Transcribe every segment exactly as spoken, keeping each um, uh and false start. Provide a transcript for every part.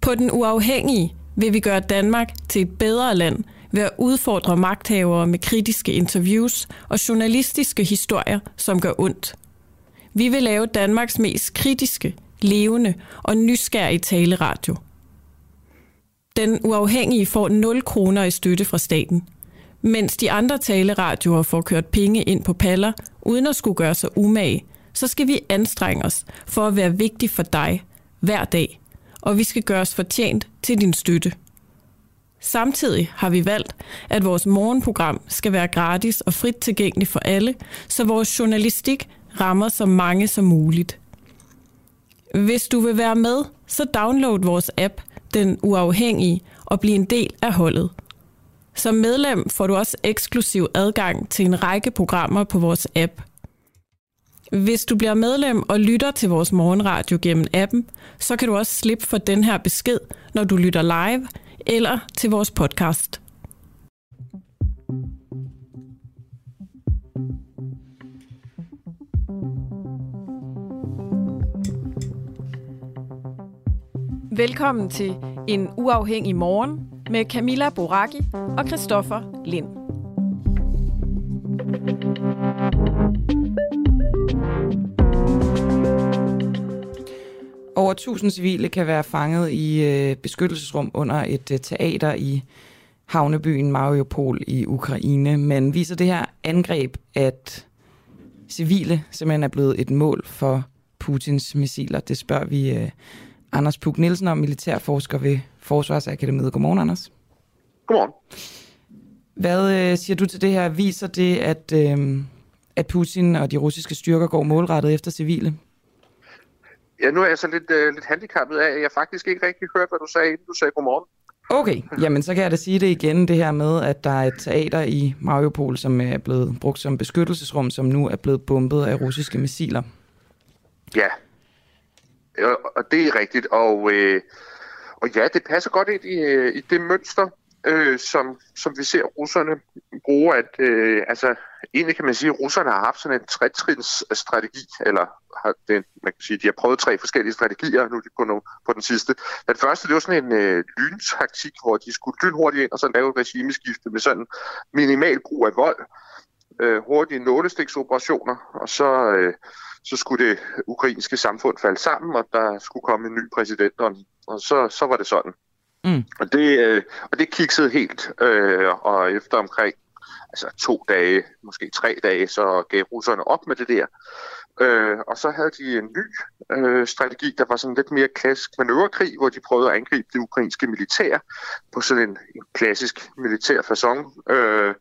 På Den Uafhængige vil vi gøre Danmark til et bedre land ved at udfordre magthavere med kritiske interviews og journalistiske historier, som gør ondt. Vi vil lave Danmarks mest kritiske, levende og nysgerrige taleradio. Den Uafhængige får nul kroner i støtte fra staten, mens de andre taleradioer får kørt penge ind på paller, uden at skulle gøre sig umage, så skal vi anstrenge os for at være vigtig for dig hver dag, og vi skal gøre os fortjent til din støtte. Samtidig har vi valgt, at vores morgenprogram skal være gratis og frit tilgængeligt for alle, så vores journalistik rammer så mange som muligt. Hvis du vil være med, så download vores app, Den Uafhængige, og bliv en del af holdet. Som medlem får du også eksklusiv adgang til en række programmer på vores app. Hvis du bliver medlem og lytter til vores morgenradio gennem appen, så kan du også slippe for den her besked, når du lytter live eller til vores podcast. Velkommen til En Uafhængig Morgen med Camilla Boracchi og Christoffer Lind. Over tusind civile kan være fanget i øh, beskyttelsesrum under et øh, teater i havnebyen Mariupol i Ukraine. Men viser det her angreb, at civile simpelthen er blevet et mål for Putins missiler? Det spørger vi øh, Anders Puk Nielsen om, militærforsker ved Forsvarsakademiet. Godmorgen, Anders. Godmorgen. Hvad øh, siger du til det her? Viser det, at, øh, at Putin og de russiske styrker går målrettet efter civile? Ja, nu er jeg så lidt, øh, lidt handicappet af, at jeg faktisk ikke rigtig hørte, hvad du sagde, inden du sagde godmorgen. Okay, jamen så kan jeg da sige det igen, det her med, at der er et teater i Mariupol, som er blevet brugt som beskyttelsesrum, som nu er blevet bombet af russiske missiler. Ja, og det er rigtigt, og, øh, og ja, det passer godt ind i, i det mønster, øh, som, som vi ser russerne bruge, at øh, altså, egentlig kan man sige, at russerne har haft sådan en tretrins strategi, eller har det, man kan sige, de har prøvet tre forskellige strategier, nu er de på, no, på den sidste. Den første, det var sådan en øh, lyntaktik, hvor de skulle lynhurtigt ind og så lave et regimeskifte med sådan minimal brug af vold, øh, hurtige nålestiksoperationer, og så, øh, så skulle det ukrainske samfund falde sammen, og der skulle komme en ny præsident, og så, så var det sådan. Mm. Og, det, øh, og det kiksede helt, øh, og efter omkring altså to dage, måske tre dage, så gav russerne op med det der. Øh, og så havde de en ny øh, strategi, der var sådan lidt mere klassisk manøvrekrig, hvor de prøvede at angribe det ukrainske militær på sådan en, en klassisk militær facon. Øh,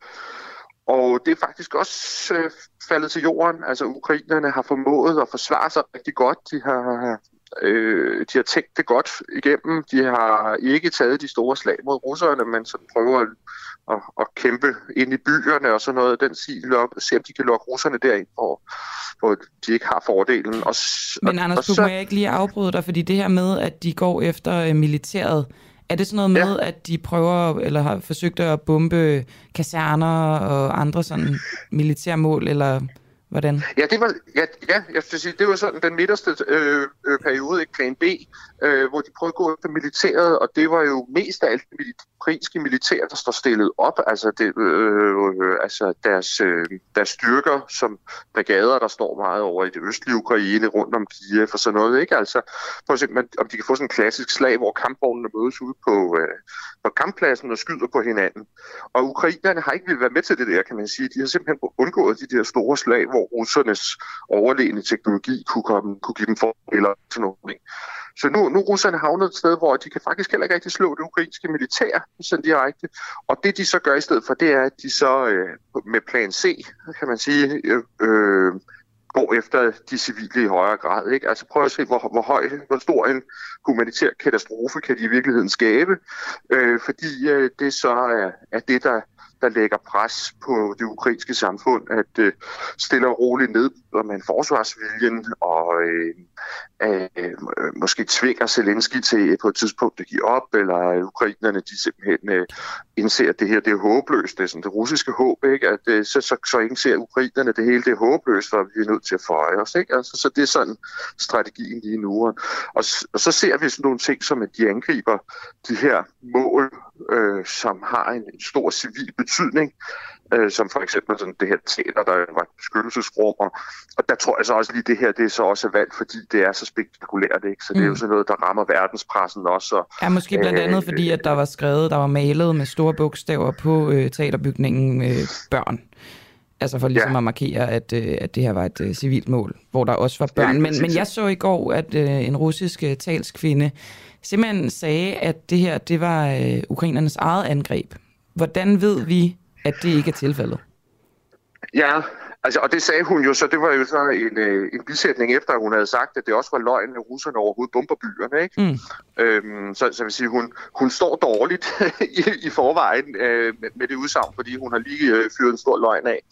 og det er faktisk også øh, faldet til jorden. Altså ukrainerne har formået at forsvare sig rigtig godt. De har... Øh, de har tænkt det godt igennem. De har ikke taget de store slag mod russerne, men så prøver at, at, at kæmpe ind i byerne og sådan noget. Den sil op, se om de kan lokke russerne derind, hvor, hvor de ikke har fordelen. Og, men Anders, og, så... må jeg ikke lige afbryde dig, fordi det her med, at de går efter militæret, er det sådan noget med, ja. at de prøver eller har forsøgt at bombe kaserner og andre sådan militærmål, eller... hvordan? Ja, det var, ja, ja, jeg skal sige, det var sådan den midterste øh, øh, periode, ikke plan B, øh, hvor de prøvede at gå efter militæret, og det var jo mest af alt det ukrainske militær, der står stillet op, altså, det, øh, altså deres, øh, deres styrker som brigader, der står meget over i det østlige Ukraine, rundt om Kiev og sådan noget, ikke? Altså, prøv at se, om de kan få sådan en klassisk slag, hvor kampvognene mødes ude på, øh, på kamppladsen og skyder på hinanden. Og ukrainerne har ikke ville være med til det der, kan man sige. De har simpelthen undgået de der store slag, hvor russernes overlegne teknologi kunne, komme, kunne give dem fordele og sådan noget. Så nu, nu er russerne havnet et sted, hvor de kan faktisk heller ikke rigtig slå det ukrainske militær sådan direkte. Og det de så gør i stedet for, det er, at de så øh, med plan C, kan man sige, øh, øh, går efter de civile i højere grad. Ikke? Altså prøv at se, hvor, hvor høj, hvor stor en humanitær katastrofe kan de i virkeligheden skabe. Øh, fordi øh, det så er, er det, der der lægger pres på det ukrainske samfund, at øh, stille og roligt nedbryder man forsvarsviljen og øh, øh, måske tvinger Zelensky til på et tidspunkt at give op, eller ukrainerne de simpelthen øh, indser, at det her det er håbløst. Det er sådan det russiske håb, ikke? At øh, så, så, så indser ukrainerne, det hele det er håbløst, og vi er nødt til at føje os. Ikke? Altså, så det er sådan strategien lige nu. Og, og så ser vi sådan nogle ting, som at de angriber de her mål, øh, som har en, en stor civil betydning, øh, som for eksempel sådan det her teater, der var et beskyttelsesrum, og, og der tror jeg så også lige, det her det er så også valgt, fordi det er så spektakulært, ikke? Så det er jo sådan noget, der rammer verdenspressen også. Og, ja, måske blandt andet øh, fordi, at der var skrevet, der var malet med store bogstaver på øh, teaterbygningen øh, børn. Altså for ligesom ja. at markere, at, øh, at det her var et øh, civilt mål, hvor der også var børn. Men, men jeg så i går, at øh, en russisk øh, talskvinde simpelthen sagde, at det her det var øh, ukrainernes eget angreb. Hvordan ved vi, at det ikke er tilfældet? Ja, altså, og det sagde hun jo, så det var jo så en, øh, en bisætning efter, at hun havde sagt, at det også var løgn, at russerne overhovedet bomber byerne, ikke? Mm. Øhm, så, så vil sige, hun, hun står dårligt i, i forvejen øh, med, med det udsagn, fordi hun har lige øh, fyret en stor løgn af.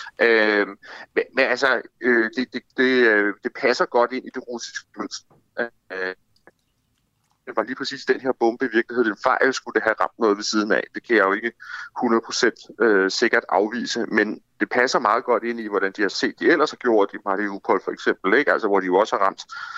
Øh, men, men altså, øh, det, det, det, øh, det passer godt ind i det russiske mønster. Øh, Det var lige præcis den her bombe i virkeligheden. En fejl skulle det have ramt noget ved siden af. Det kan jeg jo ikke hundrede procent øh, sikkert afvise, men det passer meget godt ind i, hvordan de har set de ellers har gjort i Mariupol for eksempel, ikke? Altså hvor de jo også har ramt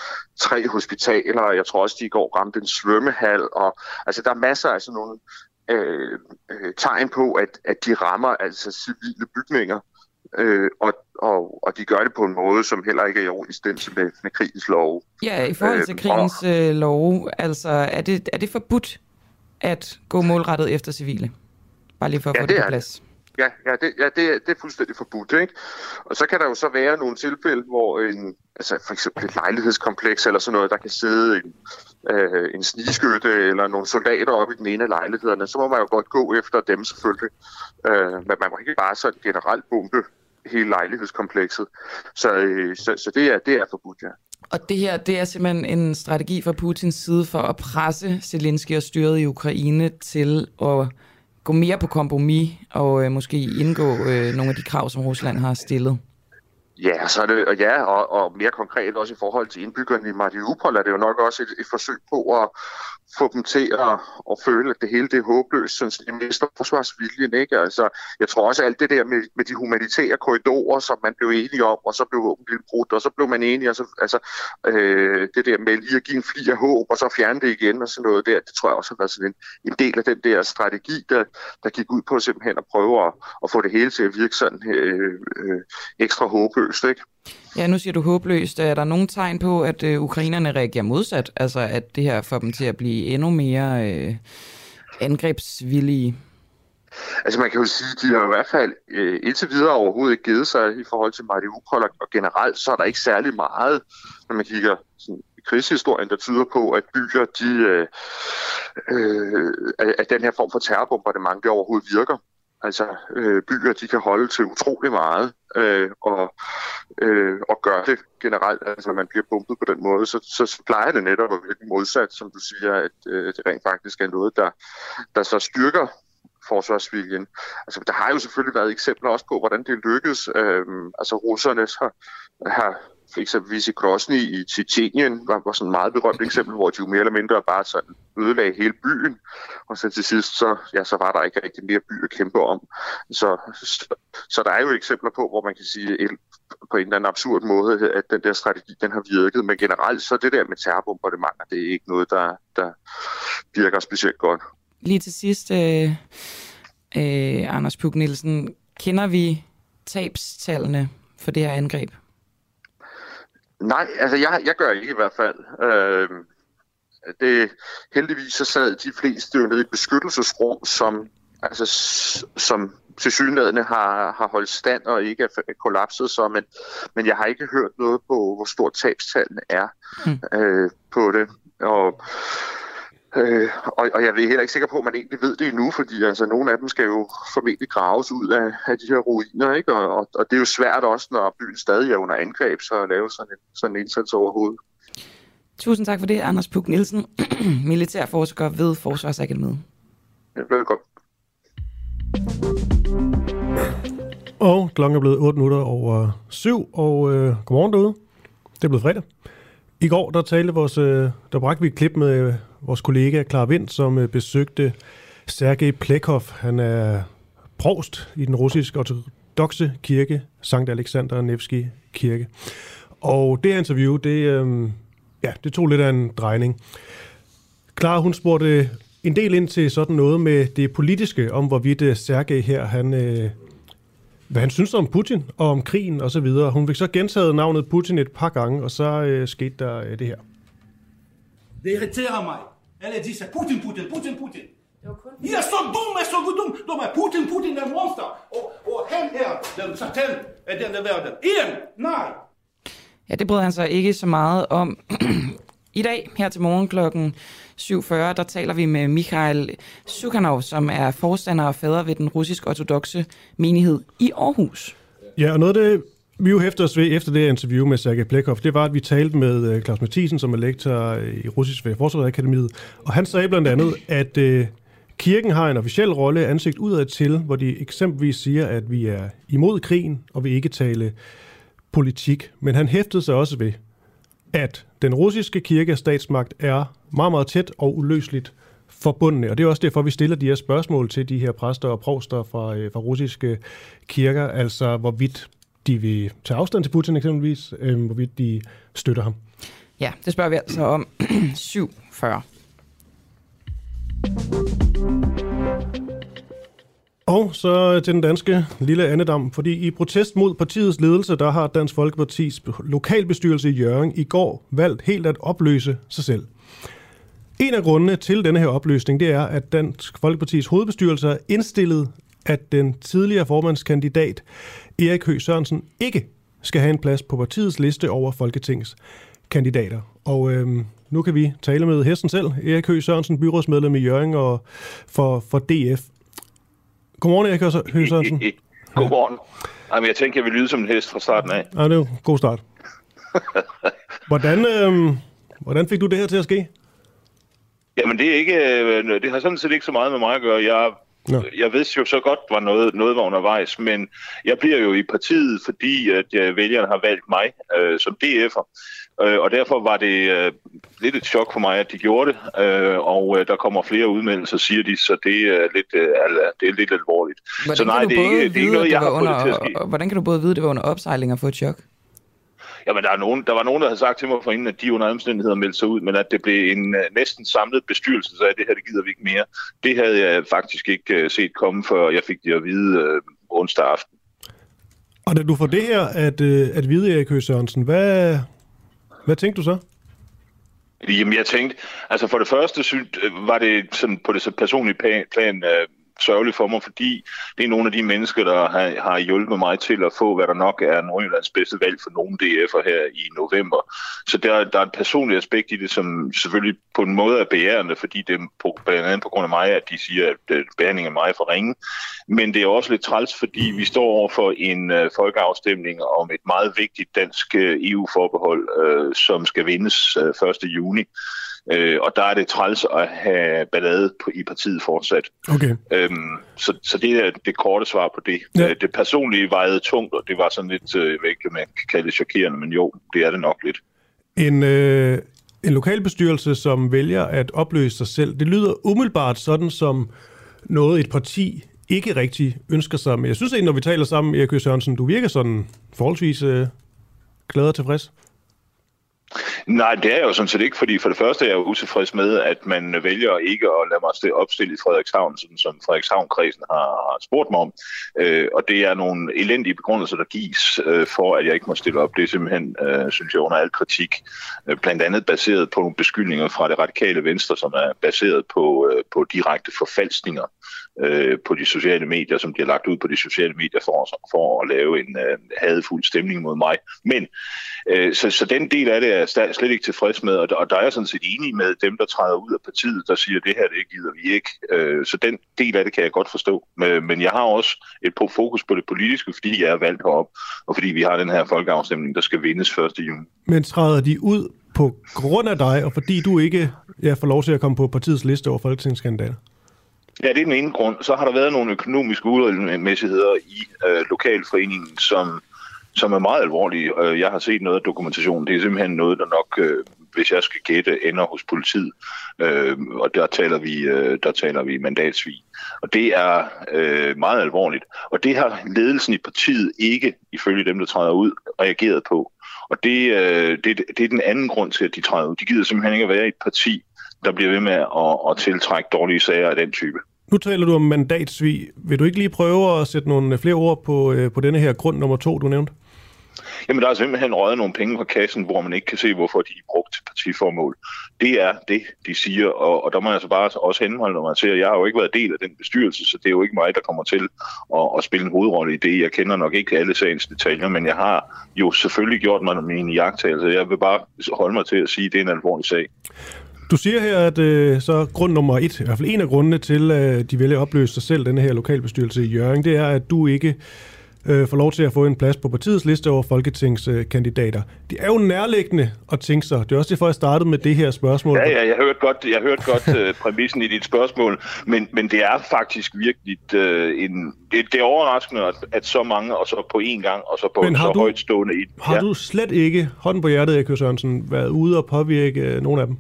tre hospitaler, og jeg tror også, de i går ramte en svømmehal, og altså der er masser af sådan nogle øh, øh, tegn på, at, at de rammer altså civile bygninger. Øh, og, og, og de gør det på en måde, som heller ikke er i overensstemmelse med, med krigens love. Ja, i forhold til krigens øh, love, altså er det, er det forbudt at gå målrettet efter civile? Bare lige for at ja, få det, det på plads. Ja, ja, det, ja det, det er fuldstændig forbudt, ikke? Og så kan der jo så være nogle tilfælde, hvor en, altså for eksempel et lejlighedskompleks eller sådan noget, der kan sidde en, øh, en snigskytte eller nogle soldater oppe i den ene af lejlighederne, så må man jo godt gå efter dem selvfølgelig. Øh, men man må ikke bare sådan generelt bombe hele lejlighedskomplekset. Så, øh, så, så det, er, det er forbudt, ja. Og det her, det er simpelthen en strategi fra Putins side for at presse Zelensky og styret i Ukraine til at gå mere på kompromis og øh, måske indgå øh, nogle af de krav, som Rusland har stillet. Ja, så er det, og ja, og, og mere konkret også i forhold til indbyggerne i Mariupol, er det jo nok også et, et forsøg på at få dem til at, at føle, at det hele det er håbløst, sådan de mister forsvarsviljen, ikke? Altså, jeg tror også alt det der med, med de humanitære korridorer, som man blev enige om, og så blev våben brudt, og så blev man enige, og så, altså, øh, det der med lige at give en fli af håb, og så fjerne det igen, og sådan noget der, det tror jeg også har været sådan en, en del af den der strategi, der, der gik ud på simpelthen at prøve at, at få det hele til at virke sådan øh, øh, ekstra håbløst, ikke? Ja, nu siger du håbløst. Er der nogen tegn på, at øh, ukrainerne reagerer modsat? Altså, at det her får dem til at blive endnu mere øh, angrebsvillige? Altså, man kan jo sige, at de har i hvert fald øh, indtil videre overhovedet ikke givet sig i forhold til Mariupol, og generelt så er der ikke særlig meget, når man kigger sådan, i krigshistorien, der tyder på, at byer, de, øh, øh, at den her form for terrorbombardement, det overhovedet virker. Altså, øh, byer, de kan holde til utrolig meget, øh, og, øh, og gøre det generelt, altså når man bliver bombet på den måde, så, så plejer det netop at virke modsat, som du siger, at øh, det rent faktisk er noget, der, der så styrker forsvarsviljen. Altså, der har jo selvfølgelig været eksempler også på, hvordan det lykkedes. Øh, altså, russerne har, har for eksempelvis i Grozny i Tjetjenien var, var sådan et meget berømt eksempel, hvor de jo mere eller mindre bare sådan ødelagde hele byen, og så til sidst, så, ja, så var der ikke rigtig mere by at kæmpe om. Så, så, så der er jo eksempler på, hvor man kan sige et, på en eller anden absurd måde, at den der strategi, den har virket, men generelt så det der med terrorbombardementer, det er ikke noget, der, der virker specielt godt. Lige til sidst, øh, øh, Anders Puk Nielsen, kender vi tabstallene for det her angreb? Nej, altså jeg, jeg gør ikke i hvert fald. Øh, det, heldigvis så sad de fleste jo nede i et beskyttelsesrum, som, altså, som tilsyneladende har, har holdt stand og ikke er kollapset. Så, men, men jeg har ikke hørt noget på, hvor stort tabstallene er mm. øh, på det. Og, øh, og, og jeg er heller ikke sikker på, at man egentlig ved det endnu, fordi altså, nogle af dem skal jo formentlig graves ud af, af de her ruiner, ikke? Og, og, og det er jo svært også, når byen stadig er under angreb, så at lave sådan en, sådan en indsats overhovedet. Tusind tak for det, Anders Puk Nielsen, militærforsker ved Forsvarsakademiet. Ja, velkommen. Og klokken er blevet otte minutter over syv, og øh, godmorgen derude. Det er blevet fredag. I går der talte vores, øh, der bragte vi et klip med øh, vores kollega Clara Vind, som øh, besøgte Sergej Plekhov. Han er provst i den russiske ortodokse kirke, Sankt Alexander Nevsky Kirke. Og det her interview, det, øh, ja, det tog lidt af en drejning. Clara, hun spurgte en del ind til sådan noget med det politiske, om hvorvidt Sergej her, han... Øh, hvad han synes om Putin og om krigen og så videre. Hun fik så gentaget navnet Putin et par gange, og så øh, skete der øh, det her. Det irriterer mig. Alle de siger, Putin, Putin, Putin, Putin. I er så dumme, så dumme. Dumme. Putin, Putin er monster. Og, og han her, den satan af denne verden. En, nej. Ja, det brød han sig ikke så meget om. I dag, her til morgen klokken syv fyrre, der taler vi med Mikhail Sukhanov, som er forstander og fader ved den russisk-ortodokse menighed i Aarhus. Ja, og noget af det, vi jo hæfter os ved efter det interview med Sergej Plekhov, det var, at vi talte med Claus Mathisen, som er lektor i russisk ved Forsvarsakademiet, og han sagde blandt andet, at øh, kirken har en officiel rolle ansigt udad til, hvor de eksempelvis siger, at vi er imod krigen, og vi ikke tale politik. Men han hæftede sig også ved, at den russiske kirkes statsmagt er meget, meget tæt og uløseligt forbundne. Og det er også derfor, vi stiller de her spørgsmål til de her præster og provster fra, fra russiske kirker, altså hvorvidt de vil tage afstand til Putin eksempelvis, øh, hvorvidt de støtter ham. Ja, det spørger vi altså om syv fyrre. Og så til den danske lille andedam, fordi i protest mod partiets ledelse, der har Dansk Folkepartis lokalbestyrelse i Hjørring i går valgt helt at opløse sig selv. En af grundene til denne her opløsning, det er, at Dansk Folkepartis hovedbestyrelse er indstillet, at den tidligere formandskandidat Erik Høegh Sørensen ikke skal have en plads på partiets liste over Folketingets kandidater. Og øhm, nu kan vi tale med hesten selv, Erik Høegh Sørensen, byrådsmedlem i Hjørring og for, for D F. Godmorgen, Erik Høegh Sørensen. Godmorgen. Jamen, jeg tænker, jeg vil lyde som en hest fra starten af. Ja, det er jo en god start. Hvordan, øhm, hvordan fik du det her til at ske? Jamen, det er ikke, det har sådan set ikke så meget med mig at gøre. Jeg, ja. jeg vidste jo så godt, var noget, noget var undervejs, men jeg bliver jo i partiet, fordi at uh, vælgerne har valgt mig uh, som D F'er. Uh, og derfor var det uh, lidt et chok for mig, at de gjorde det. Uh, og uh, der kommer flere udmeldelser, siger de, så det er lidt, uh, det er lidt alvorligt. Hvordan så nej, det er ikke, det er ikke noget, jeg har fået det til at ske. Hvordan kan du både vide, at det var under opsejling og få et chok? Jamen, der, er nogen, der var nogen, der havde sagt til mig forinden, at de under omstændigheder meldte sig ud, men at det blev en uh, næsten samlet bestyrelse, så det her, det gider vi ikke mere. Det havde jeg faktisk ikke uh, set komme, før jeg fik det at vide uh, onsdag aften. Og da du får det her at, uh, at vide, Erik Høegh Sørensen, hvad, hvad tænkte du så? Jamen, jeg tænkte, altså for det første synes, var det sådan på det personlige plan uh, sørgeligt for mig, fordi det er nogle af de mennesker, der har, har hjulpet mig til at få, hvad der nok er Nordjyllands bedste valg for nogle D F'er her i november. Så der, der er et personligt aspekt i det, som selvfølgelig på en måde er bærende, fordi det er på, blandt andet på grund af mig, at de siger, at behandlingen er meget for ringe. Men det er også lidt træls, fordi vi står over for en uh, folkeafstemning om et meget vigtigt dansk uh, E U-forbehold, uh, som skal vindes uh, første juni. Øh, og der er det træls at have ballade på, i partiet fortsat. Okay. Øhm, så, så det er det korte svar på det. Ja. Det personlige vejede tungt, og det var sådan lidt, øh, jeg ved ikke, man kan kalde det chokerende, men jo, det er det nok lidt. En, øh, en lokalbestyrelse, som vælger at opløse sig selv, det lyder umiddelbart sådan som noget, et parti ikke rigtig ønsker sig. Men jeg synes egentlig, når vi taler sammen, Erik Høegh Sørensen, du virker sådan forholdsvis øh, glad og tilfreds. Nej, det er jeg jo sådan set ikke, fordi for det første er jeg jo utilfreds med, at man vælger ikke at lade mig opstille i Frederikshavn, sådan som Frederikshavn-kredsen har, har spurgt mig om. Øh, og det er nogle elendige begrundelser, der gives øh, for, at jeg ikke må stille op. Det er simpelthen, øh, synes jeg, under al kritik. Øh, blandt andet baseret på nogle beskyldninger fra det radikale venstre, som er baseret på, øh, på direkte forfalskninger øh, på de sociale medier, som de har lagt ud på de sociale medier for, for at lave en øh, hadefuld stemning mod mig. Men øh, så, så den del af det er slet ikke tilfreds med, og der er jeg sådan set enig med dem, der træder ud af partiet, der siger, at det her, det gider vi ikke. Så den del af det kan jeg godt forstå. Men jeg har også et fokus på det politiske, fordi jeg er valgt herop, og fordi vi har den her folkeafstemning, der skal vindes første juni. Men træder de ud på grund af dig, og fordi du ikke ja, får lov til at komme på partiets liste over folketingskandidater? Ja, det er den ene grund. Så har der været nogle økonomiske uregelmæssigheder i øh, lokalforeningen, som, som er meget alvorlige. Jeg har set noget af dokumentationen. Det er simpelthen noget, der nok, øh, hvis jeg skal gætte, ender hos politiet. Øh, og der taler vi, øh, der taler vi mandatsvig. Og det er øh, meget alvorligt. Og det har ledelsen i partiet ikke, ifølge dem, der træder ud, reageret på. Og det, øh, det, det er den anden grund til, at de træder ud. De gider simpelthen ikke at være i et parti, der bliver ved med at, at tiltrække dårlige sager af den type. Nu taler du om mandatsvig. Vil du ikke lige prøve at sætte nogle flere ord på, på denne her grund nummer to, du nævnte? Jamen, der er simpelthen røget nogle penge fra kassen, hvor man ikke kan se, hvorfor de er brugt til partiformål. Det er det, de siger, og, og der må jeg så bare også henholde mig til, at jeg har jo ikke været del af den bestyrelse, så det er jo ikke mig, der kommer til at, at spille en hovedrolle i det. Jeg kender nok ikke alle sagens detaljer, men jeg har jo selvfølgelig gjort mig mine iagttagelser. Jeg vil bare holde mig til at sige, at det er en alvorlig sag. Du siger her, at øh, så grund nummer et, i hvert fald en af grundene til, at de vælger at opløse sig selv, denne her lokalbestyrelse i Hjørring, det er, at du ikke øh, får lov til at få en plads på partiets liste over folketingskandidater. Det er jo nærliggende at tænke sig. Det er også derfor, jeg startede med det her spørgsmål. Ja, ja, jeg hørte godt, jeg hørte godt øh, præmissen i dit spørgsmål, men, men det er faktisk virkelig øh, en, det, det er overraskende, at, at så mange, og så på én gang, og så på en så du, højt stående i. Har ja. du slet ikke, hånden på hjertet, Erik Høegh Sørensen, været ude og påvirke øh, nogle af dem?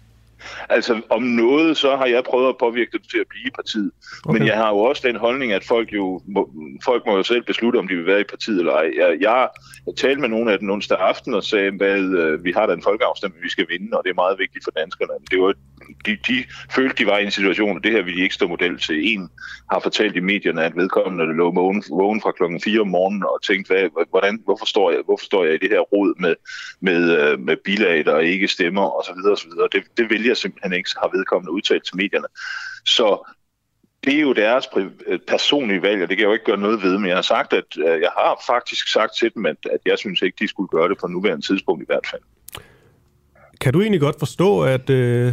Altså, om noget, så har jeg prøvet at påvirke dem til at blive i partiet. Okay. Men jeg har jo også den holdning, at folk jo må, folk må jo selv beslutte, om de vil være i partiet eller ej. Jeg, jeg, jeg talte med nogle af dem onsdag aften og sagde, at vi har da en folkeafstemning, vi skal vinde, og det er meget vigtigt for danskerne. Det var, de, de følte, de var i en situation, og det her ville de ikke stå model til. En har fortalt i medierne, at vedkommende lå vågen fra klokken fire om morgenen og tænkte, hvad, hvordan, hvorfor, står jeg, hvorfor står jeg i det her rod med, med, med bilag, der ikke stemmer, osv. osv. Det, det vil jeg simpelthen ikke har vedkommende udtalt til medierne. Så det er jo deres personlige valg, og det kan jeg jo ikke gøre noget ved, men jeg har sagt, at jeg har faktisk sagt til dem, at, at jeg synes ikke, de skulle gøre det på nuværende tidspunkt i hvert fald. Kan du egentlig godt forstå, at, øh,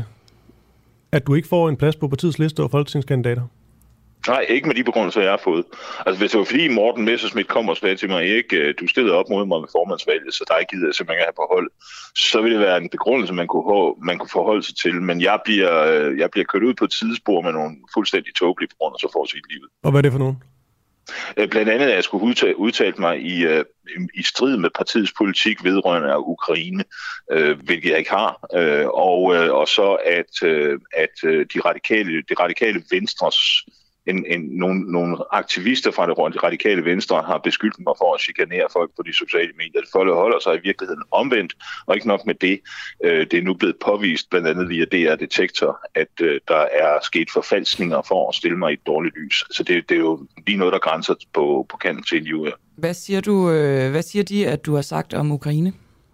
at du ikke får en plads på partiets liste over folketingskandidater? Nej, ikke med de begrundelser, jeg har fået. Altså, hvis det var fordi Morten Messerschmidt kom og sagde til mig, ikke, du stillede op mod mig med formandsvalget, så der er givet jeg simpelthen have på hold, så ville det være en begrundelse, man kunne, man kunne forholde sig til. Men jeg bliver, jeg bliver kørt ud på et sidespor med nogle fuldstændig tåbelige begrundelser for at sige livet. Og hvad er det for nogen? Blandt andet, at jeg skulle udtale, udtale mig i, i strid med partiets politik vedrørende af Ukraine, øh, hvilket jeg ikke har. Øh, og, og så, at, at de radikale, det radikale Venstres En, en, nogle, nogle aktivister fra det radikale venstre har beskyldt mig for at chikanere folk på de sociale medier. Folk holder sig i virkeligheden omvendt, og ikke nok med det. Øh, det er nu blevet påvist, blandt andet via D R Detektor, at øh, der er sket forfalskninger for at stille mig i et dårligt lys. Så det, det er jo lige noget, der grænser på, på kanten til interview her. Hvad siger du, øh, hvad siger de, at du har sagt om Ukraine?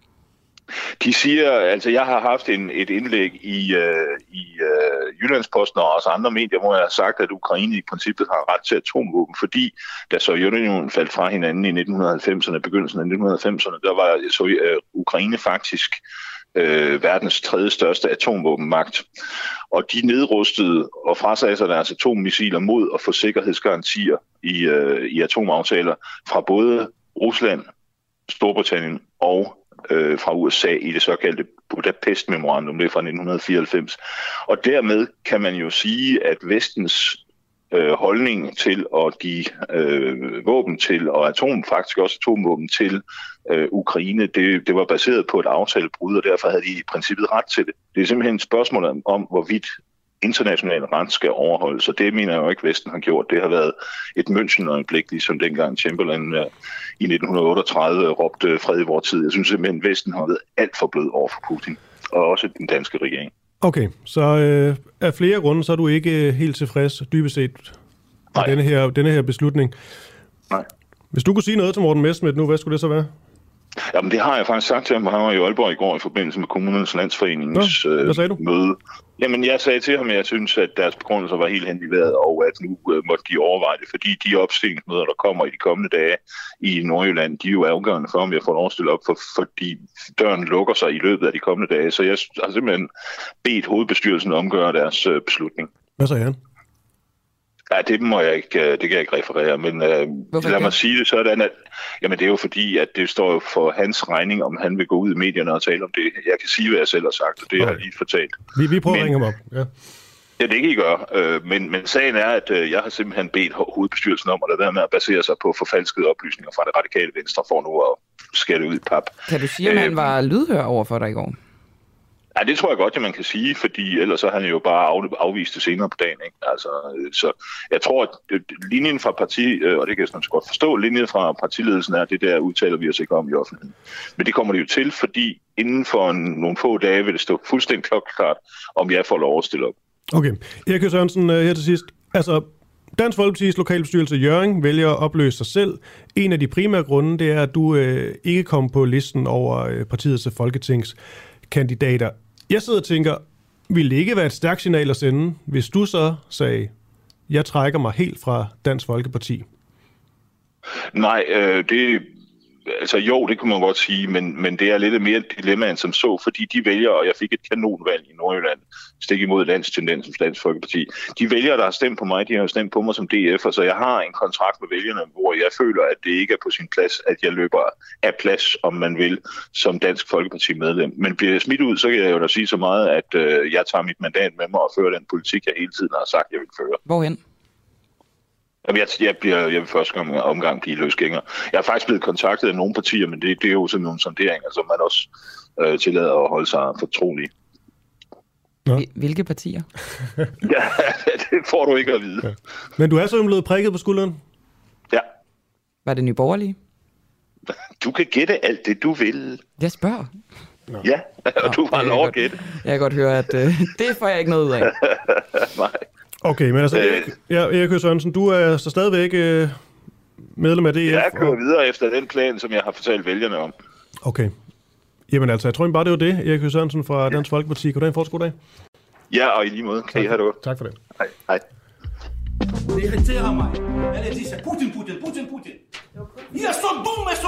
De siger, altså jeg har haft en, et indlæg i, øh, i øh, Jyllandsposten og også andre medier, hvor jeg har sagt, at Ukraine i princippet har ret til atomvåben, fordi da Sovjetunionen faldt fra hinanden i nitten halvfemserne, begyndelsen af nitten halvfemserne, der var så, øh, Ukraine faktisk øh, verdens tredje største atomvåbenmagt. Og de nedrustede og frasagde sig deres atommissiler mod at få sikkerhedsgarantier i, øh, i atomaftaler fra både Rusland, Storbritannien og øh, fra U S A i det såkaldte Budapest-memorandum, det er fra nitten fireoghalvfems. Og dermed kan man jo sige, at vestens øh, holdning til at give øh, våben til, og atom, faktisk også atomvåben til øh, Ukraine, det, det var baseret på et aftalebrud, og derfor havde de i princippet ret til det. Det er simpelthen et spørgsmål om, om hvorvidt international ret skal overholdes, og det mener jeg jo ikke, Vesten har gjort. Det har været et München-øjeblik, ligesom dengang Chamberlain uh, i nitten otteogtredive råbte fred i vores tid. Jeg synes simpelthen, at Vesten har været alt for blød over for Putin, og også den danske regering. Okay, så øh, af flere grunde, så er du ikke helt tilfreds, dybest set, med denne her, denne her beslutning. Nej. Hvis du kunne sige noget til Morten Messerschmidt nu, hvad skulle det så være? Jamen, det har jeg faktisk sagt til ham. Han var i Aalborg i går i forbindelse med Kommunernes Landsforenings Nå, hvad sagde du? øh, møde. Jamen, jeg sagde til ham, at jeg synes, at deres begrundelser var helt hen i vejret, og at nu øh, måtte de overveje det, fordi de opstillingsmøder, der kommer i de kommende dage i Nordjylland, de er jo afgørende for, om jeg får lov at stille op, for, fordi døren lukker sig i løbet af de kommende dage. Så jeg har simpelthen bedt hovedbestyrelsen omgøre deres øh, beslutning. Hvad sagde han? Nej, det må jeg ikke, det kan jeg ikke referere, men øh, lad mig sige det sådan, at jamen, det er jo fordi, at det står jo for hans regning, om han vil gå ud i medierne og tale om det. Jeg kan sige, hvad jeg selv har sagt, og det okay. har jeg lige fortalt. Vi, vi prøver men, at ringe ham op, ja. Ja, det kan I gøre, øh, men, men sagen er, at øh, jeg har simpelthen bedt hovedbestyrelsen om at lade være med at basere sig på forfalskede oplysninger fra det radikale venstre for nu at skære ud i pap. Kan du sige, at han øh, var lydhør over for dig i går? Ja, det tror jeg godt, at man kan sige, fordi ellers så har han jo bare af, afvist det senere på dagen. Ikke? Altså, så jeg tror, at linjen fra parti, og det kan jeg sådan godt forstå, linjen fra partiledelsen er, det der udtaler vi os ikke om i offentligheden. Men det kommer det jo til, fordi inden for en, nogle få dage vil det stå fuldstændig klokkeklart, om jeg får lov at stille op. Okay. Erik Sørensen, her til sidst. Altså, Dansk Folkepartis lokalbestyrelse Hjørring vælger at opløse sig selv. En af de primære grunde, det er, at du øh, ikke kom på listen over øh, partiets folketingskandidater. Jeg sidder og tænker, ville det ikke være et stærkt signal at sende, hvis du så sagde, jeg trækker mig helt fra Dansk Folkeparti? Nej, øh, det... Altså jo, det kunne man godt sige, men, men det er lidt mere et dilemma end som så, fordi de vælger, og jeg fik et kanonvalg i Nordjylland, stik imod landstendensen for Dansk Folkeparti. De vælger, der har stemt på mig, de har jo stemt på mig som D F'er, så jeg har en kontrakt med vælgerne, hvor jeg føler, at det ikke er på sin plads, at jeg løber af plads, om man vil, som Dansk Folkeparti-medlem. Men bliver jeg smidt ud, så kan jeg jo da sige så meget, at øh, jeg tager mit mandat med mig og fører den politik, jeg hele tiden har sagt, jeg vil føre. Hvorhen? Jamen, jeg, jeg, bliver, jeg vil første omgang blive løsgænger. Jeg er faktisk blevet kontaktet af nogle partier, men det, det er jo sådan nogle sonderinger, som man også øh, tillader at holde sig fortrolig. Ja. Hvilke partier? Ja, det får du ikke at vide. Ja. Men du er så blevet prikket på skulderen? Ja. Var det Nye Borgerlige? Du kan gætte alt det, du vil. Jeg spørger. Nå. Ja, og Nå, du har lov at gætte. Jeg kan godt høre, at øh, det får jeg ikke noget ud af. Nej. Okay, men altså, Erik, ja, Erik Sørensen, du er så stadigvæk øh, medlem af D F? Jeg kører videre efter den plan, som jeg har fortalt vælgerne om. Okay. Jamen altså, jeg tror bare, det var det, Erik Sørensen fra Dansk Folkeparti. Goddag, en fortsat god dag. Ja, og i lige måde. Kan I have det godt? Tak for det. Hej. Hej. Det irriterer mig. Alle de siger, Putin, Putin, Putin, Putin. Jeg er så dum, jeg er så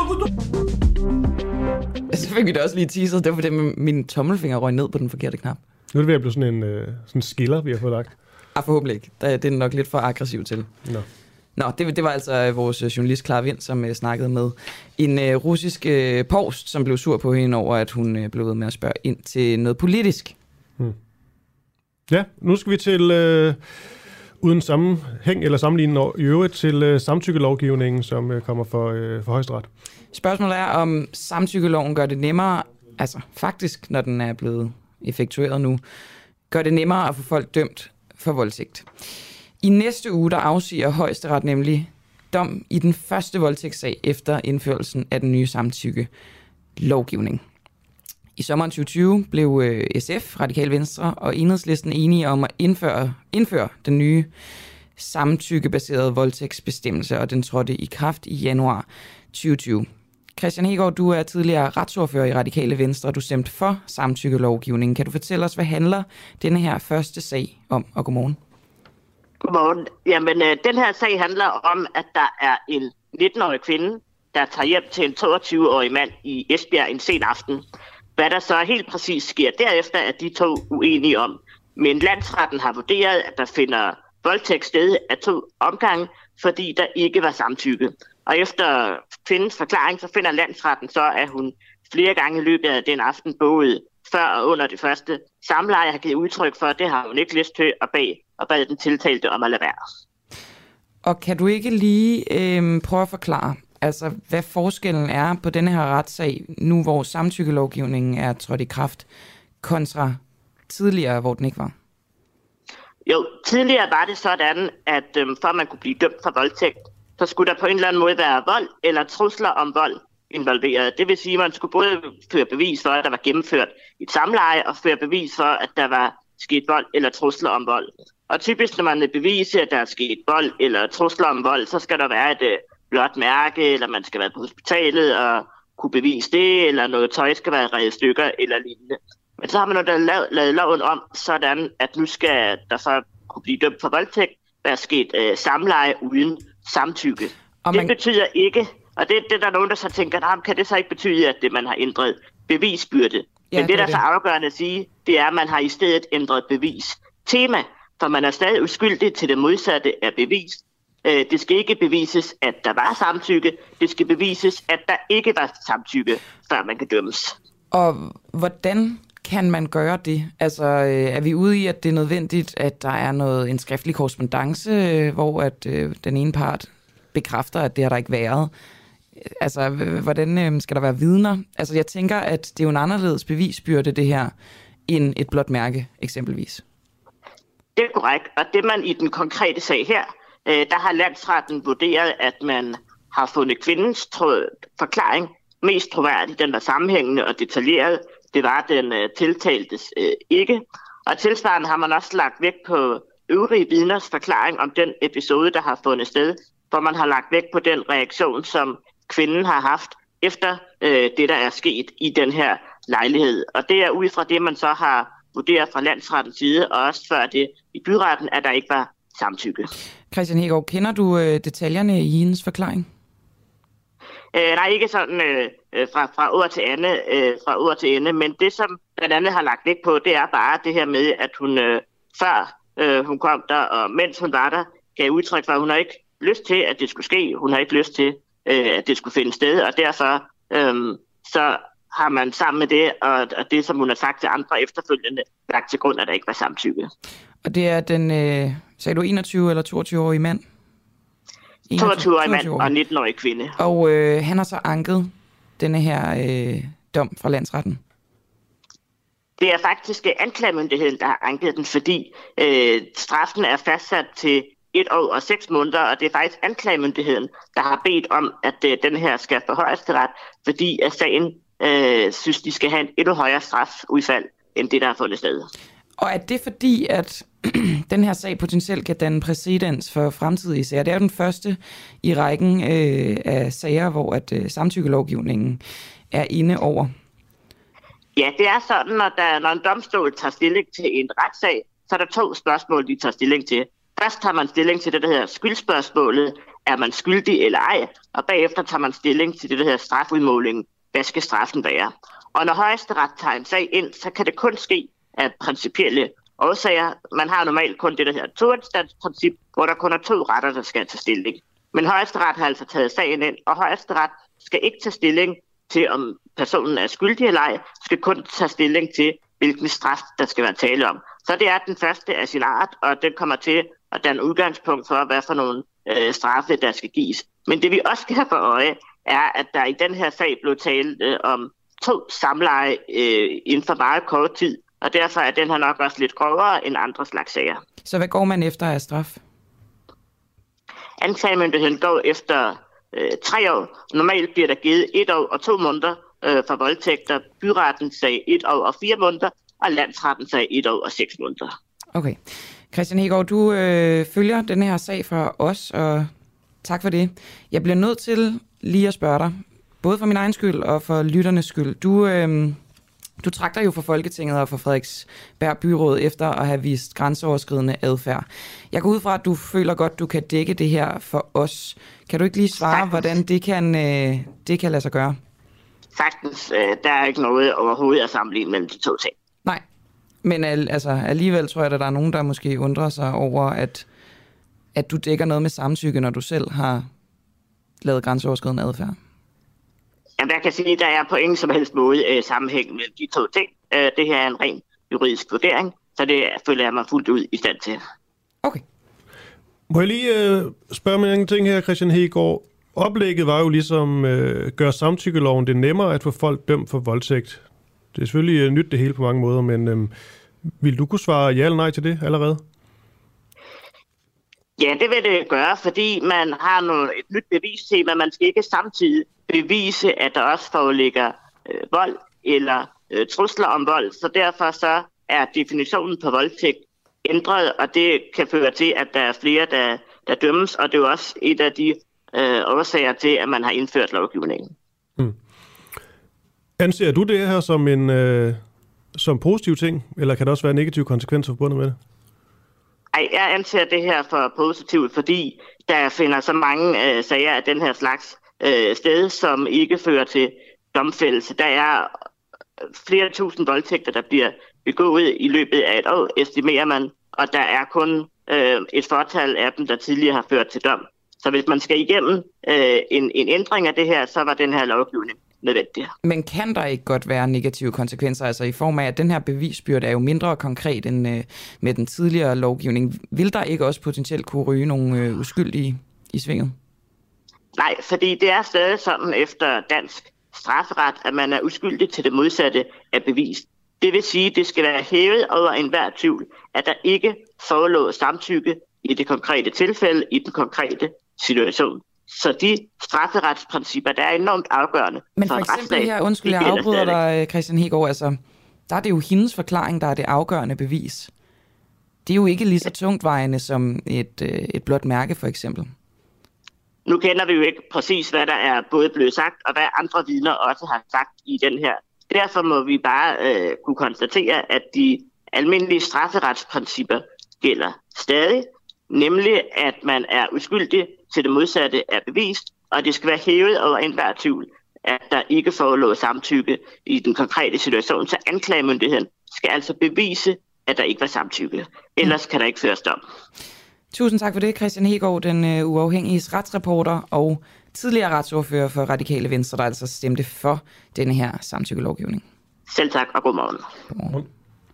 dum. Så fik vi da også lige teaset. Det var fordi, min tommelfinger røg ned på den forkerte knap. Nu er det ved at blive sådan en øh, sådan skiller, vi har fået lagt. Ah, forhåbentlig ikke. Det er nok lidt for aggressiv til. Nå. Nå, det, det var altså vores journalist Clara Vind, som uh, snakkede med en uh, russisk uh, post, som blev sur på hende over, at hun uh, blev ved med at spørge ind til noget politisk. Hmm. Ja, nu skal vi til, øh, uden sammenhæng eller sammenligning i øvrigt, til øh, samtykkelovgivningen, som øh, kommer for, øh, for Højesteret. Spørgsmålet er, om samtykkeloven gør det nemmere, altså faktisk, når den er blevet effektueret nu, gør det nemmere at få folk dømt for voldtægt. I næste uge, der afsiger Højesteret nemlig dom i den første voldtægtssag efter indførelsen af den nye samtykkelovgivning. I sommeren tyve tyve blev S F, Radikale Venstre og Enhedslisten enige om at indføre, indføre den nye samtykkebaserede voldtægtsbestemmelse, og den trådte i kraft i januar tyve tyve. Christian Hegaard, du er tidligere retsordfører i Radikale Venstre, og du stemte for samtykkelovgivningen. Kan du fortælle os, hvad handler denne her første sag om? Og godmorgen. Godmorgen. Jamen, øh, den her sag handler om, at der er en nitten-årig kvinde, der tager hjem til en toogtyve-årig mand i Esbjerg en sen aften. Hvad der så helt præcis sker derefter, er de to uenige om. Men landsretten har vurderet, at der finder voldtægt sted af to omgange, fordi der ikke var samtykke. Og efter kvindens forklaring, så finder landsretten så, at hun flere gange i løbet af den aften, både før og under det første samleje, har givet udtryk for, at det har hun ikke lyst til at bag, og bad den tiltalte om at lade være. Og kan du ikke lige øh, prøve at forklare, altså hvad forskellen er på denne her retssag, nu hvor samtykkelovgivningen er trådt i kraft, kontra tidligere, hvor den ikke var? Jo, tidligere var det sådan, at øh, for at man kunne blive dømt for voldtægt, så skulle der på en eller anden måde være vold eller trusler om vold involveret. Det vil sige, at man skulle både føre bevis for, at der var gennemført et samleje, og føre bevis for, at der var sket vold eller trusler om vold. Og typisk, når man vil bevise, at der er sket vold eller trusler om vold, så skal der være et øh, blåt mærke, eller man skal være på hospitalet og kunne bevise det, eller noget tøj skal være revet stykker eller lignende. Men så har man jo da lavet, lavet loven om, sådan at nu skal der så kunne blive dømt for voldtægt, være sket øh, samleje uden samtykke. Og man... Det betyder ikke, og det, det der er nogen, der så tænker, kan det så ikke betyde, at det, man har ændret bevisbyrde? Ja, men det, der er så afgørende at sige, det er, at man har i stedet ændret bevistema, for man er stadig uskyldig til det modsatte af bevis. Øh, det skal ikke bevises, at der var samtykke. Det skal bevises, at der ikke var samtykke, før man kan dømmes. Og hvordan kan man gøre det? Altså, øh, er vi ude i, at det er nødvendigt, at der er noget en skriftlig korrespondance, øh, hvor at øh, den ene part bekræfter, at det har der ikke været? Altså, hvordan øh, skal der være vidner? Altså, jeg tænker, at det er jo en anderledes bevisbyrde, det her, end et blåt mærke, eksempelvis. Det er korrekt, og det man i den konkrete sag her, øh, der har landsretten vurderet, at man har fundet kvindens tro- forklaring mest troværdig, den var sammenhængende og detaljeret. Det var den øh, tiltaltes øh, ikke. Og tilsvarende har man også lagt vægt på øvrige vidners forklaring om den episode, der har fundet sted, hvor man har lagt vægt på den reaktion, som kvinden har haft efter øh, det, der er sket i den her lejlighed. Og det er ud fra det, man så har vurderet fra landsrettens side, og også før det i byretten, at der ikke var samtykke. Christian Hegaard, kender du øh, detaljerne i hendes forklaring? Øh, nej, ikke sådan øh, fra, fra ord til ende, øh, fra ord til ende, men det, som blandt andet har lagt vægt på, det er bare det her med, at hun øh, før øh, hun kom der, og mens hun var der, gav udtryk for, at hun har ikke lyst til, at det skulle ske. Hun har ikke lyst til, øh, at det skulle finde sted, og derfor øh, så har man sammen med det, og, og det, som hun har sagt til andre efterfølgende, lagt til grund, at der ikke var samtykke. Og det er den, øh, sagde du enogtyve eller toogtyve-årige mand? toogtyve-årig mand og nitten-årig kvinde. Og øh, han har så anket denne her øh, dom fra landsretten? Det er faktisk anklagemyndigheden, der har anket den, fordi øh, straffen er fastsat til et år og seks måneder, og det er faktisk anklagemyndigheden, der har bedt om, at øh, den her skal for højesteret, fordi at sagen øh, synes, de skal have en endnu højere strafudfald, end det, der har fundet sted. Og er det fordi, at den her sag potentielt kan danne præcedens for fremtidige sager? Det er jo den første i rækken øh, af sager, hvor at øh, samtykkelovgivningen er inde over. Ja, det er sådan, når, der, når en domstol tager stilling til en retssag, så er der to spørgsmål, de tager stilling til. Først tager man stilling til det, der hedder skyldspørgsmålet, er man skyldig eller ej, og bagefter tager man stilling til det, der hedder strafudmåling, hvad skal straffen være. Og når højesteret tager en sag ind, så kan det kun ske af principielle årsager. Man har normalt kun det, der hedder toinstansprincip, hvor der kun er to retter, der skal tage stilling. Men højesteret har altså taget sagen ind, og højesteret skal ikke tage stilling til, om personen er skyldig eller ej, skal kun tage stilling til, hvilken straf, der skal være tale om. Så det er den første af sin art, og den kommer til at danne udgangspunkt for, hvad for nogle øh, straffe, der skal gives. Men det vi også skal have for øje, er, at der i den her sag blev talt øh, om to samleje øh, inden for meget kort tid, og derfor er den her nok også lidt grovere end andre slags sager. Så hvad går man efter af straf? Anklagemyndigheden går efter øh, tre år. Normalt bliver der givet et år og to måneder øh, for voldtægter. Byretten sagde et år og fire måneder, og landsretten sagde et år og seks måneder. Okay. Christian Hegaard, du øh, følger den her sag for os, og tak for det. Jeg bliver nødt til lige at spørge dig, både for min egen skyld og for lytternes skyld. Du... Øh, Du trak dig jo for Folketinget og for Frederiksberg Byråd efter at have vist grænseoverskridende adfærd. Jeg går ud fra, at du føler godt, du kan dække det her for os. Kan du ikke lige svare, Sagtens. hvordan det kan, øh, det kan lade sig gøre? Sagtens. Der er ikke noget overhovedet at sammenligne mellem de to ting. Nej, men altså, alligevel tror jeg, at der er nogen, der måske undrer sig over, at, at du dækker noget med samtykke, når du selv har lavet grænseoverskridende adfærd. Jamen, jeg kan sige, at der er på ingen som helst måde øh, sammenhæng mellem de to ting. Øh, det her er en ren juridisk vurdering, så det føler jeg mig fuldt ud i stand til. Okay. Må jeg lige øh, spørge mig en ting her, Christian Hegaard? Oplægget var jo ligesom øh, gøre samtykkeloven det nemmere at få folk dømt for voldtægt. Det er selvfølgelig øh, nyt det hele på mange måder, men øh, vil du kunne svare ja eller nej til det allerede? Ja, det vil det gøre, fordi man har noget, et nyt bevistema. Man skal ikke samtidig bevise, at der også foreligger øh, vold eller øh, trusler om vold. Så derfor så er definitionen på voldtægt ændret, og det kan føre til, at der er flere, der, der dømmes. Og det er jo også et af de øh, årsager til, at man har indført lovgivningen. Hmm. Anser du det her som en øh, som positiv ting, eller kan der også være negative konsekvenser forbundet med det? Ej, jeg anser det her for positivt, fordi der finder så mange øh, sager af den her slags øh, sted, som ikke fører til domfældelse. Der er flere tusind voldtægter, der bliver begået i løbet af et år, estimerer man, og der er kun øh, et fortal af dem, der tidligere har ført til dom. Så hvis man skal igennem øh, en, en ændring af det her, så var den her lovgivning nødvendigt. Men kan der ikke godt være negative konsekvenser, altså i form af, at den her bevisbyrde er jo mindre konkret end øh, med den tidligere lovgivning? Vil der ikke også potentielt kunne ryge nogle øh, uskyldige i svinget? Nej, fordi det er stadig sådan efter dansk strafferet, at man er uskyldig til det modsatte af bevist. Det vil sige, at det skal være hævet over enhver tvivl, at der ikke forelå samtykke i det konkrete tilfælde, i den konkrete situation. Så de strafferetsprincipper, der er enormt afgørende. Men for, for eksempel her, undskyld, jeg afbryder dig, Christian Hegaard, altså, der er det jo hendes forklaring, der er det afgørende bevis. Det er jo ikke lige så tungtvejende som et, et blåt mærke, for eksempel. Nu kender vi jo ikke præcis, hvad der er både blevet sagt, og hvad andre vidner også har sagt i den her. Derfor må vi bare øh, kunne konstatere, at de almindelige strafferetsprincipper gælder stadig, nemlig at man er uskyldig til det modsatte af bevist, og det skal være hævet over enhver tvivl, at der ikke forelå samtykke i den konkrete situation. Så anklagemyndigheden skal altså bevise, at der ikke var samtykke. Ellers kan der ikke føres dom. Tusind tak for det, Christian Hegaard, den øh, uafhængige retsreporter og tidligere retsordfører for Radikale Venstre, der altså stemte for denne her samtykkelovgivning. Selv tak, og god morgen. Godmorgen.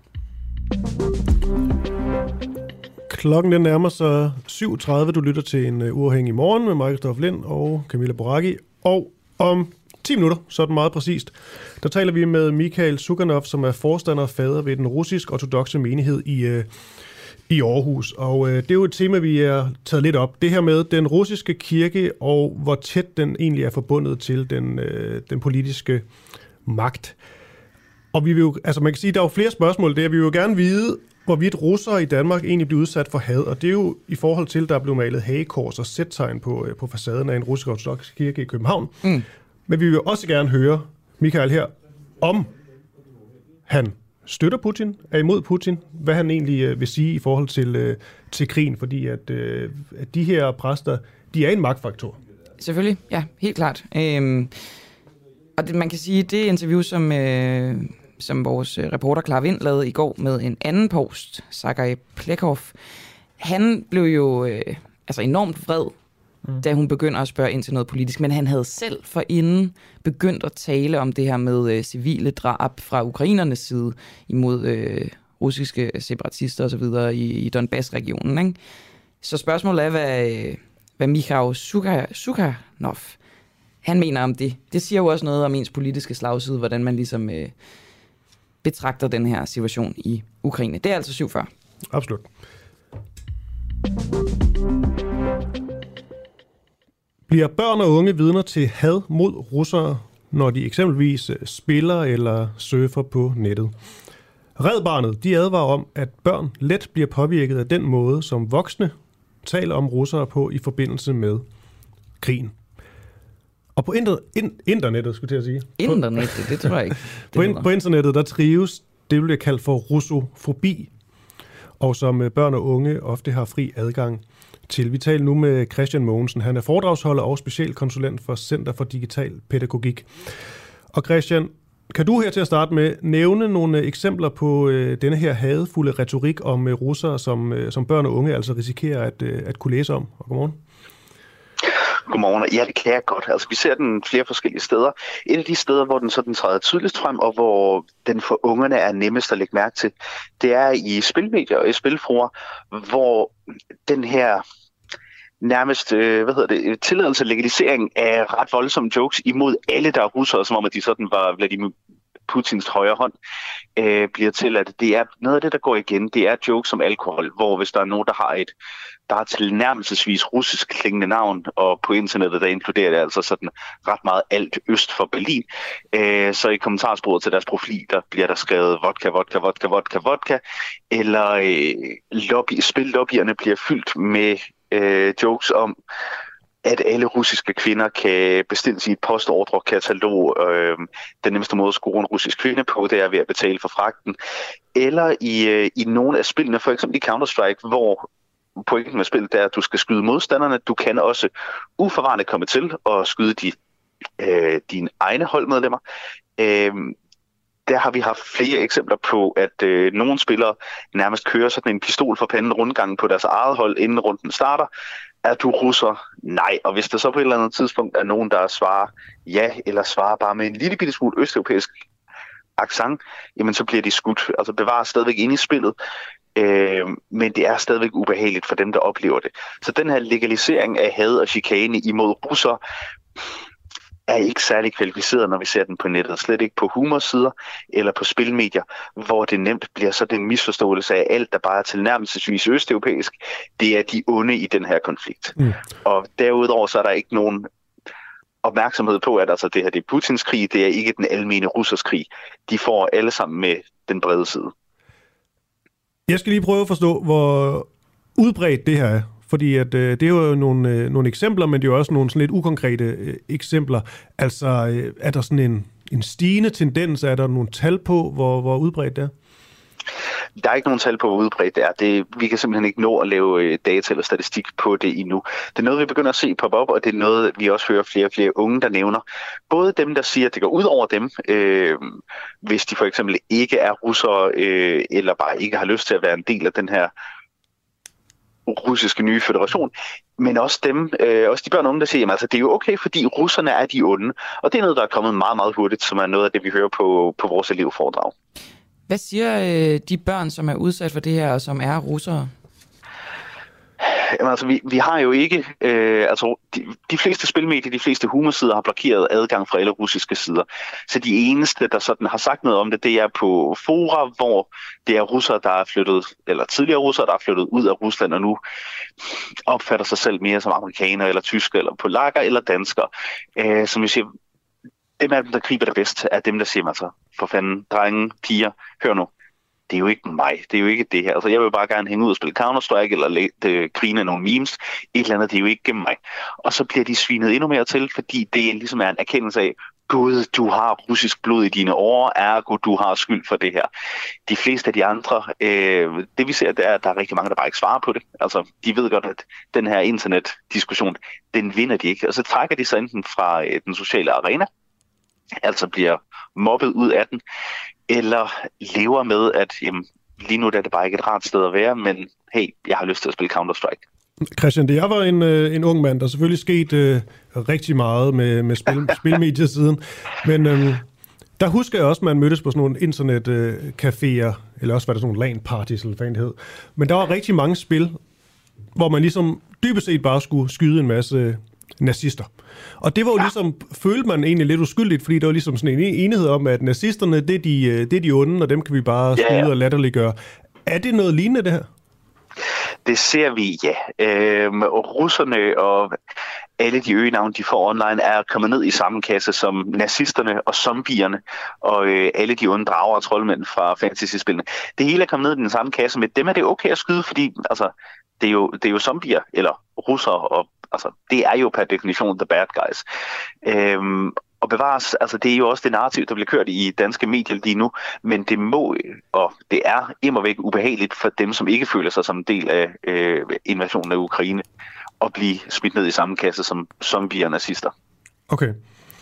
Klokken den nærmer sig syv tredive. Du lytter til en uafhængig morgen med Michael Stoff Lind og Camilla Boracchi. Og om ti minutter, så er det meget præcist, der taler vi med Mikhail Sukhanov, som er forstander og fader ved den russisk-ortodokse menighed i, øh, i Aarhus. Og øh, det er jo et tema, vi er taget lidt op. Det her med den russiske kirke, og hvor tæt den egentlig er forbundet til den, øh, den politiske magt. Og vi vil jo, altså man kan sige, der er jo flere spørgsmål der. Vi vil jo gerne vide, hvorvidt russere i Danmark egentlig bliver udsat for had. Og det er jo i forhold til, der er blevet malet hagekors og sættegn på, på facaden af en russisk-ortodoks kirke i København. Mm. Men vi vil også gerne høre Mikhail her, om han støtter Putin, er imod Putin, hvad han egentlig vil sige i forhold til, til krigen, fordi at, at de her præster, de er en magtfaktor. Selvfølgelig, ja, helt klart. Øhm, og det, man kan sige, det interview, som, øh, som vores reporter Clara Vind lavede i går med en anden post, Sergej Plekov, han blev jo øh, altså enormt vred, Mm. da hun begynder at spørge ind til noget politisk. Men han havde selv forinden begyndt at tale om det her med øh, civile drab fra ukrainernes side imod øh, russiske separatister osv. i, i Donbass-regionen. Ikke? Så spørgsmålet er, hvad, øh, hvad Mikhail Sukhanov, han mener om det. Det siger jo også noget om ens politiske slagside, hvordan man ligesom øh, betragter den her situation i Ukraine. Det er altså syv fyrre. Absolut. Bliver børn og unge vidner til had mod russere, når de eksempelvis spiller eller surfer på nettet? Red Barnet, de advarer om, at børn let bliver påvirket af den måde, som voksne taler om russere på i forbindelse med krigen. Og på inter- in- internettet, skulle jeg til at sige. Internettet, det tror jeg ikke. på, in- på internettet, der trives det, bliver kaldt for russofobi, og som børn og unge ofte har fri adgang til. Vi taler nu med Christian Mogensen. Han er foredragsholder og specialkonsulent for Center for Digital Pædagogik. Og Christian, kan du her til at starte med nævne nogle eksempler på øh, denne her hadefulde retorik om øh, russere, som, øh, som børn og unge altså risikerer at, øh, at kunne læse om? Og godmorgen. Godmorgen. Ja, det kan jeg godt. Altså, vi ser den flere forskellige steder. Et af de steder, hvor den sådan træder tydeligst frem, og hvor den for ungerne er nemmest at lægge mærke til, det er i spilmedier og i spilfruer, hvor den her nærmest, øh, hvad hedder det, tilladelse og legalisering af ret voldsomme jokes imod alle, der er russere, som om at de sådan var Vladimir Putins højre hånd, øh, bliver til, at det er noget af det, der går igen. Det er jokes om alkohol, hvor hvis der er nogen, der har et der har tilnærmelsesvis russisk klingende navn, og på internettet, der inkluderer det altså sådan ret meget alt øst for Berlin. Øh, så i kommentarsporet til deres profil, der bliver der skrevet vodka, vodka, vodka, vodka, vodka, eller øh, lobby, spillobbyerne bliver fyldt med øh, jokes om, at alle russiske kvinder kan bestille sig et postordrekatalog. Øh, den nemmeste måde at score en russisk kvinde på, det er ved at betale for fragten. Eller i, øh, i nogle af spillene, for eksempel i Counter-Strike, hvor pointen med spillet er, at du skal skyde modstanderne. Du kan også uforvarende komme til at skyde de, øh, dine egne holdmedlemmer. Øh, der har vi haft flere eksempler på, at øh, nogle spillere nærmest kører sådan en pistol for panden rundgangen på deres eget hold, inden runden starter. er du russer? Nej. Og hvis der så på et eller andet tidspunkt er nogen, der svarer ja, eller svarer bare med en lille bitte smule østeuropæisk accent, jamen så bliver de skudt. Altså bevarer stadigvæk inde i spillet, øh, men det er stadigvæk ubehageligt for dem, der oplever det. Så den her legalisering af had og chikane imod russer er ikke særlig kvalificeret, når vi ser den på nettet. Slet ikke på humorsider eller på spilmedier, hvor det nemt bliver så den misforståelse af alt, der bare er tilnærmelsesvis østeuropæisk. Det er de onde i den her konflikt. Mm. Og derudover så er der ikke nogen opmærksomhed på, at altså, det her det er Putins krig, det er ikke den almene russers krig. De får alle sammen med den brede side. Jeg skal lige prøve at forstå, hvor udbredt det her er. Fordi at, øh, det er jo nogle, øh, nogle eksempler, men det er jo også nogle sådan lidt ukonkrete øh, eksempler. Altså, øh, er der sådan en, en stigende tendens? Er der nogle tal på, hvor, hvor udbredt det er? Der er ikke nogen tal på, hvor udbredt det er. Det, vi kan simpelthen ikke nå at lave øh, data eller statistik på det endnu. Det er noget, vi begynder at se poppe op, og det er noget, vi også hører flere og flere unge, der nævner. Både dem, der siger, at det går ud over dem, øh, hvis de for eksempel ikke er russere, øh, eller bare ikke har lyst til at være en del af den her russiske nye federation, men også dem, øh, også de børn og unge, der siger, at altså, det er jo okay, fordi russerne er de onde. Og det er noget, der er kommet meget, meget hurtigt, som er noget af det, vi hører på, på vores elevforedrag. Hvad siger øh, de børn, som er udsat for det her, og som er russere? Jamen, altså, vi, vi har jo ikke... Øh, altså, de, de fleste spilmedier, de fleste humorsider har blokeret adgang fra alle russiske sider. Så de eneste, der sådan har sagt noget om det, det er på fora, hvor det er russere, der er flyttet, eller tidligere russere, der er flyttet ud af Rusland, og nu opfatter sig selv mere som amerikanere, eller tysker, eller polakker, eller danskere. Øh, som vi siger, dem af dem, der griber det bedst, er dem, der siger, altså, for fanden, drenge, piger, hør nu. Det er jo ikke mig, det er jo ikke det her. Altså, jeg vil bare gerne hænge ud og spille Counter-Strike, eller læ- grine nogle memes. Et eller andet, det er jo ikke gennem mig. Og så bliver de svinet endnu mere til, fordi det ligesom er en erkendelse af, Gud, du har russisk blod i dine årer, ergo du har skyld for det her. De fleste af de andre, øh, det vi ser, det er, at der er rigtig mange, der bare ikke svarer på det. Altså, de ved godt, at den her internetdiskussion, den vinder de ikke. Og så trækker de sig enten fra øh, den sociale arena, altså bliver mobbet ud af den, eller lever med, at jamen, lige nu er det bare ikke et rart sted at være, men hey, jeg har lyst til at spille Counter-Strike. Christian, det jeg var en, en ung mand, der selvfølgelig sket øh, rigtig meget med, med spil, spilmediesiden, men øh, der husker jeg også, at man mødtes på sådan nogle internetcaféer, øh, eller også var der sådan nogle LAN-parties, eller hvad det hed. Men der var rigtig mange spil, hvor man ligesom dybest set bare skulle skyde en masse nazister. Og det var jo ja. ligesom, følte man egentlig lidt uskyldigt, fordi der var ligesom sådan en enighed om, at nazisterne, det er de, det er de onde, og dem kan vi bare skyde ja, ja. og latterliggøre. Er det noget lignende, det her? Det ser vi, ja. Øhm, og russerne og alle de øgenavne, de får online, er kommet ned i samme kasse som nazisterne og zombierne og øh, alle de onde drager og troldmænd fra fantasy-spillene. Det hele er kommet ned i den samme kasse. Med dem er det okay at skyde, fordi altså, det, er jo, det er jo zombier eller russere, og altså, det er jo per definition the bad guys. Øhm, og bevares, altså det er jo også det narrativ, der bliver kørt i danske medier lige nu, men det må, og det er immervæk ubehageligt for dem, som ikke føler sig som en del af øh, invasionen af Ukraine, at blive smidt ned i samme kasse som zombier og nazister. Okay.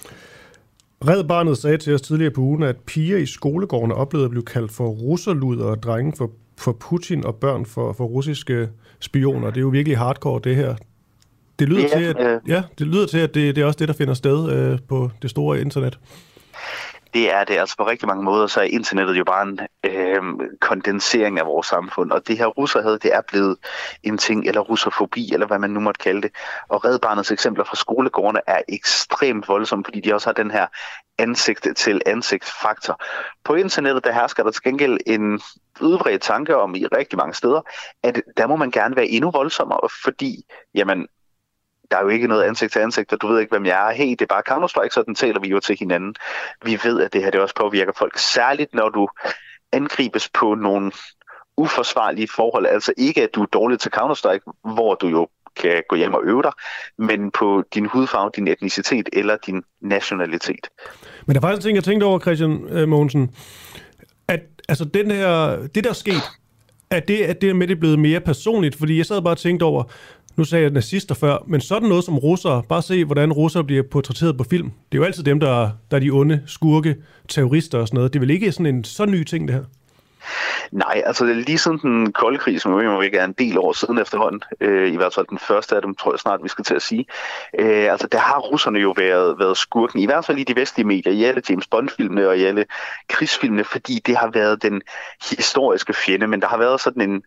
Red Barnet sagde til os tidligere på ugen, at piger i skolegårdene oplevede at blive kaldt for russerluder og drenge for, for Putin og børn for, for russiske spioner. Det er jo virkelig hardcore, det her. Det lyder, ja, til, at, øh, ja, det, lyder til, at det, det er også det, der finder sted øh, på det store internet. Det er det. Altså på rigtig mange måder, så er internettet jo bare en øh, kondensering af vores samfund. Og det her russerhad, det er blevet en ting, eller russerfobi, eller hvad man nu måtte kalde det. Og Red Barnets eksempler fra skolegårdene er ekstremt voldsomme, fordi de også har den her ansigt-til-ansigt-faktor. På internettet, der hersker der til gengæld en udbredt tanke om i rigtig mange steder, at der må man gerne være endnu voldsommere, fordi, jamen, der er jo ikke noget ansigt til ansigt, og du ved ikke, hvem jeg er. Hey, det er bare Counter-Strike, så den taler vi jo til hinanden. Vi ved, at det her det også påvirker folk, særligt når du angribes på nogle uforsvarlige forhold. Altså ikke, at du er dårlig til Counter-Strike, hvor du jo kan gå hjem og øve dig, men på din hudfarve, din etnicitet eller din nationalitet. Men der er faktisk en ting, jeg tænkte over, Christian øh, Mogensen, at altså, den her, det, der er sket, at det, at det med det er blevet mere personligt, fordi jeg sad bare og tænkte over, nu sagde jeg nazister før, men sådan noget som russere, bare se, hvordan russere bliver portrætteret på film. Det er jo altid dem, der, der er de onde, skurke, terrorister og sådan noget. Det er vel ikke sådan en så ny ting, det her? Nej, altså lige siden den kolde krig, som jo ikke er en del år siden efterhånden, øh, i hvert fald den første af dem, tror jeg snart, vi skal til at sige, øh, altså der har russerne jo været, været skurken, i hvert fald i de vestlige medier, i alle James Bond-filmene og i alle krigsfilmene, fordi det har været den historiske fjende, men der har været sådan en...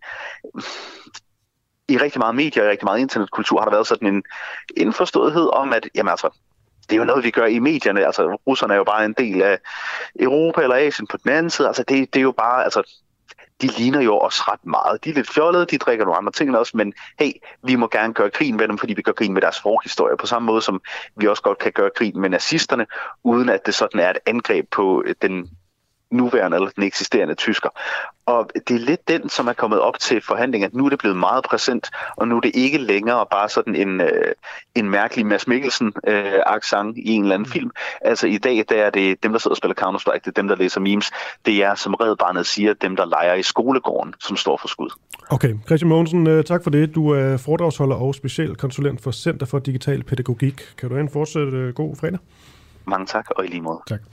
I rigtig meget medier og i rigtig meget internetkultur har der været sådan en indforståethed om, at jamen altså, det er jo noget, vi gør i medierne. Altså, russerne er jo bare en del af Europa eller Asien på den anden side. Altså, det, det er jo bare, altså, de ligner jo også ret meget. De er lidt fjollede, de drikker nogle andre ting også, men hey, vi må gerne gøre krigen med dem, fordi vi gør krigen med deres forhistorie. På samme måde, som vi også godt kan gøre krigen med nazisterne, uden at det sådan er et angreb på den nuværende eller den eksisterende tysker. Og det er lidt den, som er kommet op til forhandlinger. Nu er det blevet meget præsent, og nu er det ikke længere bare sådan en, øh, en mærkelig Mads Mikkelsen-accent øh, i en eller anden film. Altså i dag, der er det dem, der sidder og spiller Counter-Strike, det er dem, der læser memes. Det er, som Red Barnet siger, dem, der leger i skolegården, som står for skud. Okay, Christian Mogensen, tak for det. Du er foredragsholder og specialkonsulent for Center for Digital Pædagogik. Kan du have en fortsat god fredag? Mange tak, og i lige måde. Tak.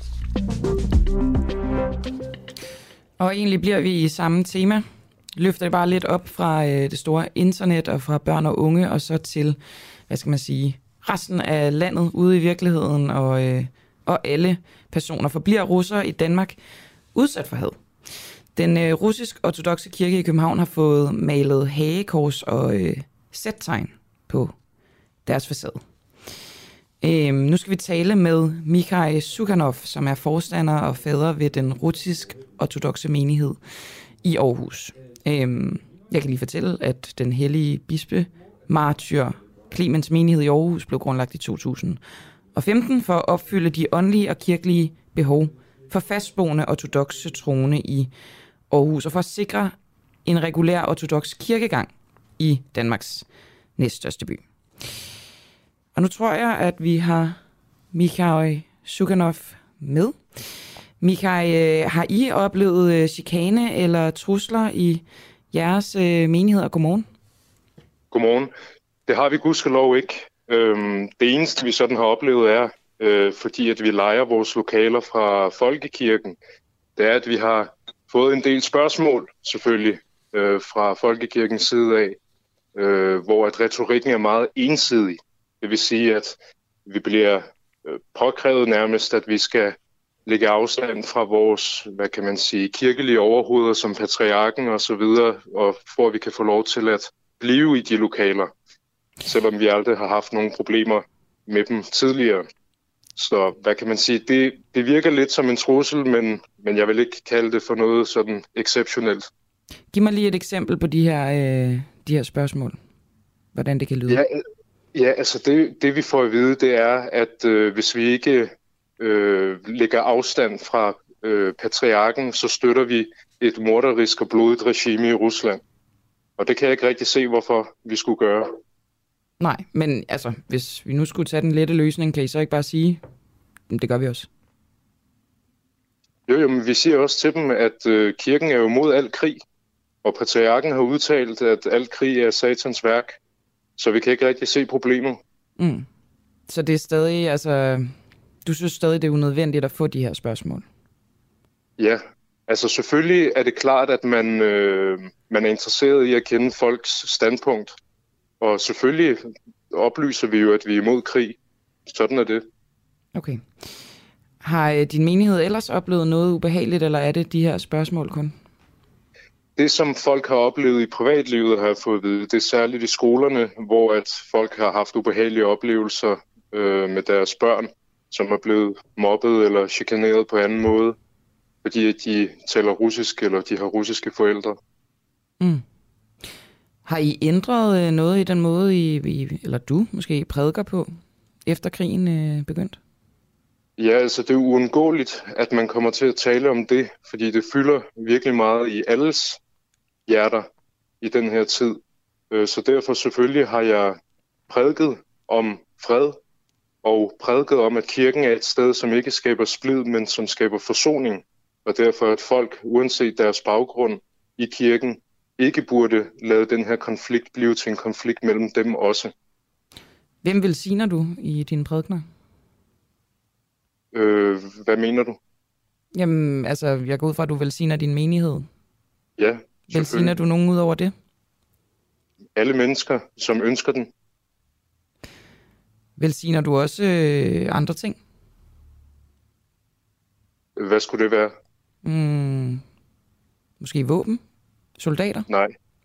Og egentlig bliver vi i samme tema. Løfter det bare lidt op fra øh, det store internet og fra børn og unge, og så til, hvad skal man sige, resten af landet ude i virkeligheden, og, øh, og alle personer forbliver russere i Danmark udsat for had. Den øh, russisk-ortodokse kirke i København har fået malet hagekors og øh, sættegn på deres facade. Øhm, nu skal vi tale med Mikhail Sukhanov, som er forstander og fader ved den russisk-ortodokse menighed i Aarhus. Øhm, jeg kan lige fortælle, at den hellige bispe martyr Clemens menighed i Aarhus blev grundlagt i to tusind og femten for at opfylde de åndelige og kirkelige behov for fastboende ortodokse troende i Aarhus, og for at sikre en regulær ortodoks kirkegang i Danmarks næststørste by. Og nu tror jeg, at vi har Mikhail Sukhanov med. Mikhail, har I oplevet chikane eller trusler i jeres menigheder? Godmorgen. Godmorgen. Det har vi gudskelov ikke. Det eneste, vi sådan har oplevet, er, fordi at vi lejer vores lokaler fra Folkekirken, det er, at vi har fået en del spørgsmål, selvfølgelig, fra Folkekirkens side af, hvor at retorikken er meget ensidig. Det vil sige, at vi bliver påkrævet nærmest, at vi skal lægge afstand fra vores, hvad kan man sige, kirkelige overhoveder som patriarken og så videre, og for at vi kan få lov til at blive i de lokaler, selvom vi aldrig har haft nogle problemer med dem tidligere. Så hvad kan man sige, det, det virker lidt som en trussel, men, men jeg vil ikke kalde det for noget sådan exceptionelt. Giv mig lige et eksempel på de her, øh, de her spørgsmål, hvordan det kan lyde. Ja, Ja, altså det, det vi får at vide, det er, at øh, hvis vi ikke øh, lægger afstand fra øh, patriarken, så støtter vi et morderisk og blodigt regime i Rusland. Og det kan jeg ikke rigtig se, hvorfor vi skulle gøre. Nej, men altså, hvis vi nu skulle tage den lette løsning, kan I så ikke bare sige, det gør vi også? Jo, jo, men vi siger også til dem, at øh, kirken er jo mod al krig, og patriarken har udtalt, at al krig er satans værk. Så vi kan ikke rigtig se problemet. Mm. Så det er stadig, altså, du synes stadig, det er unødvendigt at få de her spørgsmål? Ja, altså selvfølgelig er det klart, at man, øh, man er interesseret i at kende folks standpunkt. Og selvfølgelig oplyser vi jo, at vi er imod krig. Sådan er det. Okay. Har din menighed ellers oplevet noget ubehageligt, eller er det de her spørgsmål kun? Det, som folk har oplevet i privatlivet, har jeg fået at vide, det er særligt i skolerne, hvor at folk har haft ubehagelige oplevelser øh, med deres børn, som er blevet mobbet eller chikaneret på anden måde, fordi de taler russisk, eller de har russiske forældre. Mm. Har I ændret noget i den måde, I, I, eller du måske prædiker på, efter krigen øh, begyndte? Ja, altså det er uundgåeligt, at man kommer til at tale om det, fordi det fylder virkelig meget i alles hjerter i den her tid. Så derfor selvfølgelig har jeg prædiket om fred, og prædiket om, at kirken er et sted, som ikke skaber splid, men som skaber forsoning. Og derfor at folk, uanset deres baggrund i kirken, ikke burde lade den her konflikt blive til en konflikt mellem dem også. Hvem velsigner du i dine prædikener? Øh, hvad mener du? Jamen, altså, jeg går ud fra, at du velsigner din menighed. Ja, Velsigner du nogen ud over det? Alle mennesker, som ønsker den. Velsigner du også øh, andre ting? Hvad skulle det være? Mm, måske våben? Soldater? Nej.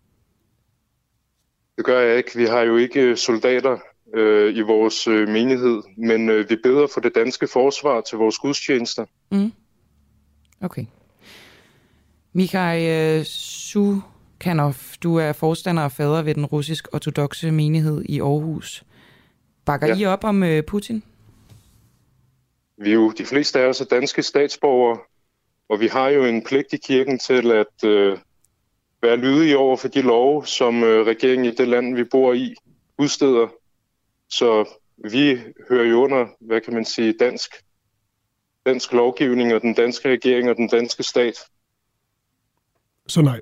Det gør jeg ikke. Vi har jo ikke soldater øh, i vores øh, menighed, men øh, vi beder for det danske forsvar til vores gudstjenester. Mm. Okay. Mikhail Sukhanov, du er forstander og fader ved den russisk-ortodokse menighed i Aarhus. Bakker ja. I op om øh, Putin? Vi er jo, de fleste af os er danske statsborgere, og vi har jo en pligt i kirken til at øh, være lydige over for de love, som øh, regeringen i det land, vi bor i, udsteder. Så vi hører jo under, hvad kan man sige, dansk, dansk lovgivning og den danske regering og den danske stat. Så nej.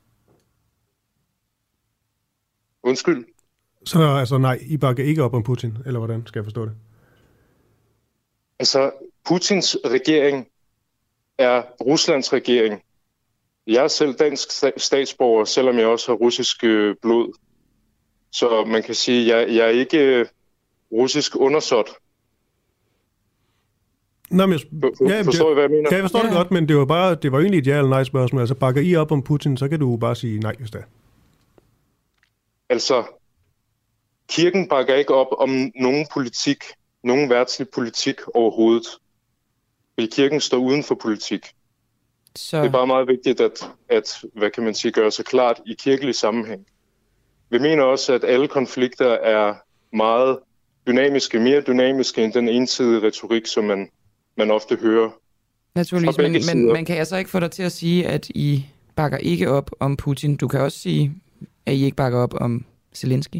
Undskyld? Så altså nej, I bakker ikke op om Putin, eller hvordan skal jeg forstå det? Altså, Putins regering er Ruslands regering. Jeg er selv dansk statsborger, selvom jeg også har russisk øh, blod. Så man kan sige, at jeg, jeg er ikke øh, russisk undersåt. Nå, men jeg, For, ja, forstår I, hvad jeg mener? Ja, jeg forstår ja. det godt, men det var, bare, det var egentlig et ja eller nej spørgsmål. Altså, bakker I op om Putin, så kan du bare sige nej, hvis det er. Altså, kirken bakker ikke op om nogen politik, nogen værtslig politik overhovedet. Fordi kirken står uden for politik. Så... Det er bare meget vigtigt at, at, hvad kan man sige, gøre sig klart i kirkelig sammenhæng. Vi mener også, at alle konflikter er meget dynamiske, mere dynamiske end den ensidige retorik, som man, man ofte hører. Naturligvis, men, men man kan altså ikke få dig til at sige, at I bakker ikke op om Putin. Du kan også sige, at I ikke bakker op om Zelensky.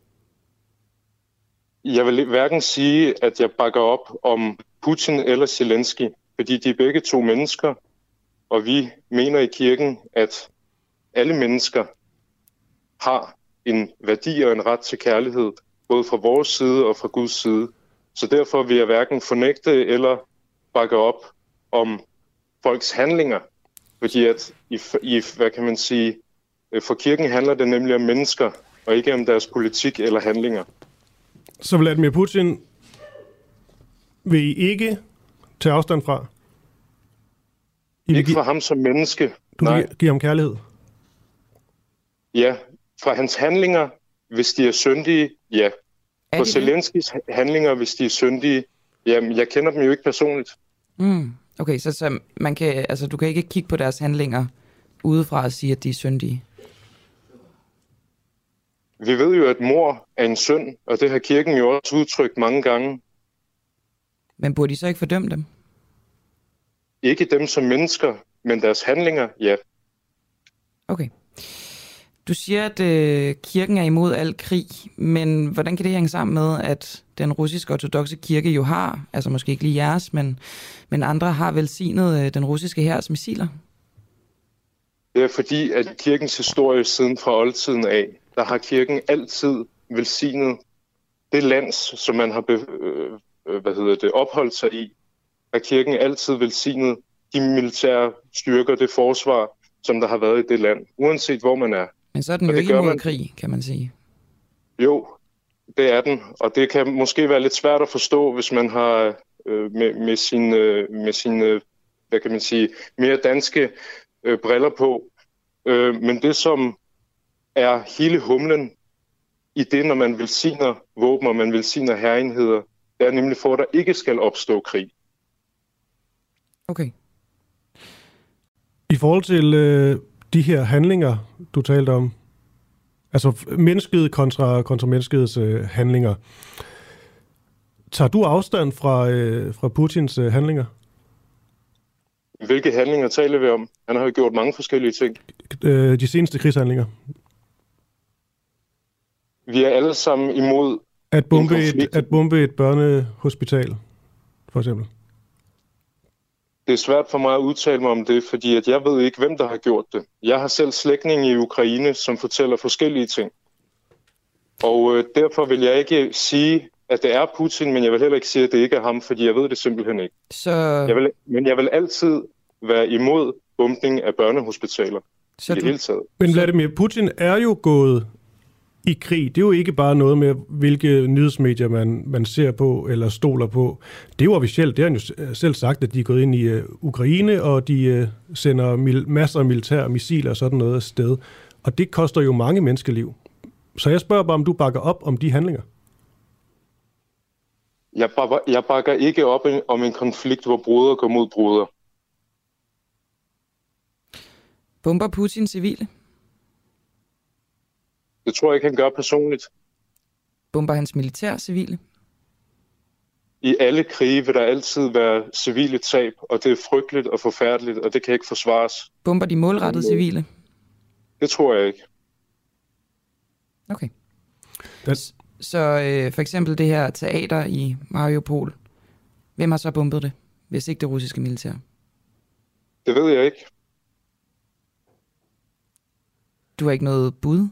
Jeg vil hverken sige, at jeg bakker op om Putin eller Zelensky, fordi de er begge to mennesker, og vi mener i kirken, at alle mennesker har en værdi og en ret til kærlighed, både fra vores side og fra Guds side. Så derfor vil jeg hverken fornægte eller bakke op om folks handlinger, fordi at i, i, hvad kan man sige, for kirken handler det nemlig om mennesker, og ikke om deres politik eller handlinger. Så Vladimir Putin vil I ikke tage afstand fra? I ikke fra ham som menneske. Du vil give ham kærlighed? Ja, fra hans handlinger, hvis de er syndige, ja. For Zelenskys handlinger, hvis de er syndige, jamen, jeg kender dem jo ikke personligt. Mm, okay, så, så man kan, altså, du kan ikke kigge på deres handlinger udefra og sige, at de er syndige? Vi ved jo, at mord er en synd, og det har kirken jo også udtrykt mange gange. Men burde de så ikke fordømme dem? Ikke dem som mennesker, men deres handlinger, ja. Okay. Du siger, at øh, kirken er imod al krig, men hvordan kan det hænge sammen med, at den russisk-ortodokse kirke jo har, altså måske ikke lige jeres, men, men andre har velsignet øh, den russiske hærs missiler? Det er fordi, at i kirkens historie siden fra oldtiden af, der har kirken altid velsignet det land, som man har be, øh, hvad hedder det, opholdt sig i. Har kirken altid velsignet de militære styrker, det forsvar, som der har været i det land, uanset hvor man er. Men så er den jo ikke imod man... krig, kan man sige. Jo, det er den, og det kan måske være lidt svært at forstå, hvis man har øh, med, med sine, øh, med sine øh, hvad kan man sige, mere danske øh, briller på. Øh, men det, som er hele humlen i det, når man velsigner våben, og man velsigner herrenheder, det er nemlig for, at der ikke skal opstå krig. Okay. I forhold til øh, de her handlinger, du talte om, altså mennesket kontra, kontra menneskets øh, handlinger, tager du afstand fra, øh, fra Putins øh, handlinger? Hvilke handlinger taler vi om? Han har jo gjort mange forskellige ting. Øh, de seneste krigshandlinger. Vi er alle sammen imod at bombe, et, at bombe et børnehospital, for eksempel. Det er svært for mig at udtale mig om det, fordi at jeg ved ikke, hvem der har gjort det. Jeg har selv slægtninge i Ukraine, som fortæller forskellige ting. Og øh, derfor vil jeg ikke sige, at det er Putin, men jeg vil heller ikke sige, at det ikke er ham, fordi jeg ved det simpelthen ikke. Så... Jeg vil, men jeg vil altid være imod bombning af børnehospitaler Så i det du... hele taget. Men Vladimir Putin er jo gået i krig. Det er jo ikke bare noget med, hvilke nyhedsmedier man, man ser på eller stoler på. Det er jo officielt. Det har han jo selv sagt, at de er gået ind i uh, Ukraine, og de uh, sender mil- masser af militære missiler og sådan noget afsted. Og det koster jo mange menneskeliv. Så jeg spørger bare, om du bakker op om de handlinger? Jeg bakker, jeg bakker ikke op om en konflikt, hvor brødre går mod brødre. Bomber Putin civile? Det tror jeg ikke, han gør personligt. Bomber hans militær civile? I alle krige vil der altid være civile tab, og det er frygteligt og forfærdeligt, og det kan ikke forsvares. Bomber de målrettede civile? Det tror jeg ikke. Okay. That's... Så øh, for eksempel det her teater i Mariupol. Hvem har så bombet det, hvis ikke det russiske militær? Det ved jeg ikke. Du har ikke noget bud?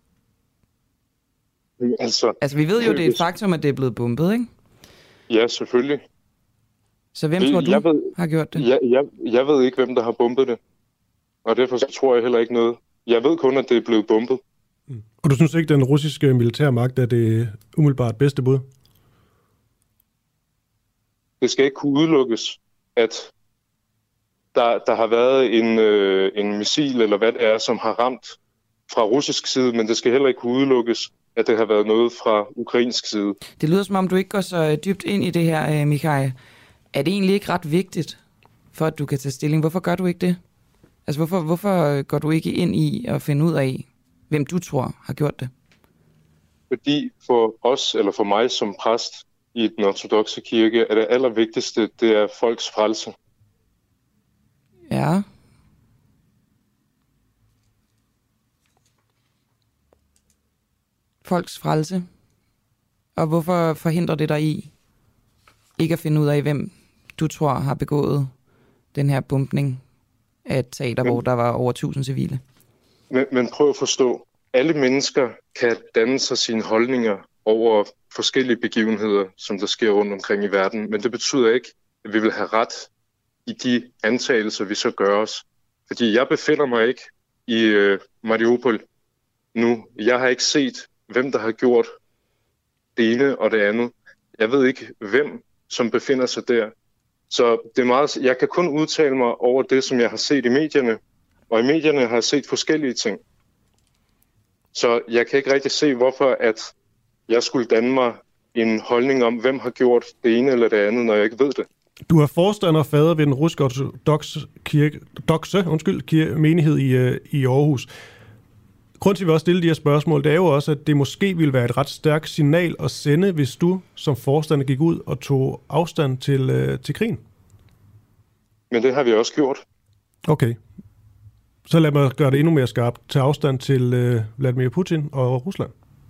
Altså, altså vi ved jo, det er et faktum, at det er blevet bombet, ikke? Ja, selvfølgelig. Så hvem tror du jeg ved, har gjort det? Jeg, jeg, jeg ved ikke, hvem der har bombet det. Og derfor tror jeg heller ikke noget. Jeg ved kun, at det er blevet bombet. Mm. Og du synes ikke, den russiske militærmagt er det umiddelbart bedste bud? Det skal ikke kunne udelukkes, at der, der har været en, øh, en missil, eller hvad det er, som har ramt fra russisk side, men det skal heller ikke kunne udelukkes, at det har været noget fra ukrainsk side. Det lyder som om, du ikke går så dybt ind i det her, Mikhail. Er det egentlig ikke ret vigtigt, for at du kan tage stilling? Hvorfor gør du ikke det? Altså, hvorfor, hvorfor går du ikke ind i at finde ud af, hvem du tror har gjort det? Fordi for os, eller for mig som præst i den ortodokse kirke, er det allervigtigste, det er folks frelse. Ja. Folks frelse. Og hvorfor forhindrer det dig i ikke at finde ud af, hvem du tror har begået den her bombning af et teater, men, hvor der var over tusind civile? Men, men prøv at forstå. Alle mennesker kan danne sig sine holdninger over forskellige begivenheder, som der sker rundt omkring i verden. Men det betyder ikke, at vi vil have ret i de antagelser, vi så gør os. Fordi jeg befinder mig ikke i øh, Mariupol nu. Jeg har ikke set, hvem der har gjort det ene og det andet. Jeg ved ikke, hvem som befinder sig der. Så det er meget, jeg kan kun udtale mig over det, som jeg har set i medierne. Og i medierne har jeg set forskellige ting. Så jeg kan ikke rigtig se, hvorfor at jeg skulle danne mig en holdning om, hvem har gjort det ene eller det andet, når jeg ikke ved det. Du er forstander og fader ved den russiske ortodokse kirke, dokse, undskyld, kirke, menighed i, i Aarhus. Grunden til, at vi også stiller de her spørgsmål, det er jo også, at det måske ville være et ret stærkt signal at sende, hvis du som forstander gik ud og tog afstand til, til krigen. Men det har vi også gjort. Okay. Så lad mig gøre det endnu mere skarpt. Til afstand til øh, Vladimir Putin og Rusland.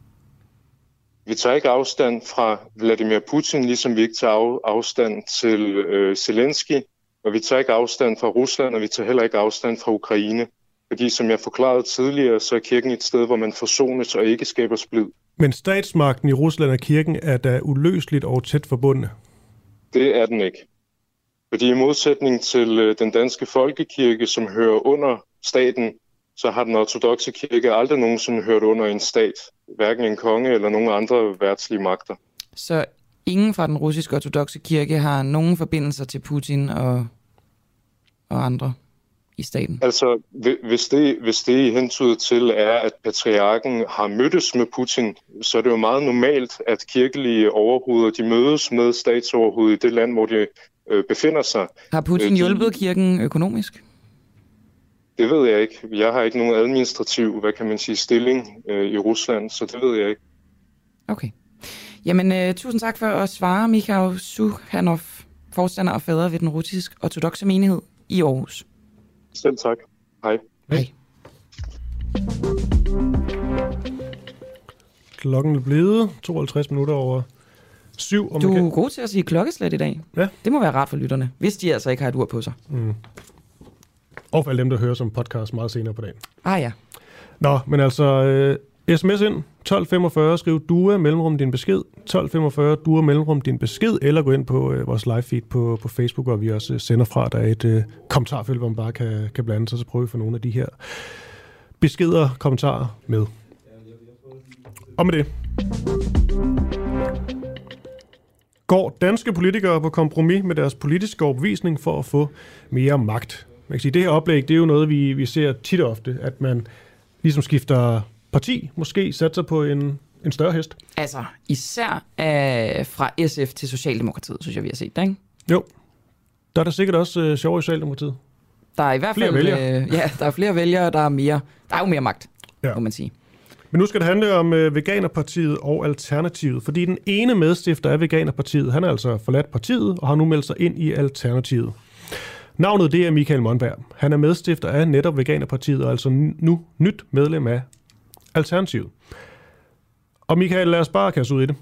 Vi tager ikke afstand fra Vladimir Putin, ligesom vi ikke tager afstand til øh, Zelensky, og vi tager ikke afstand fra Rusland, og vi tager heller ikke afstand fra Ukraine. Fordi som jeg forklarede tidligere, så er kirken et sted, hvor man forsones og ikke skaber splid. Men statsmagten i Rusland og kirken er da uløseligt og tæt forbundne. Det er den ikke. Fordi i modsætning til øh, den danske folkekirke, som hører under staten, så har den ortodokse kirke aldrig nogensinde hørt under en stat. Hverken en konge eller nogen andre værtslige magter. Så ingen fra den russiske ortodokse kirke har nogen forbindelser til Putin og, og andre i staten? Altså, hvis det, hvis det i hentydet til er, at patriarken har mødtes med Putin, så er det jo meget normalt, at kirkelige overhoveder, de mødes med statsoverhovedet i det land, hvor de øh, befinder sig. Har Putin de, hjulpet kirken økonomisk? Det ved jeg ikke. Jeg har ikke nogen administrativ, hvad kan man sige, stilling øh, i Rusland, så det ved jeg ikke. Okay. Jamen, øh, tusind tak for at svare, Mikhail Sukhanov, forstander og fader ved den russiske ortodokse menighed i Aarhus. Selv tak. Hej. Hej. Klokken er blevet tooghalvtreds minutter over syv. Du er god til at sige klokkeslæt i dag. Ja. Det må være rart for lytterne, hvis de altså ikke har et ur på sig. Mm. Og for alle dem, der hører som podcast meget senere på dagen. Ah ja. Nå, men altså, øh, Sms ind, tolv femogfyrre, skriv DUA, mellemrum din besked, tolv femogfyrre, DUA, mellemrum din besked, eller gå ind på øh, vores live feed på, på Facebook, hvor vi også sender fra. Der er et øh, kommentarfelt, hvor man bare kan, kan blande sig, så prøver vi at få nogle af de her beskeder og kommentarer med. Og med det. Går danske politikere på kompromis med deres politiske overbevisning for at få mere magt? Man kan sige, det her oplæg, det er jo noget, vi, vi ser tit og ofte, at man ligesom skifter parti, måske satser på en, en større hest. Altså, især øh, fra S F til Socialdemokratiet, synes jeg, vi har set det, ikke? Jo. Der er der sikkert også øh, sjov i Socialdemokratiet. Der er i hvert flere fald... vælgere. Øh, ja, der er flere vælgere, der er mere... Der er jo mere magt, ja. må man sige. Men nu skal det handle om øh, Veganerpartiet og Alternativet, fordi den ene medstifter af Veganerpartiet, han er altså forladt partiet og har nu meldt sig ind i Alternativet. Navnet det er Michael Monberg. Han er medstifter af netop Veganerpartiet og altså nu nyt medlem af Alternativet. Og Michael, lad os bare kaste ud i det.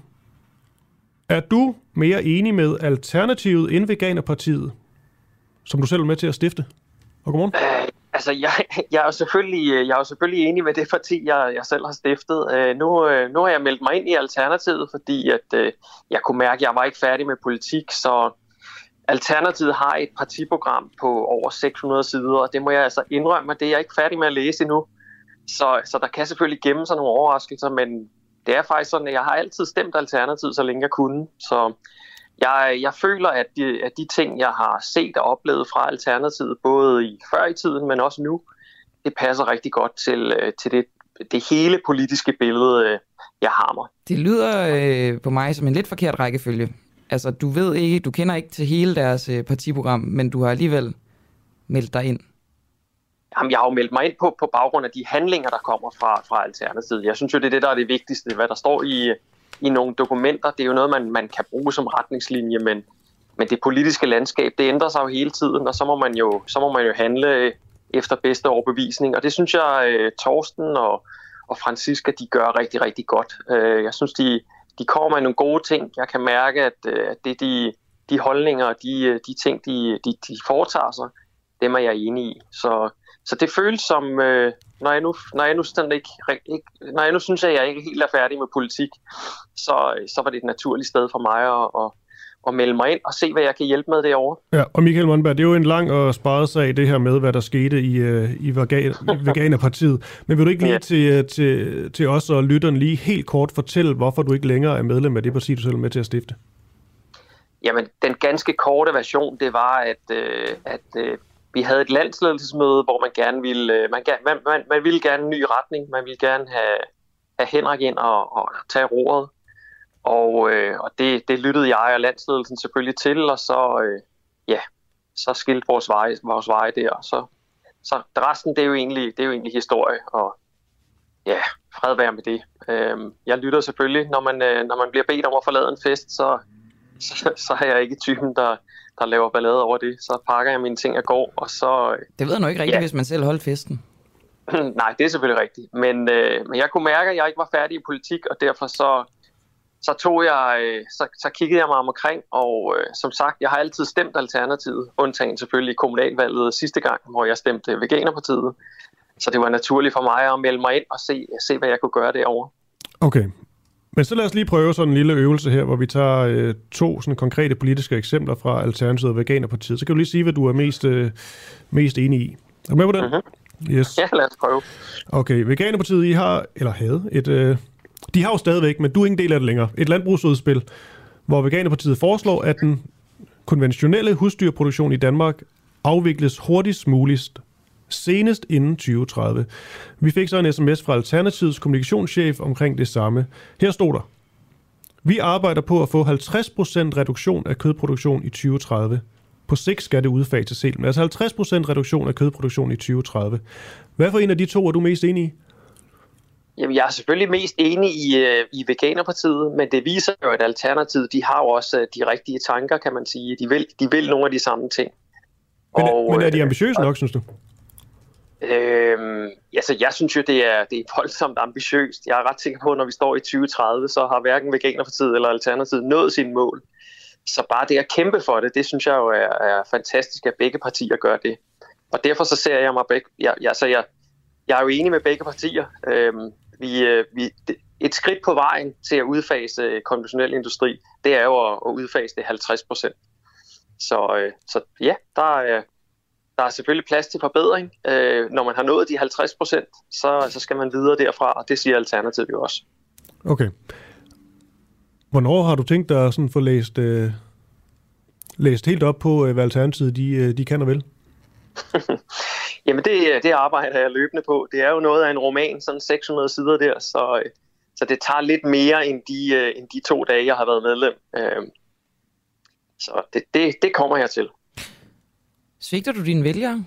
Er du mere enig med Alternativet end Veganerpartiet, som du selv er med til at stifte? Og godmorgen. Øh, altså, jeg, jeg, er jo selvfølgelig, jeg er jo selvfølgelig enig med det parti, jeg, jeg selv har stiftet. Øh, nu, øh, nu har jeg meldt mig ind i Alternativet, fordi at, øh, jeg kunne mærke, at jeg var ikke færdig med politik, så Alternativet har et partiprogram på over seks hundrede sider, og det må jeg altså indrømme, at det er jeg ikke færdig med at læse endnu. Så, så der kan selvfølgelig gemme sig nogle overraskelser, men det er faktisk sådan, at jeg har altid stemt Alternativet, så længe jeg kunne. Så jeg, jeg føler, at de, at de ting, jeg har set og oplevet fra Alternativet, både i før i tiden, men også nu, det passer rigtig godt til, til det, det hele politiske billede, jeg har mig. Det lyder øh, på mig som en lidt forkert rækkefølge. Altså, du ved ikke, du kender ikke til hele deres øh, partiprogram, men du har alligevel meldt dig ind. Jamen, jeg har jo meldt mig ind på, på baggrund af de handlinger, der kommer fra, fra Alternativet. Jeg synes jo, det er det, der er det vigtigste. Hvad der står i, i nogle dokumenter, det er jo noget, man, man kan bruge som retningslinje, men, men det politiske landskab, det ændrer sig jo hele tiden, og så må man jo, så må man jo handle efter bedste overbevisning. Og det synes jeg, øh, Torsten og, og Franziska, de gør rigtig, rigtig godt. Øh, jeg synes, de, de kommer med nogle gode ting. Jeg kan mærke, at, at det de, de holdninger og de, de ting, de, de, de foretager sig, dem er jeg enig i. Så Så det føles som, øh, når jeg nu, når jeg nu, ikke, ikke, når jeg nu synes, at jeg ikke helt er færdig med politik, så, så var det et naturligt sted for mig at, at, at melde mig ind og se, hvad jeg kan hjælpe med derovre. Ja, og Michael Monberg, det er jo en lang og sparet sag, det her med, hvad der skete i, i Veganerpartiet. Men vil du ikke lige ja. til, til, til os og lytterne lige helt kort fortælle, hvorfor du ikke længere er medlem af det parti, du selv er med til at stifte? Jamen, den ganske korte version, det var, at, øh, at øh, vi havde et landsledelsesmøde, hvor man gerne ville, man, man, man, man ville gerne en ny retning. Man ville gerne have, have Henrik ind og, og tage roret. Og, øh, og det, det lyttede jeg og landsledelsen selvfølgelig til, og så, øh, ja, så skilte vores veje, vores veje der. Så, så resten, det er, jo egentlig, det er jo egentlig historie, og ja, fred være med det. Øh, jeg lytter selvfølgelig, når man, øh, når man bliver bedt om at forlade en fest, så, så, så er jeg ikke typen, der... der laver ballade over det, så pakker jeg mine ting og går, og så... Det ved jeg nu ikke rigtigt, ja. Hvis man selv holdt festen. Nej, det er selvfølgelig rigtigt. Men, øh, men jeg kunne mærke, at jeg ikke var færdig i politik, og derfor så, så tog jeg... Øh, så, så kiggede jeg mig omkring, og øh, som sagt, jeg har altid stemt Alternativet, undtagen selvfølgelig i kommunalvalget sidste gang, hvor jeg stemte Veganerpartiet. Så det var naturligt for mig at melde mig ind og se, se hvad jeg kunne gøre derovre. Okay. Men så lad os lige prøve sådan en lille øvelse her, hvor vi tager øh, to sådan konkrete politiske eksempler fra Alternativet og Veganerpartiet. Så kan du lige sige, hvad du er mest, øh, mest enig i. Er du med på den? Mm-hmm. Yes. Ja, lad os prøve. Okay, Veganerpartiet, I har, eller havde, et, øh, de har jo stadigvæk, men du er ikke en del af det længere, et landbrugsudspil, hvor Veganerpartiet foreslår, at den konventionelle husdyrproduktion i Danmark afvikles hurtigst muligt, senest inden tyve tredive. Vi fik så en sms fra Alternativets kommunikationschef omkring det samme. Her stod der: Vi arbejder på at få halvtreds procent reduktion af kødproduktion i tyve tredive. På sigt skal det udfases helt, men altså halvtreds procent reduktion af kødproduktion i tyve tredive. Hvad for en af de to er du mest enig i? Jamen, jeg er selvfølgelig mest enig i, i Veganerpartiet, men det viser jo, at Alternativet, de har jo også de rigtige tanker, kan man sige. De vil, de vil nogle af de samme ting. Men, og, men er de ambitiøse nok, synes du? Øhm, altså, jeg synes jo, det er, det er voldsomt ambitiøst. Jeg er ret sikker på, at når vi står i tyve tredive, så har hverken Veganerpartiet eller Alternativet nået sine mål. Så bare det at kæmpe for det, det synes jeg jo er, er fantastisk, at begge partier gør det. Og derfor så ser jeg mig begge... Jeg, jeg, så jeg, jeg er jo enig med begge partier. Øhm, Vi, øh, vi, et skridt på vejen til at udfase konventionel industri, det er jo at, at udfase det halvtreds procent. Så, øh, så ja, der er, der er selvfølgelig plads til forbedring. Øh, når man har nået de halvtreds procent, så, så skal man videre derfra, og det siger Alternativet jo også. Okay. Hvornår har du tænkt dig at sådan få læst, øh, læst helt op på, hvad Alternativet de, de kan og vil? Jamen det, det arbejder jeg løbende på. Det er jo noget af en roman, sådan seks hundrede sider der, så, så det tager lidt mere end de, end de to dage, jeg har været medlem. Så det, det, det kommer jeg til. Svigter du dine vælgere?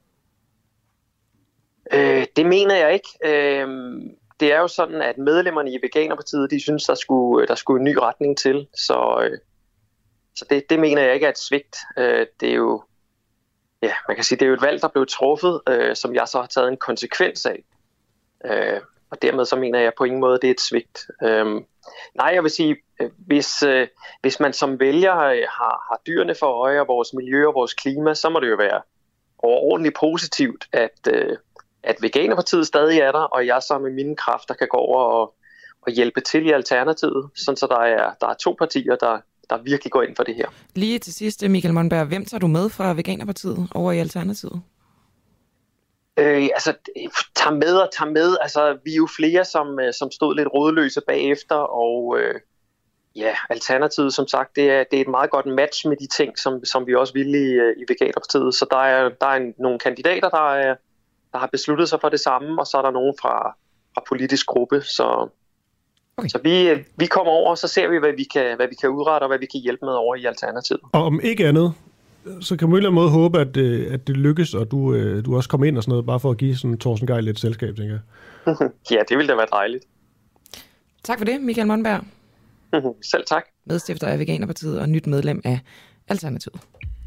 Øh, det mener jeg ikke. Øh, det er jo sådan, at medlemmerne i Veganerpartiet, de synes, der skulle, der skulle en ny retning til. Så, øh, så det, det mener jeg ikke er et svigt. Øh, det er jo, ja, man kan sige, det er jo et valg, der blev truffet, øh, som jeg så har taget en konsekvens af. Øh, og dermed så mener jeg på ingen måde, det er et svigt. Øh, nej, jeg vil sige, øh, hvis, øh, hvis man som vælger øh, har, har dyrene for øje, og vores miljø og vores klima, så må det jo være overordentligt positivt, at, øh, at Veganerpartiet stadig er der, og jeg så med mine kræfter kan gå over og, og hjælpe til i Alternativet, sådan så der er, der er to partier, der, der virkelig går ind for det her. Lige til sidst, Michael Monberg, hvem tager du med fra Veganerpartiet over i Alternativet? Øh, altså, tag med og tag med. Altså, vi er jo flere, som, som stod lidt rådløse bagefter, og øh, ja, Alternativet, som sagt, det er, det er et meget godt match med de ting, som, som vi også ville i, i Veganerpartiet. Så der er, der er en, nogle kandidater, der, er, der har besluttet sig for det samme, og så er der nogen fra, fra politisk gruppe. Så, okay. så vi, vi kommer over, og så ser vi, hvad vi, kan, hvad vi kan udrette, og hvad vi kan hjælpe med over i Alternativet. Og om ikke andet, så kan man på en eller anden måde håbe, at, at det lykkes, og du, du også kommer ind og sådan noget, bare for at give sådan Torsten Gejl lidt selskab, tænker jeg. Ja, det ville da være dejligt. Tak for det, Michael Monberg. Selv tak. Medstifter af Veganerpartiet og nyt medlem af Alternativet.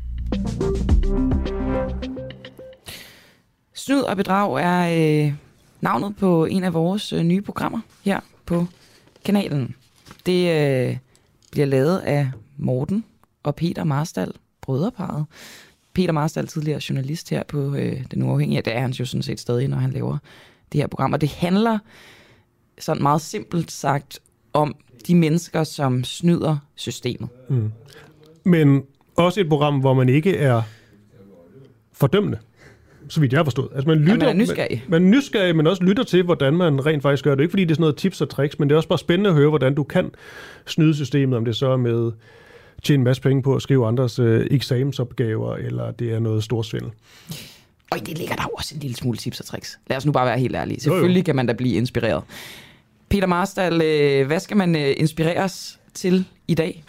Snyd og bedrag er øh, navnet på en af vores øh, nye programmer her på kanalen. Det øh, bliver lavet af Morten og Peter Marstal, brødreparret. Peter Marstal, tidligere journalist her på øh, Den Uafhængige. Ja, det er han jo sådan set stadig, når han laver det her program. Og det handler sådan meget simpelt sagt om de mennesker, som snyder systemet. Mm. Men også et program, hvor man ikke er fordømmende, så vidt jeg har forstået. Altså man lytter, ja, man er nysgerrig. Man, man er nysgerrig, men også lytter til, hvordan man rent faktisk gør det. Ikke fordi det er sådan noget tips og tricks, men det er også bare spændende at høre, hvordan du kan snyde systemet, om det så er med at tjene en masse penge på at skrive andres øh, eksamensopgaver, eller det er noget storsvindel. Og det ligger der også en lille smule tips og tricks. Lad os nu bare være helt ærlige. Selvfølgelig jo, jo. Kan man da blive inspireret. Peter Marstal, øh, hvad skal man øh, inspireres til i dag?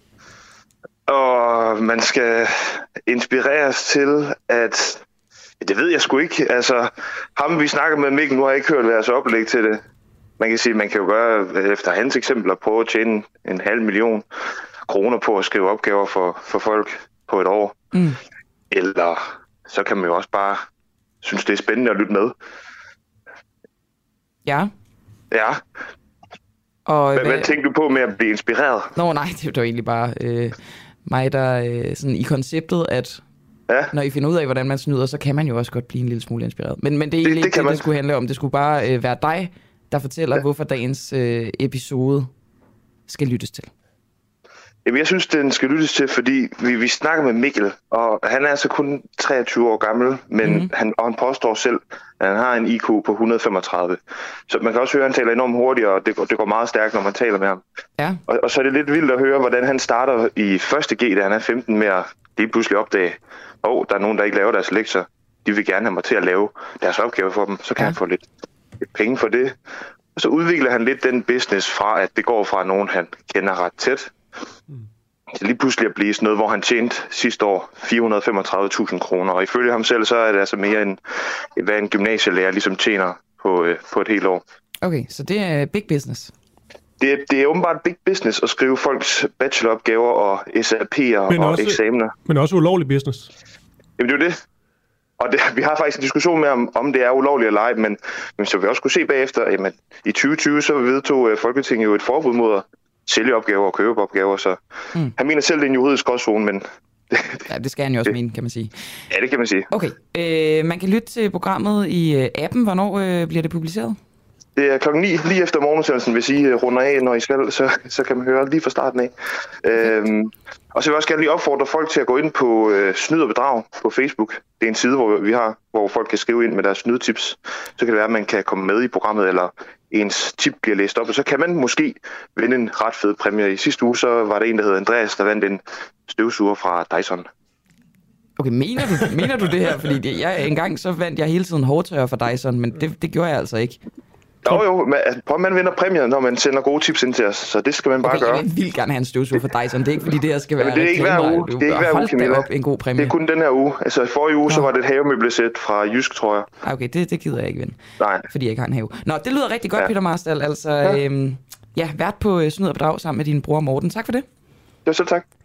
Og man skal inspireres til, at det ved jeg sgu ikke. Altså, ham vi snakker med, Mikkel, nu har jeg ikke hørt deres oplæg til det. Man kan sige, man kan jo gøre, efter hans eksempler, prøve at tjene en halv million kroner på at skrive opgaver for, for folk på et år. Mm. Eller så kan man jo også bare synes, det er spændende at lytte med. Ja. Ja. Og hvad, hvad, hvad tænker du på med at blive inspireret? Nå nej, det er jo egentlig bare øh, mig, der øh, sådan i konceptet, at ja. Når I finder ud af, hvordan man snyder, så kan man jo også godt blive en lille smule inspireret. Men, men det er egentlig det, det ikke det, det skulle handle om. Det skulle bare øh, være dig, der fortæller, ja. Hvorfor dagens øh, episode skal lyttes til. Jamen, jeg synes, den skal lyttes til, fordi vi, vi snakker med Mikkel, og han er altså kun treogtyve år gammel, men mm-hmm. han, og han påstår selv, at han har en I Q på et hundrede og femogtredive. Så man kan også høre, at han taler enormt hurtigt, og det går, det går meget stærkt, når man taler med ham. Ja. Og, og så er det lidt vildt at høre, hvordan han starter i første G, da han er femten, med at lige pludselig opdage, at oh, der er nogen, der ikke laver deres lektier. De vil gerne have mig til at lave deres opgave for dem, så kan ja. Han få lidt, lidt penge for det. Og så udvikler han lidt den business fra, at det går fra nogen, han kender ret tæt, det lige pludselig at blive sådan noget, hvor han tjente sidste år fire hundrede og femogtredive tusind kroner. Og ifølge ham selv, så er det altså mere end, hvad en gymnasielærer ligesom tjener på, øh, på et helt år. Okay, så det er big business. Det er, det er åbenbart big business at skrive folks bacheloropgaver og S R P'er og også, eksamener. Men også ulovlig business. Jamen det er jo det. Og det, vi har faktisk en diskussion med, om, om det er ulovligt eller ej, men, men så vi også kunne se bagefter, jamen i tyve tyve så vedtog uh, Folketinget jo et forbud mod at sælge opgaver og købe opgaver, så mm. han mener selv, det er en juridisk gråzone, men... ja, det skal han jo også mene, kan man sige. Ja, det kan man sige. Okay, øh, man kan lytte til programmet i øh, appen. Hvornår øh, bliver det publiceret? Det er klokken ni, lige efter morgenudsendelsen, hvis I runder af, når I skal, så, så kan man høre lige fra starten af. Øhm, og så vil jeg også gerne lige opfordre folk til at gå ind på øh, Snyd og Bedrag på Facebook. Det er en side, hvor vi har, hvor folk kan skrive ind med deres snydtips. Så kan det være, at man kan komme med i programmet, eller ens tip bliver læst op, og så kan man måske vinde en ret fed præmie. I sidste uge, så var der en, der hedder Andreas, der vandt en støvsuger fra Dyson. Okay, mener du, mener du det her? Fordi det, jeg, engang så vandt jeg hele tiden hårdtørrer fra Dyson, men det, det gjorde jeg altså ikke. Jo, jo, man, prøv, man vinder præmier, når man sender gode tips ind til os, så det skal man bare okay, gøre. Jeg vil gerne have en støvsuger fra Dyson. Det er ikke, fordi det her skal være... Ja, det er ikke hver uge. Det er ikke hver uge, Camilla. Op, en god præmie. Det er kun den her uge. Altså, i forrige uge, Nå. så var det et havemøblesæt fra Jysk, tror jeg. Okay, det, det gider jeg ikke vinde. Nej. Fordi jeg ikke har en have. Nå, det lyder rigtig godt, ja. Peter Marstal. Altså, ja, øhm, ja vært på uh, Snyd og Bedrag sammen med din bror Morten. Tak for det. Ja, selv tak.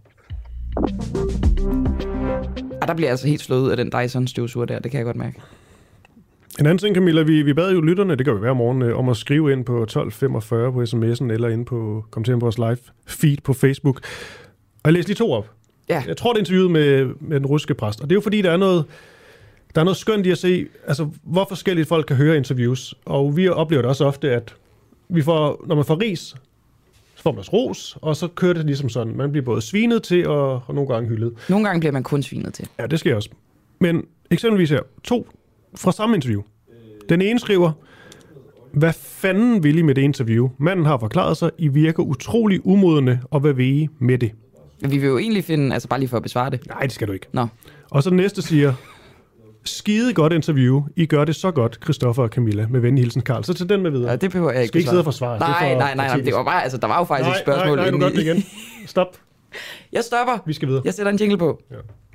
Ah, der bliver altså helt slået ud af den Dyson støvsuger der. Det kan jeg godt mærke. En anden ting, Camilla, vi, vi bad jo lytterne, det gør vi hver morgen, øh, om at skrive ind på tolv femogfyrre på sms'en, eller ind på, kom til vores live feed på Facebook. Og jeg læste lige to op. Ja. Jeg tror, det er interviewet med, med den russiske præst. Og det er jo fordi, der er noget, der er noget skønt i at se, altså, hvor forskellige folk kan høre interviews. Og vi oplever det også ofte, at vi får, når man får ris, så får man også ros, og så kører det ligesom sådan. Man bliver både svinet til, og, og nogle gange hyldet. Nogle gange bliver man kun svinet til. Ja, det sker også. Men eksempelvis her, to fra samme interview. Den ene skriver, hvad fanden vil I med det interview? Manden har forklaret sig, I virker utrolig umodne, og hvad vil I med det? Vi vil jo egentlig finde, altså bare lige for at besvare det. Nej, det skal du ikke. Nå. Og så den næste siger, skide godt interview. I gør det så godt, Christoffer og Camilla, med venlig hilsen Karl. Så til den med videre. Ja, det behøver jeg ikke. Skal ikke sidde og forsvare. Nej, det nej, nej, nej, det var bare, altså der var jo faktisk nej, et spørgsmål. Nej, nej, du gør det igen. Stop. Jeg stopper. Vi skal videre. Jeg sætter en jingle på. Ja.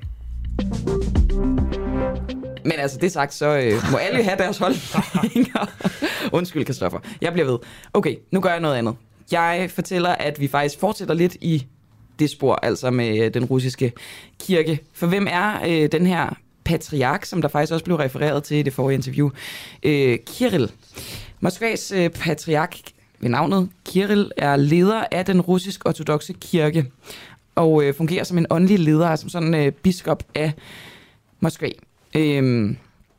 Men altså, det sagt, så øh, må alle have deres holdninger. Undskyld, Christoffer. Jeg bliver ved. Okay, nu gør jeg noget andet. Jeg fortæller, at vi faktisk fortsætter lidt i det spor, altså med den russiske kirke. For hvem er øh, den her patriark, som der faktisk også blev refereret til i det forrige interview? Øh, Kirill. Moskvas øh, patriark ved navnet Kirill er leder af den russisk-ortodokse kirke og øh, fungerer som en åndelig leder, som sådan øh, biskop af Moskva. Øhm,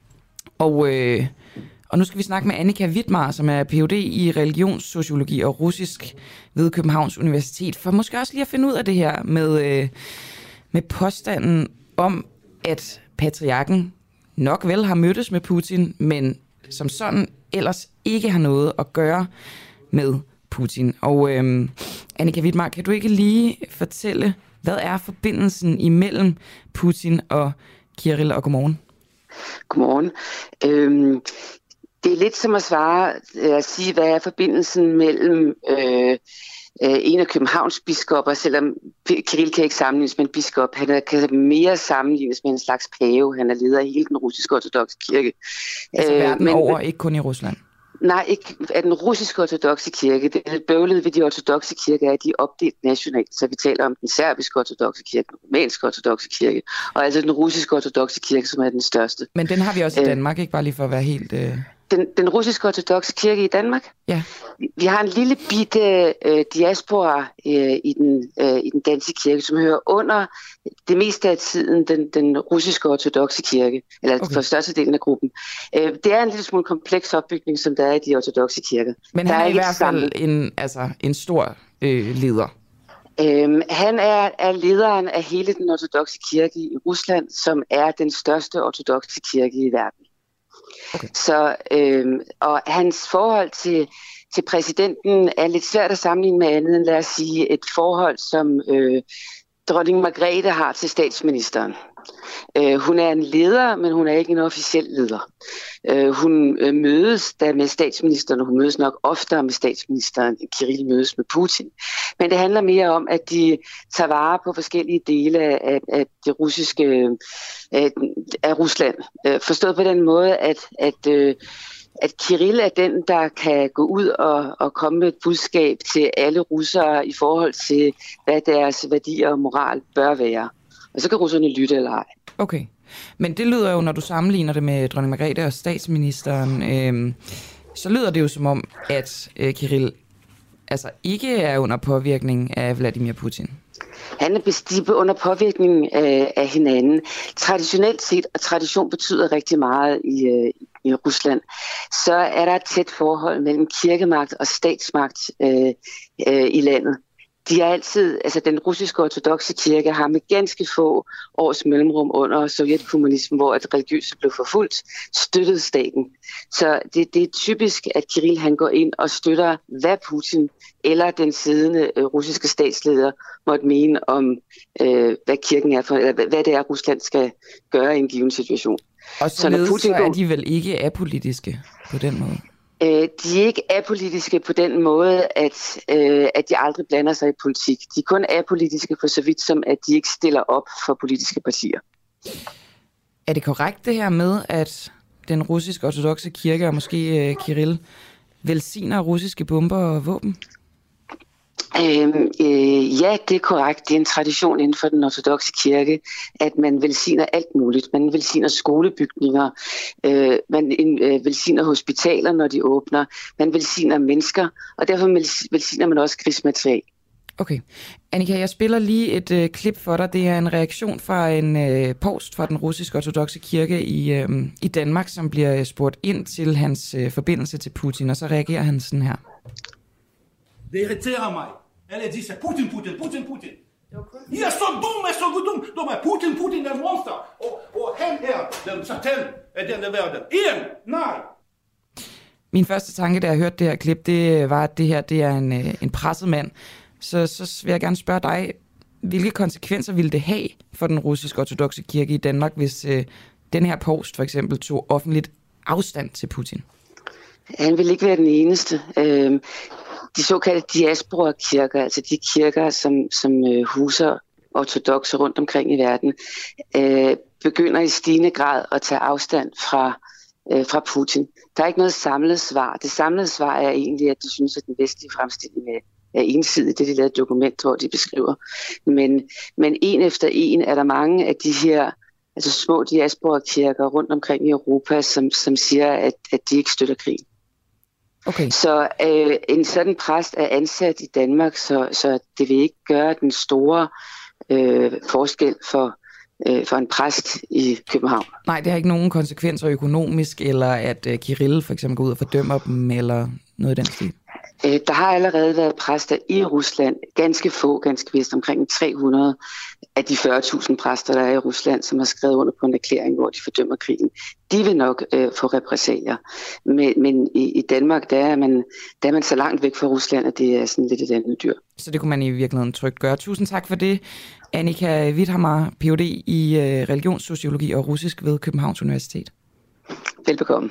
og, øh, og nu skal vi snakke med Annika Vidmar, som er P H D i religionssociologi og russisk ved Københavns Universitet, for måske også lige at finde ud af det her med, øh, med påstanden om, at patriarken nok vel har mødtes med Putin, men som sådan ellers ikke har noget at gøre med Putin. Og øh, Annika Vidmar, kan du ikke lige fortælle, hvad er forbindelsen imellem Putin og Kirill, og godmorgen. Godmorgen. Øhm, det er lidt som at svare, at sige, hvad er forbindelsen mellem øh, øh, en af Københavns biskopper, selvom Kirill kan ikke sammenlignes med en biskop. Han er, kan mere sammenlignes med en slags pave. Han er leder af hele den russiske ortodokse kirke. Altså verden øh, men, over, ikke kun i Rusland? Nej, ikke af den russiske ortodokse kirke. Det er lidt bøvlet ved de ortodokse kirker, at de er opdelt nationalt. Så vi taler om den serbiske ortodokse kirke, den romanske ortodokse kirke, og altså den russiske ortodokse kirke, som er den største. Men den har vi også i Danmark, ikke bare lige for at være helt... Øh... Den, den russiske ortodokse kirke i Danmark? Ja. Vi har en lille bitte øh, diaspora øh, i, den, øh, i den danske kirke, som hører under det meste af tiden den, den russiske ortodokse kirke, eller okay. for størstedelen af gruppen. Øh, det er en lille smule kompleks opbygning, som der er i de ortodokse kirker. Men han er, er i hvert fald en, altså, en stor øh, leder. Øhm, han er, er lederen af hele den ortodokse kirke i Rusland, som er den største ortodokse kirke i verden. Okay. Så, øhm, og hans forhold til, til præsidenten er lidt svært at sammenligne med andet end, lad os sige, et forhold, som øh, dronning Margrethe har til statsministeren. Øh, hun er en leder, men hun er ikke en officiel leder. Øh, hun øh, mødes da med statsministeren, og hun mødes nok oftere med statsministeren, end Kirill mødes med Putin. Men det handler mere om, at de tager vare på forskellige dele af, af det russiske, af, af Rusland. Øh, forstået på den måde, at, at, øh, at Kirill er den, der kan gå ud og, og komme med et budskab til alle russere i forhold til, hvad deres værdier og moral bør være. Og så kan russerne lytte eller ej. Okay. Men det lyder jo, når du sammenligner det med dronning Margrethe og statsministeren, øh, så lyder det jo som om, at øh, Kirill altså ikke er under påvirkning af Vladimir Putin? Han er bestemt under påvirkning af, af hinanden. Traditionelt set, og tradition betyder rigtig meget i, øh, i Rusland, så er der et tæt forhold mellem kirkemagt og statsmagt øh, øh, i landet. De er altid, altså den russiske ortodokse kirke har med ganske få års mellemrum under sovjetkommunismen, hvor at religiøse blev forfulgt, støttet staten. Så det, det er typisk, at Kirill han går ind og støtter, hvad Putin eller den siddende øh, russiske statsleder måtte mene om, øh, hvad kirken er for, eller hvad det er, Rusland skal gøre i en given situation. Og så, så, når Putin så er de vel ikke apolitiske på den måde? De er ikke apolitiske på den måde, at, øh, at de aldrig blander sig i politik. De er kun apolitiske for så vidt som, at de ikke stiller op for politiske partier. Er det korrekt det her med, at den russiske ortodokse kirke, og måske øh, Kirill, velsigner russiske bomber og våben? Øhm, øh, ja, det er korrekt. Det er en tradition inden for den ortodokse kirke, at man velsigner alt muligt. Man velsigner skolebygninger, øh, man øh, velsigner hospitaler, når de åbner, man velsigner mennesker, og derfor velsigner man også krigsmateriel. Okay. Annika, jeg spiller lige et øh, klip for dig. Det er en reaktion fra en øh, post fra den russiske ortodokse kirke i, øh, i Danmark, som bliver spurgt ind til hans øh, forbindelse til Putin, og så reagerer han sådan her. Det irriterer mig. Alle de siger, Putin, Putin, Putin, Putin. Jeg er så dum, jeg er så dum. Dum er Putin, Putin er monster. Og, og han her, den satan af denne verden. Igen, nej. Min første tanke, da jeg hørte det her klip, det var, at det her det er en, en presset mand. Så, så vil jeg gerne spørge dig, hvilke konsekvenser ville det have for den russiske ortodokse kirke i Danmark, hvis øh, den her post for eksempel tog offentligt afstand til Putin? Han vil ikke være den eneste. Øh, De såkaldte diaspora-kirker, altså de kirker, som, som øh, huser ortodokse rundt omkring i verden, øh, begynder i stigende grad at tage afstand fra, øh, fra Putin. Der er ikke noget samlet svar. Det samlede svar er egentlig, at de synes, at den vestlige fremstilling er, er ensidig. Det er de lavede dokument, hvor de beskriver. Men, men en efter en er der mange af de her altså små diaspora-kirker rundt omkring i Europa, som, som siger, at, at de ikke støtter krig. Okay. Så øh, en sådan præst er ansat i Danmark, så, så det vil ikke gøre den store øh, forskel for, øh, for en præst i København. Nej, det har ikke nogen konsekvenser økonomisk, eller at øh, Kirill for eksempel går ud og fordømmer dem, eller noget i den stil? Øh, der har allerede været præster i Rusland, ganske få, ganske vist, omkring tre hundrede af de fyrre tusind præster, der er i Rusland, som har skrevet under på en erklæring, hvor de fordømmer krigen. De vil nok øh, få repressalier. Men, men i, i Danmark, der er, man, der er man så langt væk fra Rusland, at det er sådan lidt et andet dyr. Så det kunne man i virkeligheden trygt gøre. Tusind tak for det, Annika Witthammer, P H D i øh, religionssociologi og russisk ved Københavns Universitet. Velbekomme.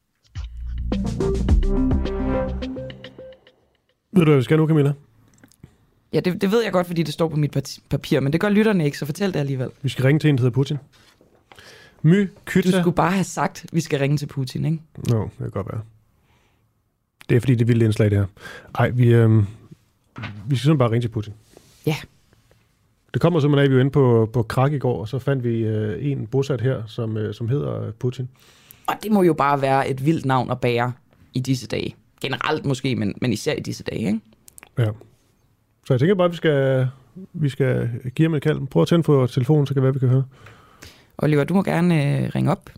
Ved du, hvad vi skal nu, Camilla? Ja, det, det ved jeg godt, fordi det står på mit papir, men det gør lytterne ikke, så fortæl det alligevel. Vi skal ringe til en, der hedder Putin. My Kytta. Du skulle bare have sagt, at vi skal ringe til Putin, ikke? Nå, det kan godt være. Det er fordi, det er vildt indslag, det her. Ej, vi, øh, vi skal simpelthen bare ringe til Putin. Ja. Det kommer simpelthen af, vi var inde på, på Krak i går, og så fandt vi øh, en bosat her, som, øh, som hedder Putin. Og det må jo bare være et vildt navn at bære i disse dage. Generelt måske, men, men især i disse dage, ikke? Ja. Så jeg tænker bare, at vi skal, vi skal give ham et kald. Prøv at tænde på telefonen, så kan det være, vi kan høre. Oliver, du må gerne øh, ringe op.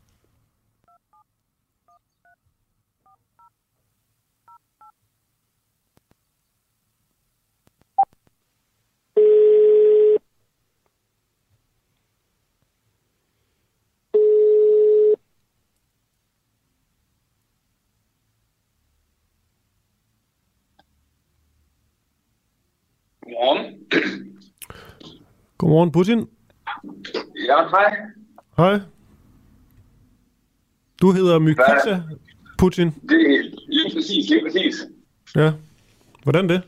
Godmorgen. Godmorgen, Putin. Ja, hej. Hej. Du hedder Mykita Putin. Det er lige præcis, lige præcis. Ja. Hvordan det?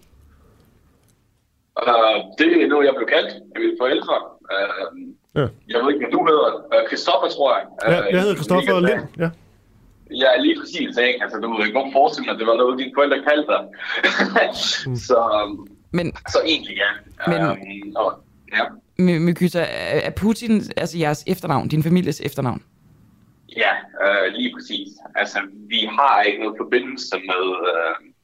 Uh, det er noget, jeg blev kaldt af mine forældre. Uh, ja. Jeg ved ikke, hvad du hedder. Christoffer, tror jeg. Ja, jeg hedder Christoffer Lind. Ja. Ja, lige præcis. Ikke? Altså, du må ikke godt forestille mig, at det var noget, dine forældre kaldte dig. mm. Så... Men, så egentlig, ja. Men, um, og, ja. Mykita, er Putin altså jeres efternavn, din families efternavn? Ja, øh, lige præcis. Altså, vi har ikke noget forbindelse med, øh,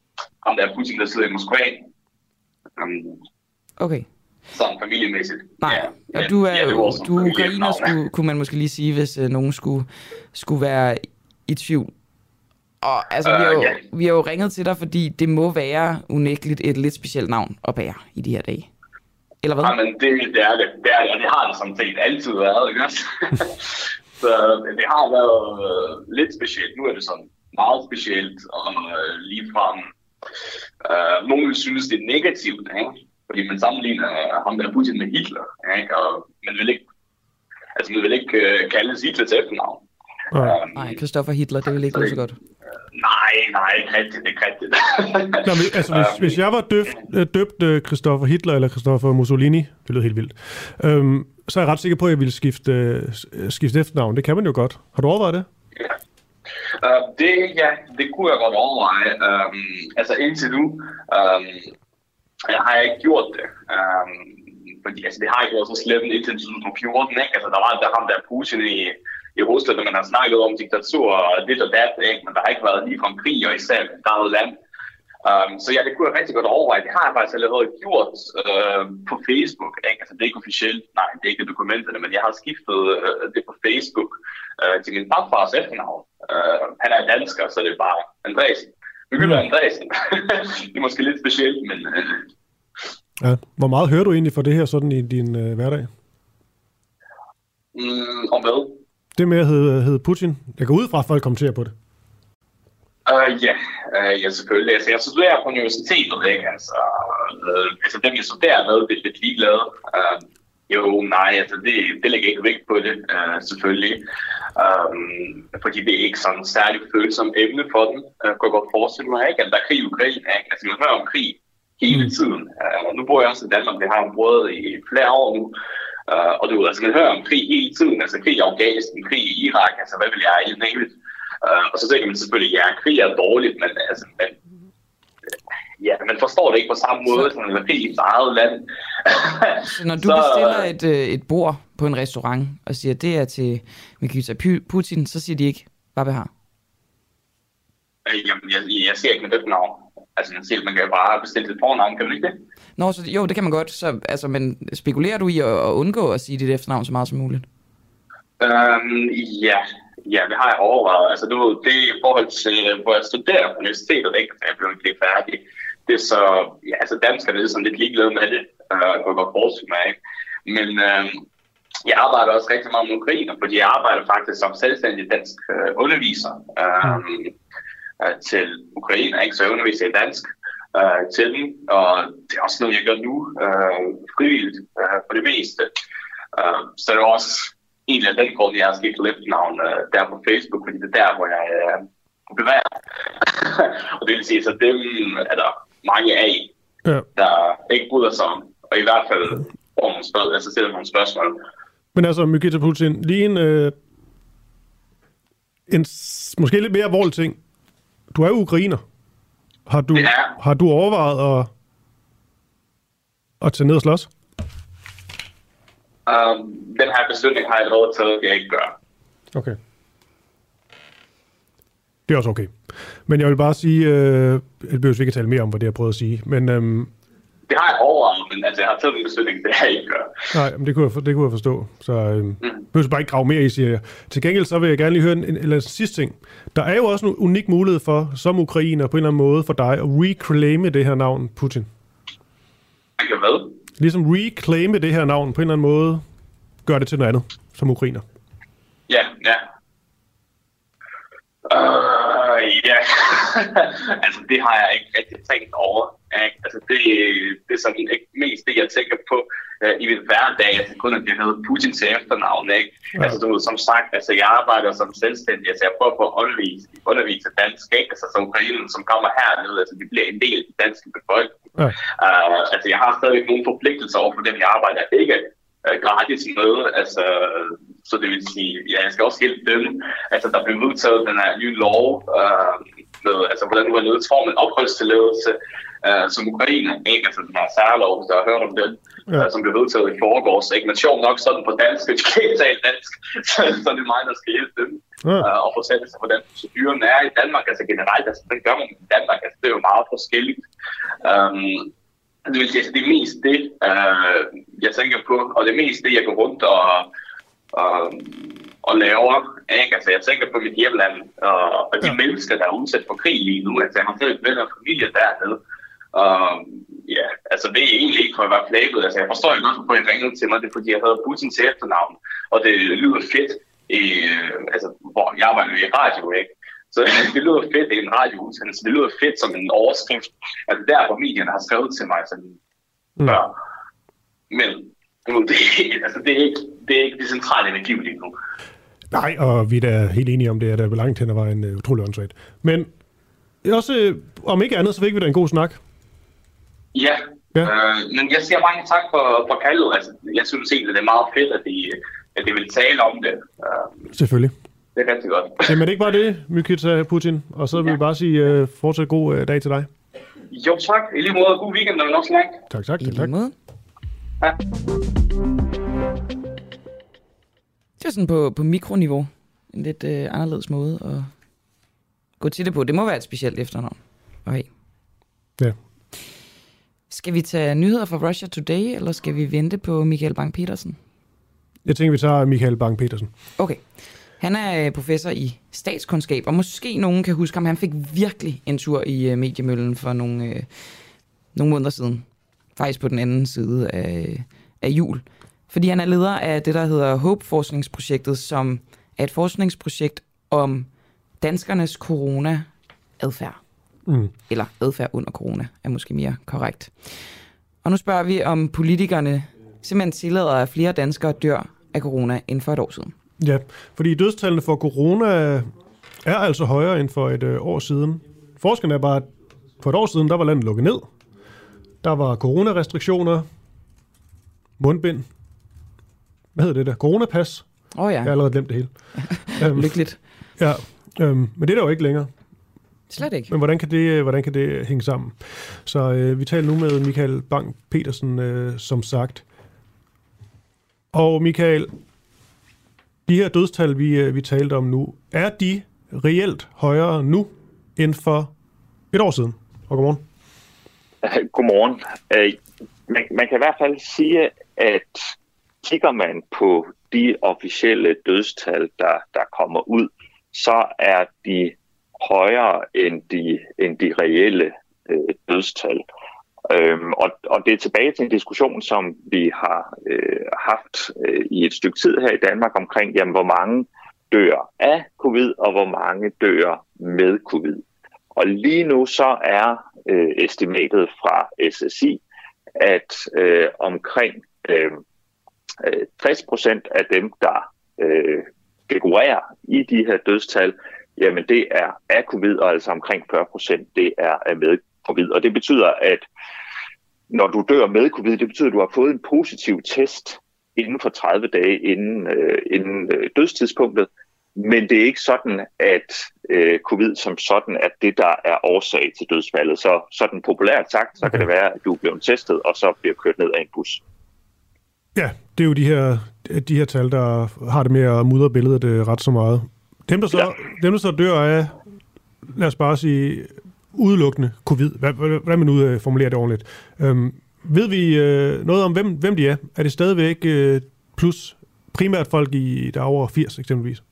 ham der Putin, der sidder i Moskva. Um, okay. Sådan familiemæssigt. Nej, ja, og du er ja, jo du er ukrainer, skulle, kunne man måske lige sige, hvis uh, nogen skulle, skulle være i tvivl. Og altså, uh, vi, har jo, yeah. vi har jo ringet til dig, fordi det må være unægteligt et lidt specielt navn at bære i de her dage. Eller hvad? Jamen, det, det er det. Det er det, og det har det som set altid været, ikke også? Så det har været uh, lidt specielt. Nu er det sådan meget specielt, og uh, ligefrem uh, nogen vil synes, det er negativt, ikke? Fordi man sammenligner ham der Putin med Hitler, ikke? Og man vil ikke, altså man vil ikke uh, kalde Hitler til efternavn. Um, nej, Christopher Hitler, det vil ikke gå så godt. Nej, nej, ikke rigtigt, ikke rigtigt. Nå, men, altså, hvis, hvis jeg var døbt, døbt uh, Christopher Hitler eller Christopher Mussolini, det lød helt vildt, um, så er jeg ret sikker på, at jeg ville skifte, uh, skifte efternavn. Det kan man jo godt. Har du overvejet det? Ja, uh, det, ja, det kunne jeg godt overveje. Um, altså indtil nu um, jeg har jeg ikke gjort det. Um, fordi altså, det har ikke været så slemt indtil to tusind og fjorten, ikke? Altså, der var der ham der Putin i i Rusland, man har snakket om diktatur og dit og dat, ikke? Men der har ikke været lige fra krig og især et eget land. Um, så ja, det kunne jeg rigtig godt overveje. Det har jeg faktisk allerede gjort uh, på Facebook. Ikke? Altså, det er ikke officielt, nej, det er ikke dokumenterne, men jeg har skiftet uh, det på Facebook uh, til min farfars efternavn. Uh, han er dansker, så det er bare Andresen. Vi vil være Andresen. Det er måske lidt specielt, men... Uh... Ja. Hvor meget hører du egentlig for det her sådan i din uh, hverdag? Mm, om hvad? Det med at hedde, hedde Putin. Jeg går ud fra, at folk kommenterer på det. Uh, ja, uh, ja, selvfølgelig. Altså, jeg studerer på universitetet, ikke? Altså, uh, altså dem, jeg studerer med, det er lidt ligeglade. Uh, jo, nej, altså, det, det lægger ikke vægt på det, uh, selvfølgelig. Um, fordi det er ikke sådan et særligt følsomt emne for den. Jeg uh, kan godt forestille mig, ikke? At der er krig i Ukraine, ikke? Altså, man hører om krig hele tiden. Uh, nu bor jeg også i Danmark, det har jeg prøvet i flere år nu. Uh, og du ved, altså man hører om krig hele tiden, altså krig i Afghanistan, krig i Irak, altså hvad vil jeg i name it? Uh, og så tænker man selvfølgelig, ja, krig er dårligt, men altså, man, ja, man forstår det ikke på samme måde, som man er krig i sit eget land. Så når du så, bestiller et, et bord på en restaurant, og siger, det er til Nikita Putin, så siger de ikke, hvad vi har? Uh, jamen, jeg, jeg siger ikke med det navn. Altså, man siger, man kan bare bestille et fornavn, kan man ikke det? Nå, så, jo, det kan man godt. Så, altså, men spekulerer du i at, at undgå at sige dit efternavn så meget som muligt? Um, ja, ja, det har jeg overvejet. Altså, du ved, det er i forhold til, hvor jeg studerer på universitetet, ikke? Jeg blev ikke færdig. Det er så, ja, altså, danskerne er sådan lidt ligeglade med det. Uh, jeg kan godt forestille mig, ikke? Men um, jeg arbejder også rigtig meget med ukrainer, fordi jeg arbejder faktisk som selvstændig dansk uh, underviser um, uh, til ukrainer, ikke? Så jeg underviser i dansk. Uh, til dem, og det er også noget, jeg gør nu uh, frivilligt uh, for det meste. Uh, så det er også en af den grund, jeg har skiftet efternavn uh, der på Facebook, fordi det er der, hvor jeg uh, bevæger. Og det vil sige, så dem er der mange af, ja. Der ikke bryder sig om, og i hvert fald får nogle spørgsmål, altså stiller nogle spørgsmål. Men altså, Nikita Putin, lige en, øh, en måske lidt mere alvorlig ting. Du er jo ukrainer. Har du, ja. har du overvejet at, at tage ned og slås? Um, den her beslutning har jeg allerede taget, at jeg ikke gør. Okay. Det er også okay. Men jeg vil bare sige, øh, jeg behøver ikke tale mere om, hvad det jeg prøvede at sige, men... Øhm, det har jeg overvejet, men altså, jeg har taget en beslutning, det har jeg ikke gør. Nej, men det kunne jeg, det kunne jeg forstå. Så øhm, mm. behøver bare ikke grave mere i, siger jeg. Til gengæld så vil jeg gerne lige høre en, en, en, en sidste ting. Der er jo også en unik mulighed for, som ukrainer på en eller anden måde, for dig at reclaime det her navn, Putin. Jeg hvad? Ligesom reclaime det her navn på en eller anden måde, gør det til noget andet, som ukrainer. Ja, ja. Uh, ja, altså det har jeg ikke rigtig tænkt over. Ikke? Altså det, det er sådan ikke mest det, jeg tænker på uh, i min hverdag. Altså kun at jeg hedder Putin til efternavn. Ikke? Ja. Altså du, som sagt, altså jeg arbejder som selvstændig. Altså jeg prøver på at undervise, undervise dansk. Ikke? Altså som ukrainerne, som kommer hernede, altså de bliver en del af den danske befolkning. Ja. Uh, altså jeg har stadig nogle forpligtelser over for dem, jeg arbejder ikke uh, gratis med. Altså så det vil sige, ja, jeg skal også hjælpe dem. Altså, der blev vedtaget den her nye lov, øh, med, altså, hvordan du har nødt for en opholdstilladelse. uh, som Ukraine, ikke? Altså den her særlov, hvis du har hørt om den, ja. uh, som blev vedtaget i foregårs, ikke? Men sjovt nok sådan på dansk, hvis de kan ikke tale dansk, så, så er det mig, der skal hjælpe dem ja. uh, og fortælle sig, hvordan proceduren er i Danmark, altså generelt, altså den gør man i Danmark, altså det er jo meget forskelligt. Um, det vil sige, altså det er mest det, uh, jeg tænker på, og det er mest det, jeg går rundt og, og, og laver, ikke? Altså jeg tænker på mit hjemland, og, og de ja. mennesker, der er udsat for krig lige nu, altså jeg har selv venner og familie dernede, og ja, altså det er egentlig ikke for at være flabet, altså jeg forstår ikke godt, hvorfor jeg ringede til mig, det er fordi jeg havde Putin til efternavn, og det lyder fedt, i, altså hvor jeg arbejder i radio, ikke? Så det lyder fedt i en radioudsendelse, det lyder fedt som en overskrift, altså derfor medierne har skrevet til mig sådan mm. før, men det, altså, det, er ikke, det er ikke det centrale energi lige nu. Nej, og vi er da helt enige om det, at der var langt hen ad vejen uh, utrolig åndssvagt. Men også, uh, om ikke andet, så fik vi da en god snak. Ja, ja. Øh, men jeg siger mange tak for, for kaldet. Altså, jeg synes egentlig, det er meget fedt, at de, at de vil tale om det. Uh, Selvfølgelig. Det er rigtig godt. Jamen ikke bare det, Mykita Putin. Og så vil ja. vi bare sige uh, fortsat god uh, dag til dig. Jo tak. I lige måde. God weekend, og nok så langt. Tak, tak. I tak. lige måde. Ja. Det er sådan på, på mikroniveau. En lidt øh, anderledes måde at gå til det på. Det må være et specielt efternavn. Okay. Ja. Skal vi tage nyheder fra Russia Today, eller skal vi vente på Michael Bang-Petersen? Jeg tænker, vi tager Michael Bang-Petersen. Okay. Han er professor i statskundskab, og måske nogen kan huske ham. Han fik virkelig en tur i uh, mediemøllen for nogle, uh, nogle måneder siden. Faktisk på den anden side af, af jul. Fordi han er leder af det, der hedder HOPE-forskningsprojektet, som er et forskningsprojekt om danskernes corona-adfærd. Mm. Eller adfærd under corona, er måske mere korrekt. Og nu spørger vi, om politikerne simpelthen tillader, at flere danskere dør af corona end for et år siden. Ja, fordi dødstallene for corona er altså højere end for et øh, år siden. Forskellen er bare, at for et år siden, der var landet lukket ned. Der var coronarestriktioner, mundbind, hvad hedder det der? Coronapas. Åh oh, ja. Jeg har allerede glemt det hele. um, Lykkeligt. Ja, um, men det er der jo ikke længere. Slet ikke. Men hvordan kan det, hvordan kan det hænge sammen? Så øh, vi taler nu med Michael Bang-Petersen, øh, som sagt. Og Michael, de her dødstal, vi, øh, vi talte om nu, er de reelt højere nu end for et år siden? Og godmorgen. Godmorgen. Man, man kan i hvert fald sige, at kigger man på de officielle dødstal, der, der kommer ud, så er de højere end de, end de reelle øh, dødstal. Øhm, og, og det er tilbage til en diskussion, som vi har øh, haft øh, i et stykke tid her i Danmark omkring, jamen, hvor mange dør af covid, og hvor mange dør med covid. Og lige nu så er øh, estimatet fra S S I, at øh, omkring øh, tres procent af dem, der øh, figurerer i de her dødstal, jamen det er af covid, og altså omkring fyrre procent det er med covid. Og det betyder, at når du dør med covid, det betyder, at du har fået en positiv test inden for tredive dage inden, øh, inden øh, dødstidspunktet. Men det er ikke sådan, at øh, covid som sådan er det, der er årsag til dødsfaldet. Så sådan populært sagt, så kan det være, at du er blevet testet, og så bliver kørt ned af en bus. Ja, det er jo de her, de her tal, der har det med at mudre billedet øh, ret så meget. Dem der, så, ja. dem, der så dør af, lad os bare sige, udelukkende covid. Hvordan man nu formulerer det ordentligt. Øhm, ved vi øh, noget om, hvem, hvem de er? Er det stadigvæk øh, plus primært folk, i, der er over firs eksempelvis?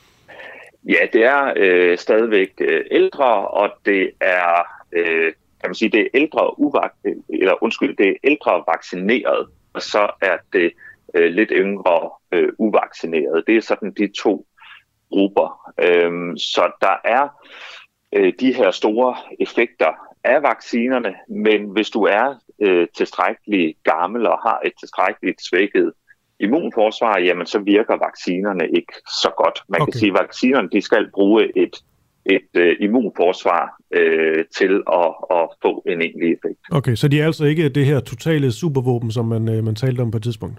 Ja, det er øh, stadigvæk øh, ældre, og det er, øh, kan man sige, det er ældre uvak eller undskyld, det er ældre vaccineret, og så er det øh, lidt yngre øh, uvaccineret. Det er sådan de to grupper. Øhm, så der er øh, de her store effekter af vaccinerne, men hvis du er øh, tilstrækkeligt gammel og har et tilstrækkeligt svækket immunforsvar, jamen så virker vaccinerne ikke så godt. Man okay. kan sige, at vaccinerne de skal bruge et, et øh, immunforsvar øh, til at, at få en egentlig effekt. Okay, så de er altså ikke det her totale supervåben, som man, øh, man talte om på et tidspunkt?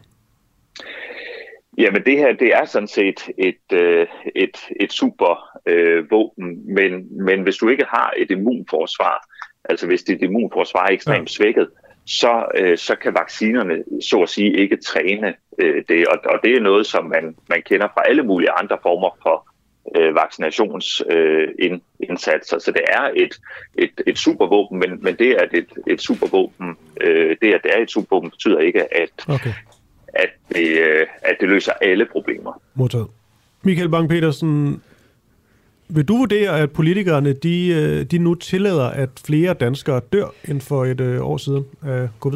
Jamen det her, det er sådan set et, øh, et, et super øh, våben, men, men hvis du ikke har et immunforsvar, altså hvis dit immunforsvar er ekstremt ja. svækket, så, øh, så kan vaccinerne så at sige ikke træne øh, det. Og, og det er noget, som man, man kender fra alle mulige andre former for øh, vaccinationsindsatser. Øh, så det er et, et, et supervåben, men, men det at et, et supervåben, øh, det at det er et supervåben, betyder ikke, at, okay. at, det, øh, at det løser alle problemer. Modtaget. Michael Bang-Petersen, vil du vurdere, at politikerne de, de nu tillader, at flere danskere dør end for et øh, år siden af covid?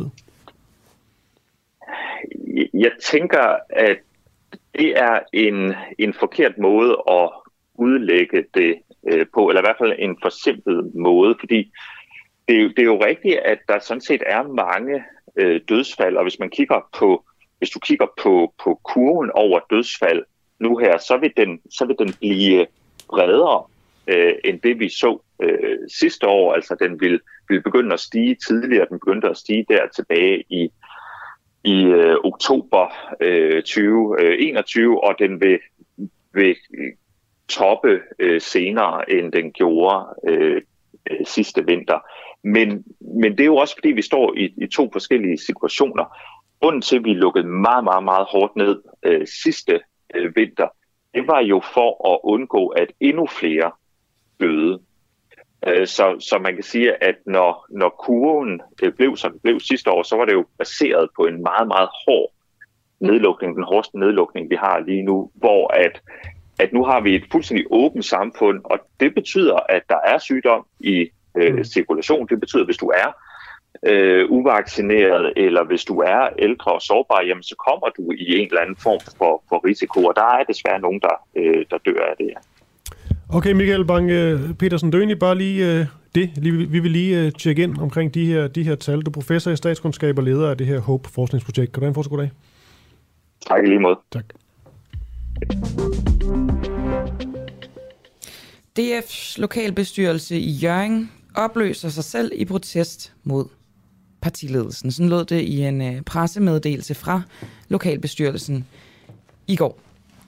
Jeg tænker, at det er en, en forkert måde at udlægge det øh, på, eller i hvert fald en forsimplet måde, fordi det er, jo, det er jo rigtigt, at der sådan set er mange øh, dødsfald, og hvis man kigger på, hvis du kigger på, på kurven over dødsfald nu her, så vil den, så vil den blive bredere øh, end det, vi så øh, sidste år. Altså, den vil, vil begynde at stige tidligere. Den begyndte at stige der tilbage i, i øh, oktober øh, tyve enogtyve, og den vil, vil toppe øh, senere, end den gjorde øh, øh, sidste vinter. Men, men det er jo også, fordi vi står i, i to forskellige situationer. Grunden til, at vi lukkede meget, meget, meget hårdt ned øh, sidste øh, vinter, det var jo for at undgå, at endnu flere døde. Så, så man kan sige, at når, når kurven blev, som det blev sidste år, så var det jo baseret på en meget, meget hård nedlukning, den hårdeste nedlukning, vi har lige nu, hvor at, at nu har vi et fuldstændig åbent samfund, og det betyder, at der er sygdom i øh, cirkulation. Det betyder, at hvis du er øh, uvaccineret, eller hvis du er ældre og sårbar, jamen, så kommer du i en eller anden form for, for risiko, og der er desværre nogen, der, øh, der dør af det her. Okay, Michael Bang-Petersen, det er egentlig bare lige øh, det. Vi vil lige øh, tjekke ind omkring de her, de her tal. Du er professor i statskundskab og leder af det her HOPE-forskningsprojekt. Kan du have en fortsat god dag? Tak i lige måde. Tak. D F's lokalbestyrelse i Hjørring opløser sig selv i protest mod partiledelsen. Sådan lød det i en øh, pressemeddelelse fra lokalbestyrelsen i går.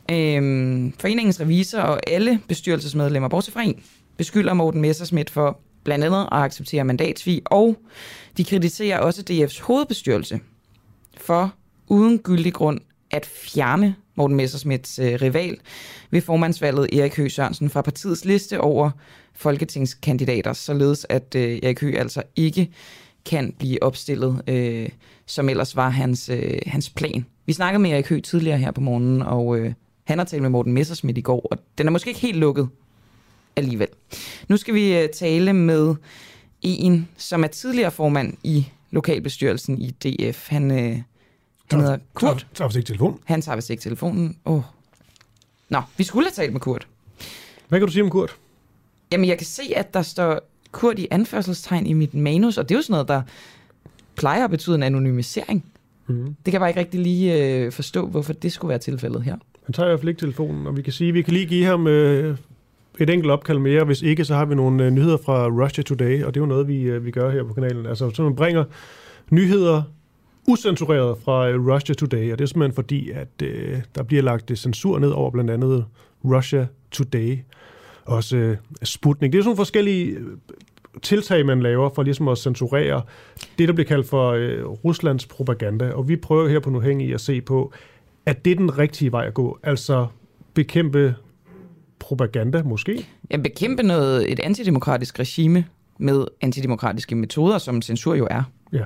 Øhm, foreningens revisor og alle bestyrelsesmedlemmer, bortset fra en, beskylder Morten Messerschmidt for blandt andet at acceptere mandatsvig, og de kritiserer også D F's hovedbestyrelse for uden gyldig grund at fjerne Morten Messerschmidts øh, rival ved formandsvalget Erik Høegh Sørensen fra partiets liste over folketingskandidater, således at øh, Erik Høegh altså ikke kan blive opstillet, øh, som ellers var hans, øh, hans plan. Vi snakkede med Erik Høegh tidligere her på morgenen, og øh, han har talt med Morten Messerschmidt i går, og den er måske ikke helt lukket alligevel. Nu skal vi øh, tale med en, som er tidligere formand i lokalbestyrelsen i D F. Han, øh, han hedder Kurt. Tager, tager vist ikke telefonen. Han tager vist ikke telefonen. Oh. Nå, vi skulle have talt med Kurt. Hvad kan du sige om Kurt? Jamen, jeg kan se, at der står Kurt i anførselstegn i mit manus, og det er jo sådan noget, der plejer at betyde en anonymisering. Mm. Det kan jeg bare ikke rigtig lige øh, forstå, hvorfor det skulle være tilfældet her. Han tager i hvert fald ikke telefonen, og vi kan sige, at vi kan lige give ham øh, et enkelt opkald mere. Hvis ikke, så har vi nogle øh, nyheder fra Russia Today, og det er jo noget, vi, øh, vi gør her på kanalen. Altså, så man bringer nyheder usensureret fra øh, Russia Today, og det er simpelthen fordi, at øh, der bliver lagt det censur ned over blandt andet Russia Today, også øh, Sputnik. Det er sådan nogle forskellige tiltag, man laver for ligesom at censurere det, der bliver kaldt for øh, Ruslands propaganda. Og vi prøver her på Nuhængig at se på, at det er den rigtige vej at gå. Altså bekæmpe propaganda måske? Ja, bekæmpe noget, et antidemokratisk regime med antidemokratiske metoder, som censur jo er. Ja,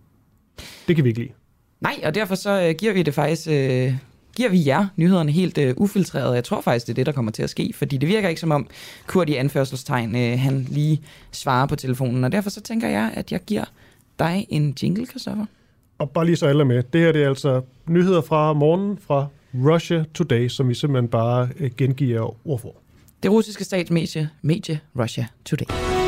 det kan vi ikke lide. Nej, og derfor så øh, giver vi det faktisk... Øh giver vi jer nyhederne helt øh, ufiltreret. Jeg tror faktisk, det er det, der kommer til at ske, fordi det virker ikke som om Kurt i anførselstegn, øh, han lige svarer på telefonen, og derfor så tænker jeg, at jeg giver dig en jingle, Christoffer. Og bare lige så alle med. Det her det er altså nyheder fra morgenen fra Russia Today, som vi simpelthen bare øh, gengiver ord for. Det russiske statsmedie, medie Russia Today.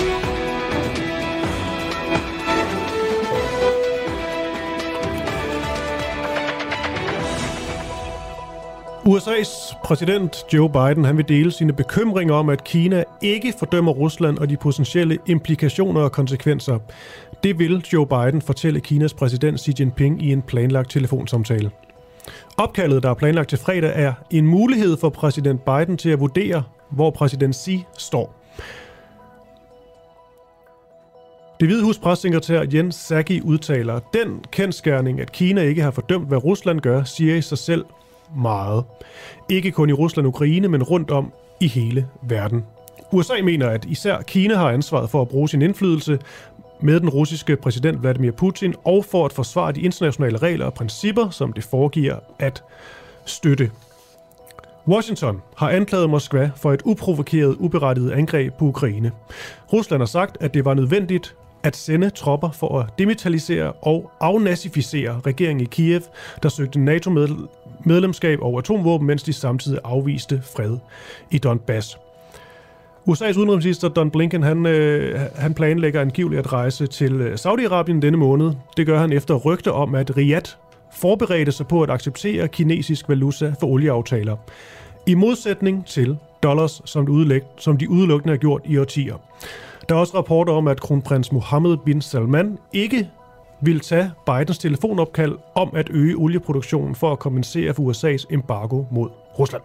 U S A's præsident Joe Biden han vil dele sine bekymringer om, at Kina ikke fordømmer Rusland og de potentielle implikationer og konsekvenser. Det vil Joe Biden fortælle Kinas præsident Xi Jinping i en planlagt telefonsamtale. Opkaldet, der er planlagt til fredag, er en mulighed for præsident Biden til at vurdere, hvor præsident Xi står. Det Hvide Hus pressekretær Jens Psaki udtaler, den kendsgerning, at Kina ikke har fordømt, hvad Rusland gør, siger i sig selv meget. Ikke kun i Rusland og Ukraine, men rundt om i hele verden. U S A mener, at især Kina har ansvaret for at bruge sin indflydelse med den russiske præsident Vladimir Putin og for at forsvare de internationale regler og principper, som det foregiver at støtte. Washington har anklaget Moskva for et uprovokeret, uberettiget angreb på Ukraine. Rusland har sagt, at det var nødvendigt at sende tropper for at demilitarisere og afnazificere regeringen i Kiev, der søgte NATO-medlemskab og atomvåben, mens de samtidig afviste fred i Donbass. U S A's udenrigsminister Don Blinken han, øh, han planlægger angiveligt at rejse til Saudi-Arabien denne måned. Det gør han efter rygter om, at Riyadh forberedte sig på at acceptere kinesisk valuta for olieaftaler. I modsætning til dollars, som de, udlæg, som de udelukkende har gjort i årtier. Der er også rapporter om, at kronprins Mohammed bin Salman ikke vil tage Bidens telefonopkald om at øge olieproduktionen for at kompensere for U S A's embargo mod Rusland.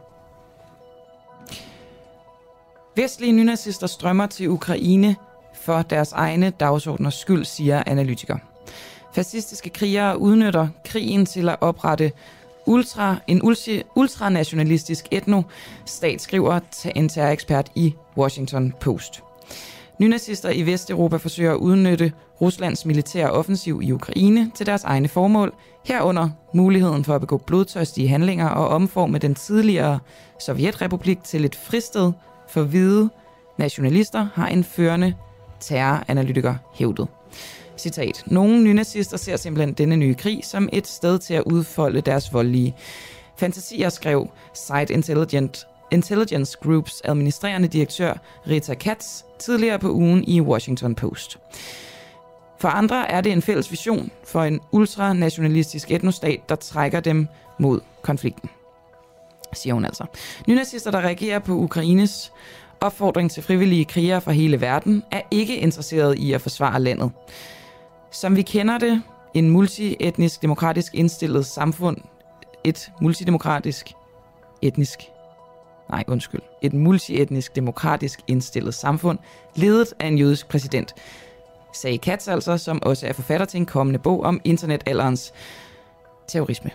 Vestlige nynazister strømmer til Ukraine for deres egne dagsordners skyld, siger analytikere. Fascistiske krigere udnytter krigen til at oprette ultra, en ulti, ultranationalistisk etnostat, skriver en terrorekspert i Washington Post. Nynazister i Vesteuropa forsøger at udnytte Ruslands militære offensiv i Ukraine til deres egne formål, herunder muligheden for at begå blodtørstige handlinger og omforme den tidligere Sovjetrepublik til et fristed for hvide nationalister, har en førende terroranalytiker hævdet. Citat. Nogle nynazister ser simpelthen denne nye krig som et sted til at udfolde deres voldelige fantasier, skrev Site Intelligent Intelligence Groups administrerende direktør Rita Katz tidligere på ugen i Washington Post. For andre er det en fælles vision for en ultranationalistisk etnostat, der trækker dem mod konflikten, siger hun altså. Nynazister, der reagerer på Ukraines opfordring til frivillige krigere fra hele verden, er ikke interesseret i at forsvare landet. Som vi kender det, en multietnisk, demokratisk indstillet samfund, et multidemokratisk, etnisk, nej undskyld, et multietnisk, demokratisk indstillet samfund, ledet af en jødisk præsident, sagde Katz altså, som også er forfatter til en kommende bog om internetalderens terrorisme.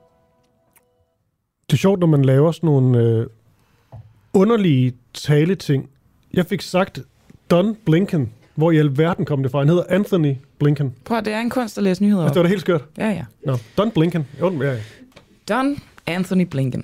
Det er sjovt, når man laver sådan nogle øh, underlige taleting. Jeg fik sagt Don Blinken. Hvor i alverden kom det fra? Han hedder Anthony Blinken. Prøv, det er en kunst at læse nyheder op. Altså, det var da helt skørt. Ja, ja. Nå, Don Blinken. Jo, ja, ja. Don Anthony Blinken.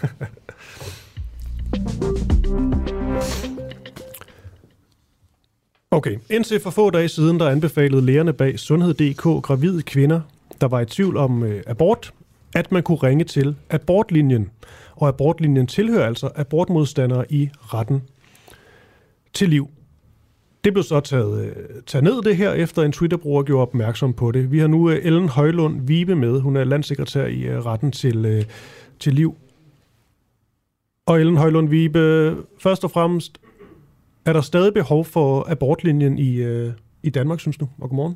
Okay, indtil for få dage siden, der anbefalede lægerne bag Sundhed punktum d k gravide kvinder, der var i tvivl om øh, abort, at man kunne ringe til abortlinjen. Og abortlinjen tilhører altså abortmodstandere i retten til liv. Det blev så taget, taget ned det her, efter en Twitter-bruger gjorde opmærksom på det. Vi har nu Ellen Højlund Vibe med. Hun er landssekretær i retten til, til liv. Og Ellen Højlund Vibe, først og fremmest, er der stadig behov for abortlinjen i, i Danmark, synes du? Og godmorgen.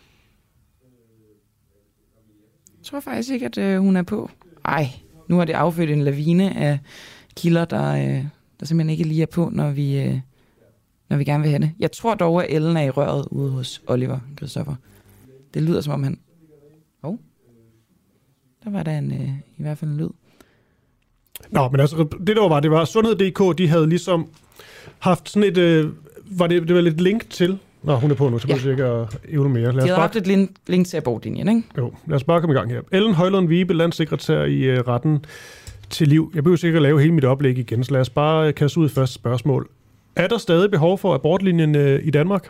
Jeg tror faktisk ikke, at øh, hun er på. Ej, nu har det affødt en lavine af kilder, der, øh, der simpelthen ikke lige er på, når vi... Øh, når vi gerne vil have det. Jeg tror dog, at Ellen er i røret ude hos Oliver Christoffer. Det lyder som om han... Åh, oh. Der var der en, øh, i hvert fald en lyd. Nå, men altså, det der var, det var Sundhed punktum d k, de havde ligesom haft sådan et... Øh, var det, det var lidt link til... Nå, hun er på nu, så må ja. ikke at ævle mere. De havde bare haft et link, link til abortlinjen, ikke? Jo, lad os bare komme i gang her. Ellen Højlund Vibe, landssekretær i øh, retten til liv. Jeg behøver sikkert at lave hele mit oplæg igen, så lad os bare kaste ud i første spørgsmål. Er der stadig behov for abortlinjen øh, i Danmark?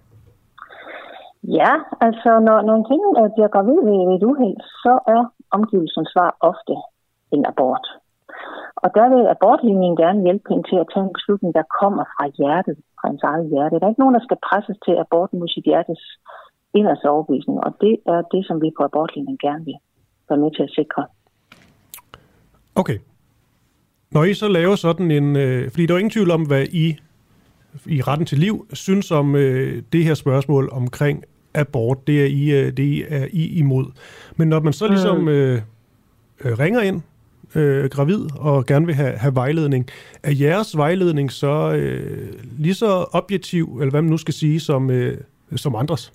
Ja, altså når, når en kvinde bliver gravid ved et uheld, så er omgivelsens svar ofte en abort. Og der vil abortlinjen gerne hjælpe hende til at tage en beslutning, der kommer fra hjertet, fra ens eget hjerte. Der er ikke nogen, der skal presses til aborten mod sit hjertes inderste overbevisning, og det er det, som vi på abortlinjen gerne vil være med til at sikre. Okay. Når I så laver sådan en... Øh, fordi der er ingen tvivl om, hvad I i retten til liv synes om øh, det her spørgsmål omkring abort. Det er I, øh, det er I imod. Men når man så ligesom øh, øh, ringer ind, øh, gravid, og gerne vil have, have vejledning, er jeres vejledning så øh, lige så objektiv, eller hvad man nu skal sige, som, øh, som andres?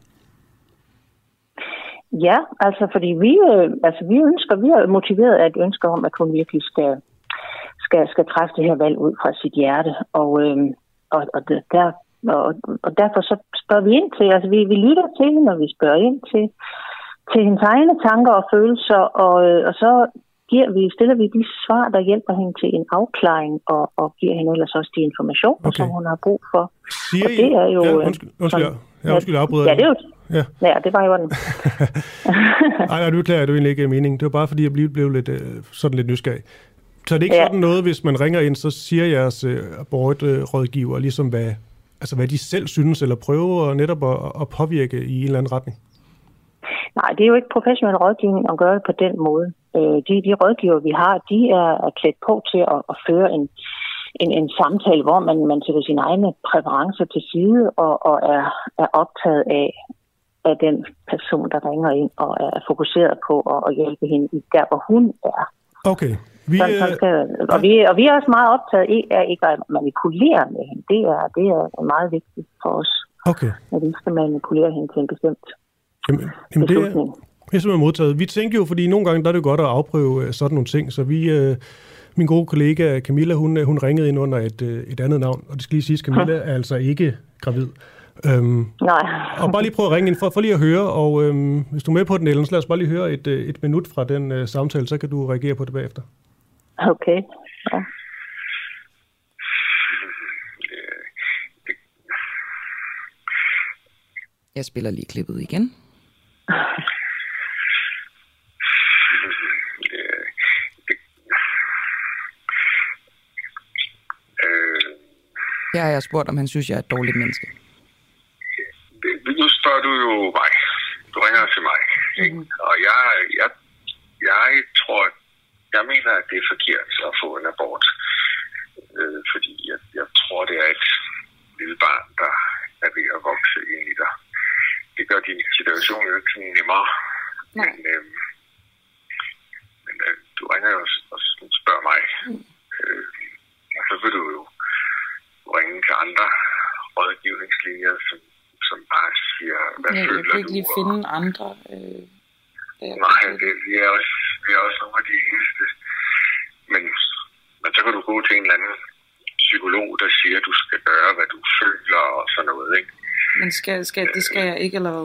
Ja, altså fordi vi, øh, altså vi ønsker, vi er motiveret af et ønske om, at hun virkelig skal, skal, skal træffe det her valg ud fra sit hjerte. Og, øh, og, og, der, og, og derfor så spørger vi ind til, altså vi, vi lytter til hende, og vi spørger ind til, til hendes egne tanker og følelser, og, øh, og så giver vi, stiller vi de svar, der hjælper hende til en afklaring, og, og giver hende ellers også de informationer, okay. som hun har brug for. Siger og det er jo... Ja, undskyld, undskyld, sådan, ja, undskyld, jeg afbryder. Ja, det er jo... Ja. ja, det var jo den. Nej, nej, du beklager, det er egentlig ikke meningen. Det var bare fordi, jeg blev, blev lidt, øh, sådan lidt nysgerrig. Så er det ikke ja. sådan noget, hvis man ringer ind, så siger jeres øh, abortrådgiver ligesom, hvad, altså, hvad de selv synes, eller prøver netop at, at påvirke i en eller anden retning? Nej, det er jo ikke professionel rådgivning at gøre det på den måde. Øh, de, de rådgiver, vi har, de er, er klædt på til at, at føre en, en, en samtale, hvor man, man sætter sine egne præferencer til side og, og er, er optaget af, af den person, der ringer ind og er fokuseret på at, at hjælpe hende der, hvor hun er. Okay. Vi, sådan, sådan skal, og, vi, og vi er også meget optaget af ikke at manipulere med hende. Det er, det er meget vigtigt for os, okay. at vi skal manipulere hende til en bestemt Jamen, jamen det, er, det er simpelthen modtaget. Vi tænker jo, fordi nogle gange der er det godt at afprøve sådan nogle ting, så vi, øh, min gode kollega Camilla, hun, hun ringede ind under et, et andet navn, og det skal lige siges, Camilla er altså ikke gravid. Øhm, Nej. Og bare lige prøve at ringe ind for, for lige at høre, og øhm, hvis du er med på den, Ellen, så lad os bare lige høre et, et minut fra den øh, samtale, så kan du reagere på det bagefter. Okay, ja. Jeg spiller lige klippet igen. Jeg har spurgt, om han synes, jeg er et dårligt menneske. Nu spørger du jo mig. Du ringer til mig. Mm. Og jeg, jeg, jeg tror, jeg mener, at det er forkert at få en abort. Øh, fordi jeg, jeg tror, det er et lille barn, der er ved at vokse ind i dig. Det gør din situation jo ikke sådan nemmere. Nej. Men, øh, men øh, du ringer jo og spørger mig. Mm. Øh, og så vil du jo ringe til andre rådgivningslinjer, som, som bare siger, hvad ja, føler du? Jeg kan ikke lige finde andre. Øh, Nej, det, vi, er også, vi er også nogle af de eneste. Men, men så kan du gå til en eller anden psykolog, der siger, at du skal gøre, hvad du føler og sådan noget, ikke? Men skal, skal, det skal jeg ikke, eller hvad?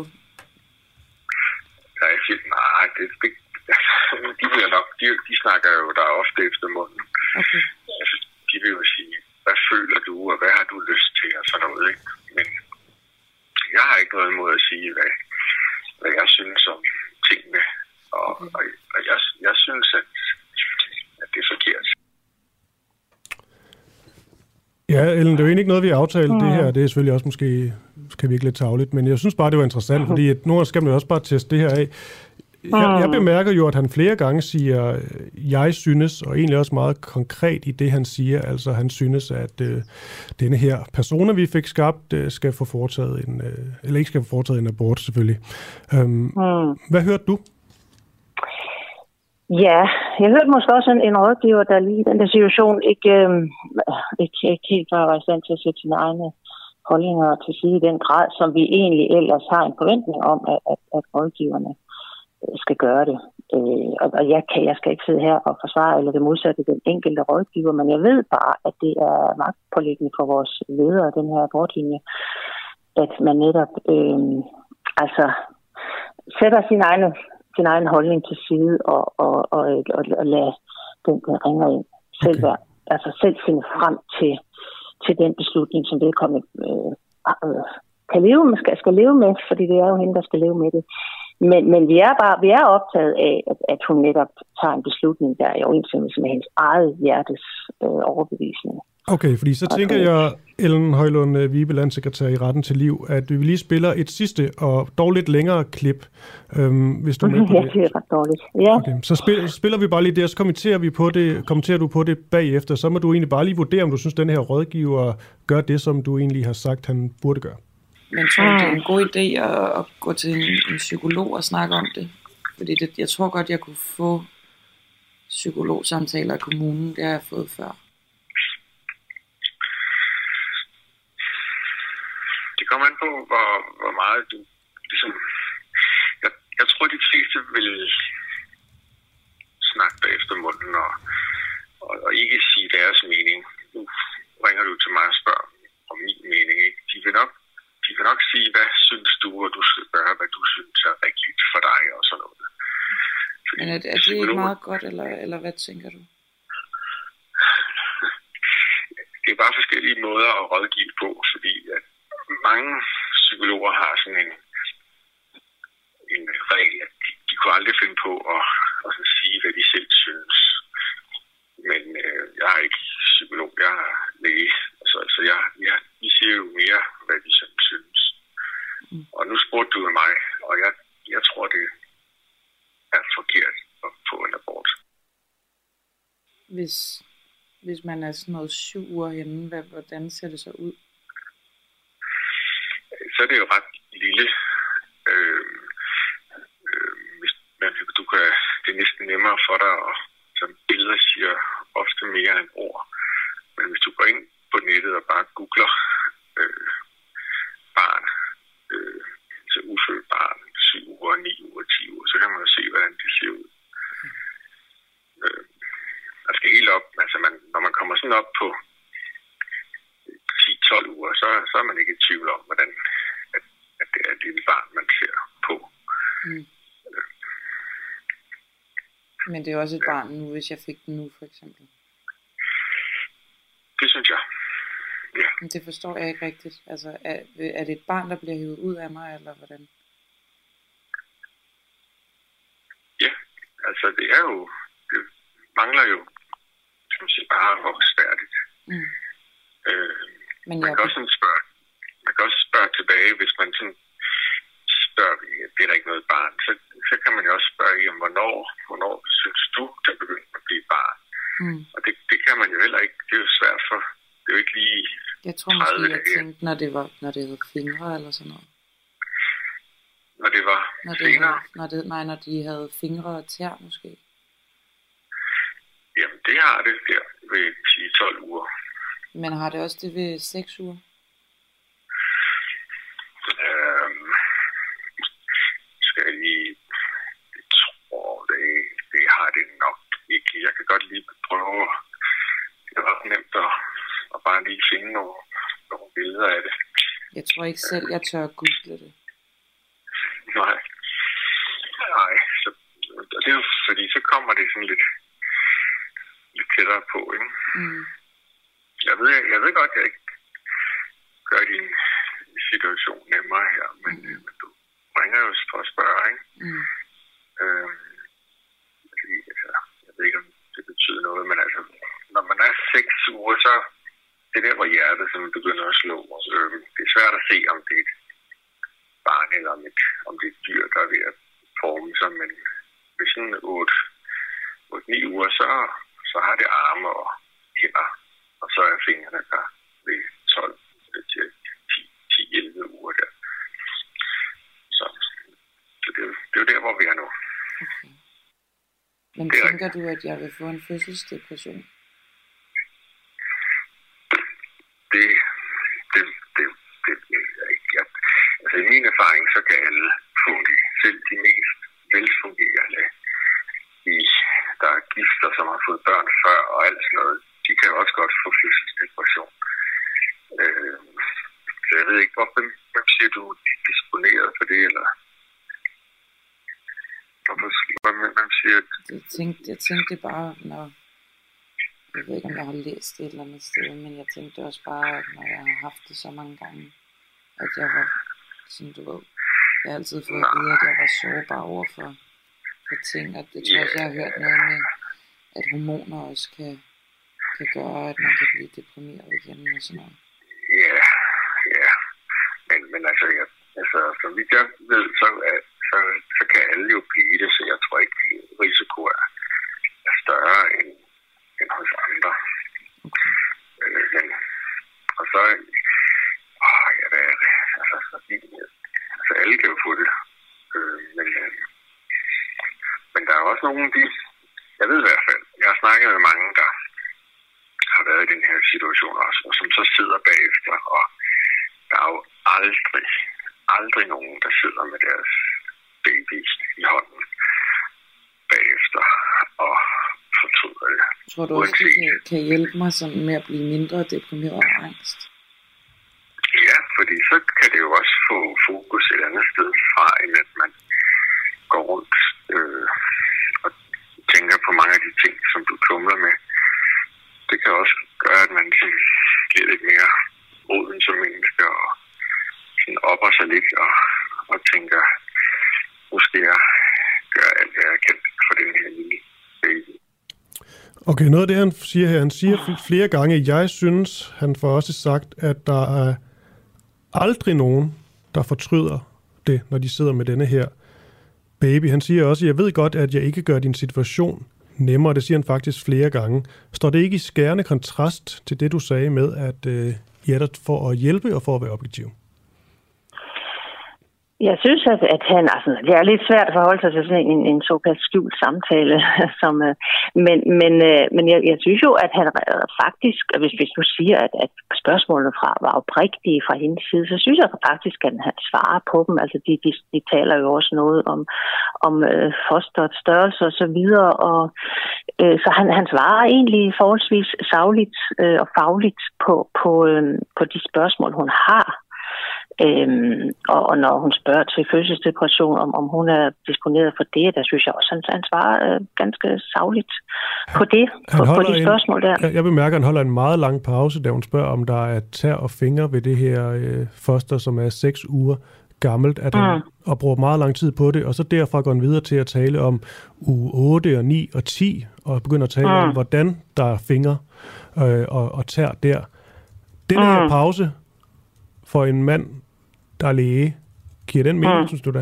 Nej, nej det, det, de, vil nok, de, de snakker jo der ofte efter munden. Okay. Altså, de vil jo sige, hvad føler du, og hvad har du lyst til, og sådan noget, ikke? Men jeg har ikke noget imod at sige, hvad, hvad jeg synes om tingene, og, okay. og, og jeg, jeg synes, at, at det er forkert. Ja, Ellen, det er jo egentlig ikke noget, vi har aftalt mm. det her. Det er selvfølgelig også måske, kan virke lidt tarveligt, men jeg synes bare, det var interessant, fordi at nogle gange skal man jo også bare teste det her af. Jeg, jeg bemærker jo, at han flere gange siger, jeg synes, og egentlig også meget konkret i det, han siger, altså han synes, at øh, denne her persona, vi fik skabt, øh, skal få foretaget en, øh, eller ikke skal få foretaget en abort, selvfølgelig. Øhm, mm. Hvad hørte du? Ja, jeg hørte måske også en, en rådgiver, der lige i den der situation ikke, øh, ikke, ikke helt var i stand til at sætte sine egne holdninger til side i den grad, som vi egentlig ellers har en forventning om, at, at, at rådgiverne skal gøre det. Øh, og og jeg, kan, jeg skal ikke sidde her og forsvare eller det modsatte den enkelte rådgiver, men jeg ved bare, at det er magtpåliggende for vores ledere af den her abortlinje, at man netop øh, altså sætter sin egen, sin egen holdning til side og, og, og, og, og lader den, der ringer ind selv, okay. altså selv finde frem til, til den beslutning, som vedkommende øh, øh, kan leve med, skal, skal leve med, fordi det er jo hende, der skal leve med det. Men, men vi er bare vi er optaget af, at, at hun netop tager en beslutning, der er i overensstemmelse med hendes eget hjertes øh, overbevisning. Okay, fordi så tænker jeg, Ellen Højlund Vibe, landsekretær i Retten til Liv, at vi lige spiller et sidste og dog lidt længere klip, øhm, hvis du er med på det. Ja, det er ret dårligt. Ja. Okay, så spiller, spiller vi bare lige det, og så kommenterer, vi på det, kommenterer du på det bagefter. Så må du egentlig bare lige vurdere, om du synes, den her rådgiver gør det, som du egentlig har sagt, han burde gøre. Men tror du, det er en god idé at, at gå til en, en psykolog og snakke om det? Fordi det, jeg tror godt, jeg kunne få psykologsamtaler i kommunen. Det har jeg fået før. Det kommer an på, hvor, hvor meget du ligesom... Jeg, jeg tror, de fleste vil snakke bagefter munden og, og, og ikke sige deres mening. Nu ringer du til mig og spørger om min mening. Ikke? De vil nok, de vil nok sige, hvad synes du, og du skal gøre, hvad du synes er rigtigt for dig og sådan noget. Fordi Men er, er det ikke meget godt, eller, eller hvad tænker du? Det er bare forskellige måder at rådgive på, fordi at mange psykologer har sådan en, en regel, at de, de kunne aldrig finde på at, at sige, hvad de selv synes. Men øh, jeg er ikke psykolog, jeg er læge. Altså, altså jeg, jeg, de siger jo mere, hvad de selv synes. Mm. Og nu spurgte du mig, og jeg, jeg tror, det er forkert at få en abort. Hvis, hvis man er sådan noget syv uger henne, hvad, hvordan ser det så ud? Så er det jo ret lille. Øh, øh, hvis man, du kan, det er næsten nemmere for dig, og som billeder siger ofte mere end ord. Men hvis du går ind på nettet og bare googler øh, barn, øh, så ufødt barn, syv uger, ni uger, ti uger, så kan man jo se, hvordan det ser ud. Øh, der skal helt op, altså man, når man kommer sådan op på ti til tolv uger, så, så er man ikke i tvivl om, hvordan at, at det er et lille barn, man ser på. Mm. Men det er også et barn nu, hvis jeg fik den nu, for eksempel. Det synes jeg. Ja. Men det forstår jeg ikke rigtigt. Altså, er, er det et barn, der bliver hivet ud af mig, eller hvordan? Ja, altså det er jo, det mangler jo, som man siger, bare voksfærdigt. Mm. Øh, Men man, jeg... kan også sådan spørge, man kan også spørge tilbage, hvis man sådan spørger, det er der ikke noget barn, så, så kan man jo også spørge, jamen, hvornår, hvornår synes du, der begynder at blive barn? Mm. Og det, det kan man jo heller ikke, det er jo svært for, det er jo ikke lige jeg tror måske, jeg tænkte, når det var, når det havde fingre eller sådan noget. Når det var når det senere? Havde, når det, nej, når de havde fingre og tær måske. Jamen, det har det der ved ti til tolv uger. Men har det også det ved seks uger? Øhm, skal jeg lige... Jeg tror, det, det har det nok ikke. Jeg kan godt lige prøve. Det er ret nemt at, at bare lige finde nogle, nogle billeder af det. Jeg tror ikke selv, jeg tør at google det. Nej. Nej, så, det er jo fordi, så kommer det sådan lidt, lidt tættere på, ikke? Mm. Jeg ved, jeg ved godt, at jeg ikke gør din situation nemmere her, men, mm. men du ringer jo for at spørge, ikke? Mm. Øhm, fordi, altså, jeg ved ikke, om det betyder noget, men altså, når man er seks uger, så det er der, hvor hjertet simpelthen begynder at slå. Øhm, det er svært at se, om det er et barn eller om, et, om det er et dyr, der er ved at forme sig, men ved sådan otte til ni uger, så, så har det arme og hænder, og så er fingrene der ved tolv til ti til elleve uger der. Så, så det, er, det er jo der, hvor vi er nu. Okay. Men det tænker du, at jeg vil få en fødselsdepression? Det, det, det, det ved jeg ikke. Jeg, altså i min erfaring, så kan alle få det. Selv de mest velfungerende, i, der er gifter, som har fået børn før og alt sådan noget, de kan jo også godt få fødselsdepression. Øh, så jeg ved ikke, hvorfor hvem siger du disponeret for det, eller hvorfor, hvem siger det? Jeg tænkte, jeg tænkte bare, når jeg ved ikke, om jeg har læst et eller andet sted, men jeg tænkte også bare, at når jeg har haft det så mange gange, at jeg var, sådan du ved, jeg har altid fået at vide, at jeg var sårbar over for, for ting, og det tror jeg også, jeg har hørt noget med, at hormoner også kan, kan gøre, at man kan blive deprimeret igen og sådan noget. Ja, ja, men, men altså, jeg, altså, som vi godt ved, så, så, så kan alle jo blive det, så jeg tror ikke, at risiko er, er større end, end hos andre. Okay. Øh, men, og så, åh, ja, hvad er det? Altså, så, altså, alle kan jo få det. Øh, men, øh, men der er også nogen, de, jeg ved i hvert fald, jeg har snakket med mange, der har været i den her situation også, og som så sidder bagefter og der er jo aldrig, aldrig nogen, der sidder med deres baby i hånden bagefter og fortryder det. Tror du også, det kan, kan hjælpe mig sådan med at blive mindre deprimeret og angst? Ja, fordi så kan det jo også få fokus et andet sted fra, end at man går rundt øh, og tænker på mange af de ting, som du tumler med. Det kan også gøre, at man sådan bliver lidt mere moden som menneske og sådan opper sig lidt og, og tænker, måske jeg gør alt, hvad jeg kan for den her lille baby. Okay, noget af det, han siger her, han siger flere gange, jeg synes, han får også sagt, at der er aldrig nogen, der fortryder det, når de sidder med denne her baby. Han siger også, jeg ved godt, at jeg ikke gør din situation nemmere. Det siger han faktisk flere gange. Står det ikke i skærende kontrast til det, du sagde med, at øh, I er der for at hjælpe og for at være objektiv? Jeg synes, at, at han, altså, det er lidt svært at forholde sig til sådan en, en såkaldt skjult samtale, som, men, men, men jeg, jeg synes jo, at han faktisk, hvis, hvis du siger, at, at spørgsmålene fra var oprigtige fra hendes side, så synes jeg faktisk, at han svarer på dem. Altså, de, de, de taler jo også noget om, om øh, fosterets størrelse og så videre, og øh, så han, han svarer egentlig forholdsvis sagligt øh, og fagligt på, på, øh, på de spørgsmål, hun har. Øhm, og, og når hun spørger til fødselsdepression, om, om hun er disponeret for det, der synes jeg også, at han, han svarer øh, ganske sagligt på det, på, på de spørgsmål der. En, jeg bemærker, at han holder en meget lang pause, da hun spørger, om der er tær og fingre ved det her øh, foster, som er seks uger gammelt, at han, mm. og bruger meget lang tid på det, og så derfra går han videre til at tale om uge otte og ni og ti, og begynder at tale mm. om, hvordan der er fingre øh, og, og tær der. Den her mm. pause for en mand, der er læge, giver den mening, mm. synes du da?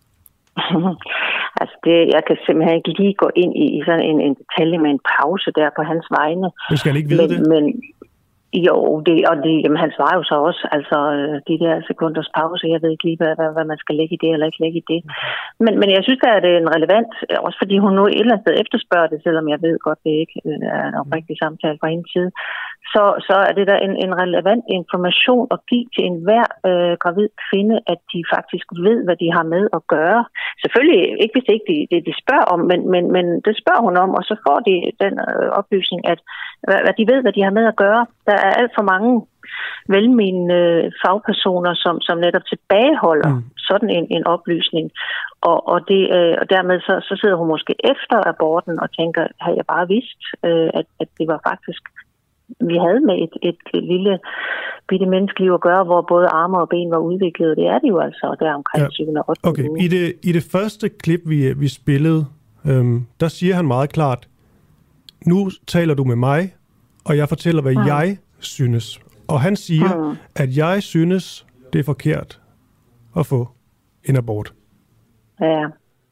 Altså, det, jeg kan simpelthen ikke lige gå ind i, i sådan en, en detalje med en pause der på hans vegne. Men skal han ikke vide men, det? Men, jo, det, og det, jamen, han svarer jo så også, altså de der sekunders pause, jeg ved ikke lige, hvad, hvad, hvad man skal lægge i det eller ikke lægge i det. Men, men jeg synes, at det er en relevant, også fordi hun nu et eller andet sted efterspørger det, selvom jeg ved godt, det ikke er en oprigtig samtale fra hendes side, så, så er det der en, en relevant information at give til enhver øh, gravid kvinde, at de faktisk ved, hvad de har med at gøre. Selvfølgelig ikke, hvis det ikke det, de spørger om, men, men, men det spørger hun om, og så får de den øh, oplysning, at, at de ved, hvad de har med at gøre. Der er alt for mange velmenende fagpersoner, som, som netop tilbageholder mm. sådan en, en oplysning. Og, og, det, øh, og dermed så, så sidder hun måske efter aborten og tænker, havde jeg bare vidst, øh, at, at det var faktisk, vi havde med et, et, et lille bitte menneskeliv at gøre, hvor både arme og ben var udviklet. Det er det jo altså, der omkring ja. syv og otte. Okay, i det, i det første klip, vi, vi spillede, øhm, der siger han meget klart, nu taler du med mig, og jeg fortæller, hvad mm. jeg synes. Og han siger, mm. at jeg synes, det er forkert at få en abort. Ja.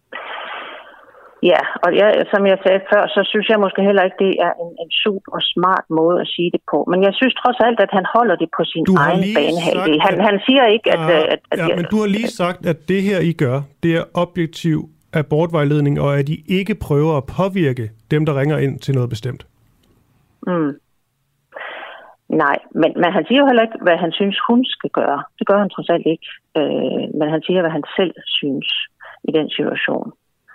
Ja, og jeg, som jeg sagde før, så synes jeg måske heller ikke, det er en, en super smart måde at sige det på. Men jeg synes trods alt, at han holder det på sin egen banehalvdel. Han, han siger ikke, at... Ah, at, at ja, jeg, men du har lige sagt, at det her, I gør, det er objektiv abortvejledning, og at I ikke prøver at påvirke dem, der ringer ind til noget bestemt. Mm. Nej, men, men han siger jo heller ikke, hvad han synes, hun skal gøre. Det gør han trods alt ikke. Øh, men han siger, hvad han selv synes i den situation.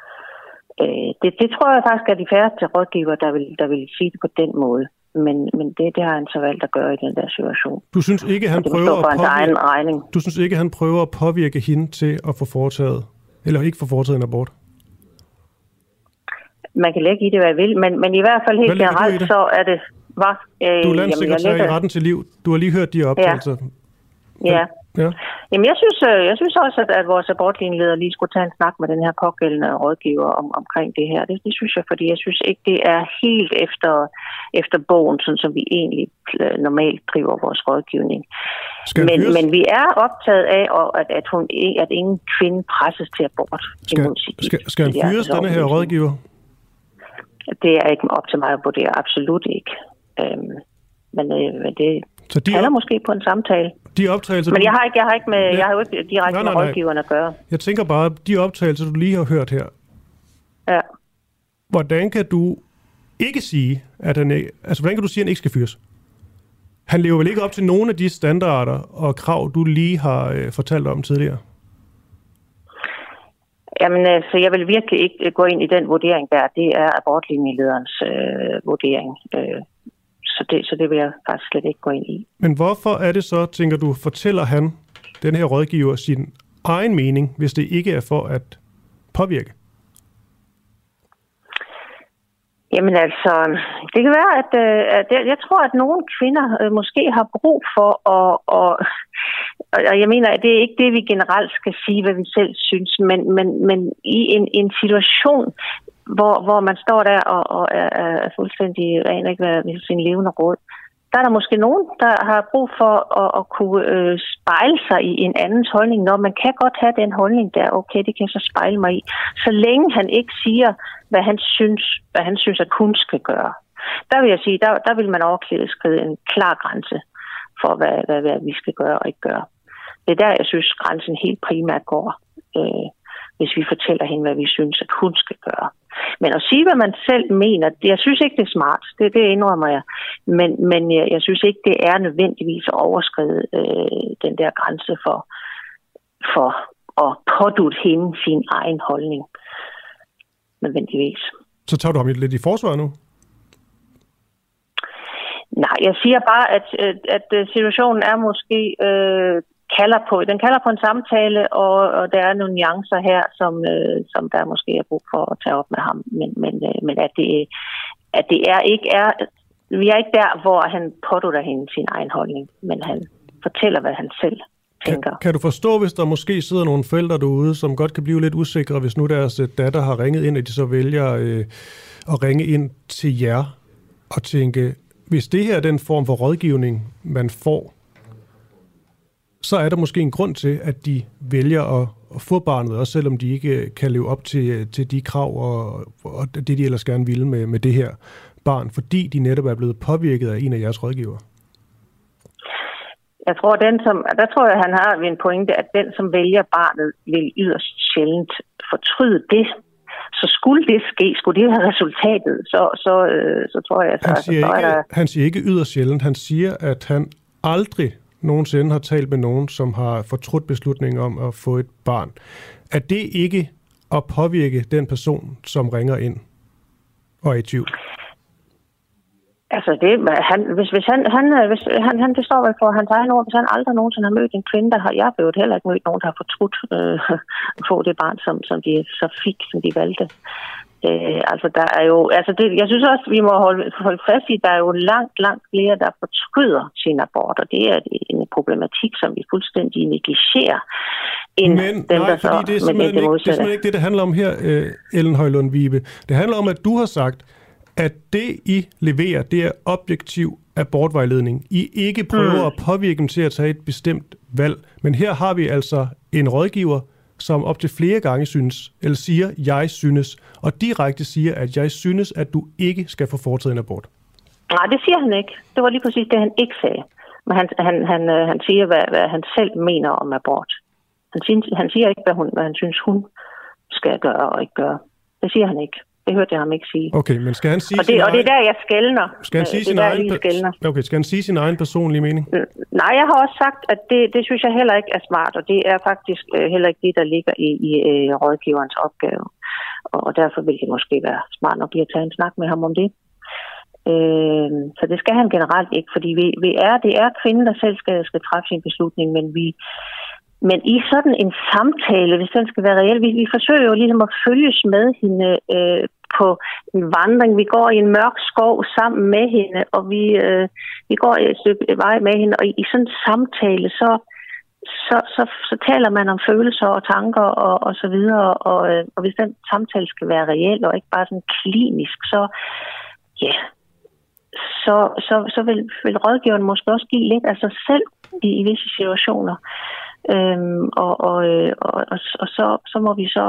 Øh, det, det tror jeg faktisk er de færreste rådgiver, der vil, der vil sige det på den måde. Men, men det, det har han så valgt at gøre i den der situation. Du synes ikke, han prøver at påvirke, du synes ikke, han prøver at påvirke hende til at få foretaget, eller ikke få foretaget en abort? Man kan lægge i det, hvad jeg vil, men, men i hvert fald helt generelt, så er det... Hvad? Øh, du er landssekretær i Retten til Liv. Du har lige hørt de optagelser. Ja. ja. ja. Jamen, jeg synes, jeg synes også, at, at vores abortlinjeleder lige skulle tage en snak med den her pågældende rådgiver om, omkring det her. Det, det synes jeg, fordi jeg synes ikke, det er helt efter, efter bogen, sådan som vi egentlig normalt driver vores rådgivning. Men, men vi er optaget af, at, at, hun, at ingen kvinde presses til abort. Skal, skal, skal han fyres, denne her rådgiver? Det er ikke op til mig at vurdere. Absolut ikke. Øhm, men øh, det så de kalder op... måske på en samtale. De optagelser, men du... jeg har ikke, jeg har ikke med, ja. jeg har jo ikke direkte nej, nej, nej. med rådgiverne at gøre. Jeg tænker bare, de optagelser, du lige har hørt her. Ja. Hvordan kan du ikke sige, at han ikke... Altså, hvordan kan du sige, at han ikke skal fyres? Han lever vel ikke op til nogle af de standarder og krav, du lige har øh, fortalt om tidligere? Jamen, altså, jeg vil virkelig ikke gå ind i den vurdering der. Det er abortlinjelederens øh, vurdering. Øh, så, det, så det vil jeg faktisk slet ikke gå ind i. Men hvorfor er det så, tænker du, fortæller han, den her rådgiver, sin egen mening, hvis det ikke er for at påvirke? Jamen altså, det kan være, at, at jeg tror, at nogle kvinder måske har brug for at, og, og jeg mener, at det er ikke det, vi generelt skal sige, hvad vi selv synes, men, men, men i en, en situation, hvor, hvor man står der og, og er, er fuldstændig ren, ikke ved sin levende råd, der er der måske nogen, der har brug for at, at kunne øh, spejle sig i en andens holdning. Når man kan godt have den holdning der, okay, det kan jeg så spejle mig i. Så længe han ikke siger, hvad han synes, hvad han synes at hun skal gøre. Der vil jeg sige, der, der vil man overskride en klar grænse for, hvad, hvad, hvad vi skal gøre og ikke gøre. Det er der, jeg synes, grænsen helt primært går, øh, hvis vi fortæller hende, hvad vi synes, at hun skal gøre. Men at sige, hvad man selv mener, det, jeg synes ikke, det er smart. Det, det indrømmer jeg. Men, men jeg, jeg synes ikke, det er nødvendigvis at overskride øh, den der grænse for, for at pådutte hende sin egen holdning. Nødvendigvis. Så tager du ham lidt i forsvar nu? Nej, jeg siger bare, at, at, at situationen er måske... Øh, kalder på, den kalder på en samtale, og, og der er nogle nuancer her, som, øh, som der måske er brug for at tage op med ham. Men, men, øh, men at det, at det er ikke er, vi er ikke der, hvor han pådutter hende sin egen holdning, men han fortæller, hvad han selv tænker. Kan, kan du forstå, hvis der måske sidder nogle forældre derude, som godt kan blive lidt usikre, hvis nu deres datter har ringet ind, og de så vælger øh, at ringe ind til jer og tænke, hvis det her er den form for rådgivning, man får, så er der måske en grund til, at de vælger at, at få barnet, også selvom de ikke kan leve op til, til de krav og, og det, de ellers gerne ville med, med det her barn, fordi de netop er blevet påvirket af en af jeres rådgivere. Jeg tror, den som, der tror jeg, han har en pointe, at den, som vælger barnet, vil yderst sjældent fortryde det. Så skulle det ske, skulle det have resultatet, så, så, så tror jeg... Så, han, siger så, så ikke, er der... han siger ikke yderst sjældent, han siger, at han aldrig nogensinde har talt med nogen, som har fortrudt beslutningen om at få et barn. Er det ikke at påvirke den person, som ringer ind og er i tvivl? Altså, det, han, hvis, hvis han, han, hvis, han, han, det står vel for hans egen ord, hvis han aldrig nogensinde har mødt en kvinde, der har, jeg har jo heller ikke mødt nogen, der har fortrudt øh, at få det barn, som, som de så fik, som de valgte. Øh, altså, der er jo, altså det, jeg synes også, vi må holde, holde fast i, der er jo langt, langt flere, der fortryder sin abort, og det er en problematik, som vi fuldstændig negligerer. Men dem, nej, fordi det er simpelthen, det, ikke, det er simpelthen ikke det, det handler om her, uh, Ellen Højlund Vibe. Det handler om, at du har sagt, at det, I leverer, det er objektiv abortvejledning. I ikke prøver mm. at påvirke dem til at tage et bestemt valg. Men her har vi altså en rådgiver, som op til flere gange synes, eller siger, jeg synes, og direkte siger, at jeg synes, at du ikke skal få foretaget en abort. Nej, det siger han ikke. Det var lige præcis det, han ikke sagde. Men han, han, han, han siger, hvad, hvad han selv mener om abort. Han siger, han siger ikke, hvad, hun, hvad han synes, hun skal gøre og ikke gøre. Det siger han ikke. Det hørte jeg ham ikke sige. Okay, men skal han sige og det, sin og det er egen... der, jeg skelner. Skal han sige sin egen... Okay, skal han sige sin egen personlige mening? Nej, jeg har også sagt, at det, det synes jeg heller ikke er smart, og det er faktisk heller ikke det, der ligger i, i uh, rådgiverens opgave. Og, og derfor vil det måske være smart nok lige at tage en snak med ham om det. Uh, så det skal han generelt ikke, fordi vi, vi er, det er kvinden, der selv skal, skal træffe sin beslutning, men vi... Men i sådan en samtale, hvis den skal være reel, vi, vi forsøger jo ligesom at følges med hende øh, på en vandring. Vi går i en mørk skov sammen med hende, og vi, øh, vi går et stykke vej med hende. Og i, i sådan en samtale, så, så, så, så taler man om følelser og tanker og, og så videre. Og, øh, og hvis den samtale skal være reel og ikke bare sådan klinisk, så, ja, så, så, så vil, vil rådgiveren måske også give lidt af sig selv i, i visse situationer. Øhm, og, og, og, og, og så, så må vi så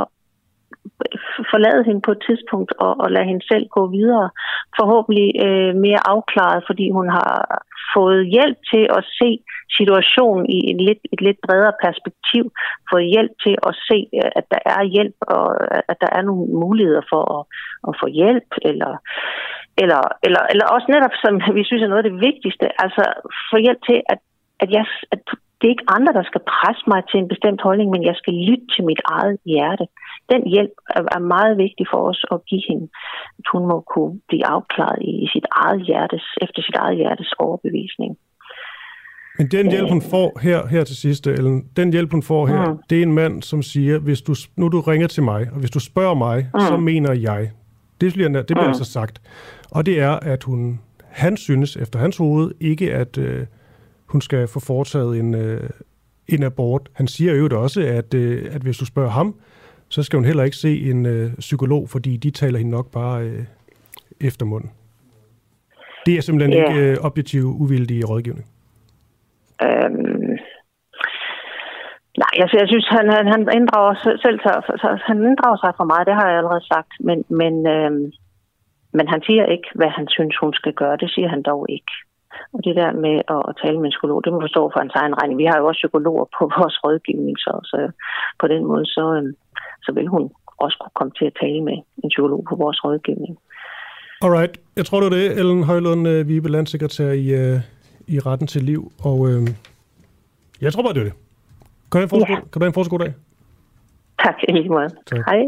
forlade hende på et tidspunkt og, og lade hende selv gå videre. Forhåbentlig øh, mere afklaret, fordi hun har fået hjælp til at se situationen i et lidt, et lidt bredere perspektiv. Fået hjælp til at se, at der er hjælp, og at der er nogle muligheder for at, at få hjælp, eller, eller, eller, eller også netop, som vi synes er noget af det vigtigste, altså få hjælp til, at, at, jeg, at det er ikke andre, der skal presse mig til en bestemt holdning, men jeg skal lytte til mit eget hjerte. Den hjælp er, er meget vigtig for os at give hende, at hun må kunne blive afklaret i, i sit eget hjertes, efter sit eget hjertes overbevisning. Men den hjælp, hun får her, her til sidst, Ellen, den hjælp, hun får her, mm. det er en mand, som siger, hvis du, nu du ringer til mig, og hvis du spørger mig, mm. så mener jeg. Det bliver, det bliver mm. altså sagt. Og det er, at hun, han synes, efter hans hoved, ikke at øh, hun skal få foretaget en, øh, en abort. Han siger jo også, at, øh, at hvis du spørger ham, så skal hun heller ikke se en øh, psykolog, fordi de taler hende nok bare øh, efter munden. Det er simpelthen yeah. ikke øh, objektiv, uvildig rådgivning. Øhm, nej, altså, jeg synes, han, han, han inddrager selv han inddrager sig for meget, det har jeg allerede sagt, men, men, øhm, men han siger ikke, hvad han synes, hun skal gøre. Det siger han dog ikke. Og det der med at, at tale med en psykolog, det må forstå for hans egen regning. Vi har jo også psykologer på vores rådgivning, så, så på den måde, så, øhm, så vil hun også kunne komme til at tale med en psykolog på vores rådgivning. Alright, jeg tror, det er det, Ellen Højlund, Vibe, landsekretær i... Uh... i Retten til Liv, og øh, jeg tror bare, det er det. Kan du have en, ja. en fortsat god dag? Tak, i lige måde. Tak. Hej.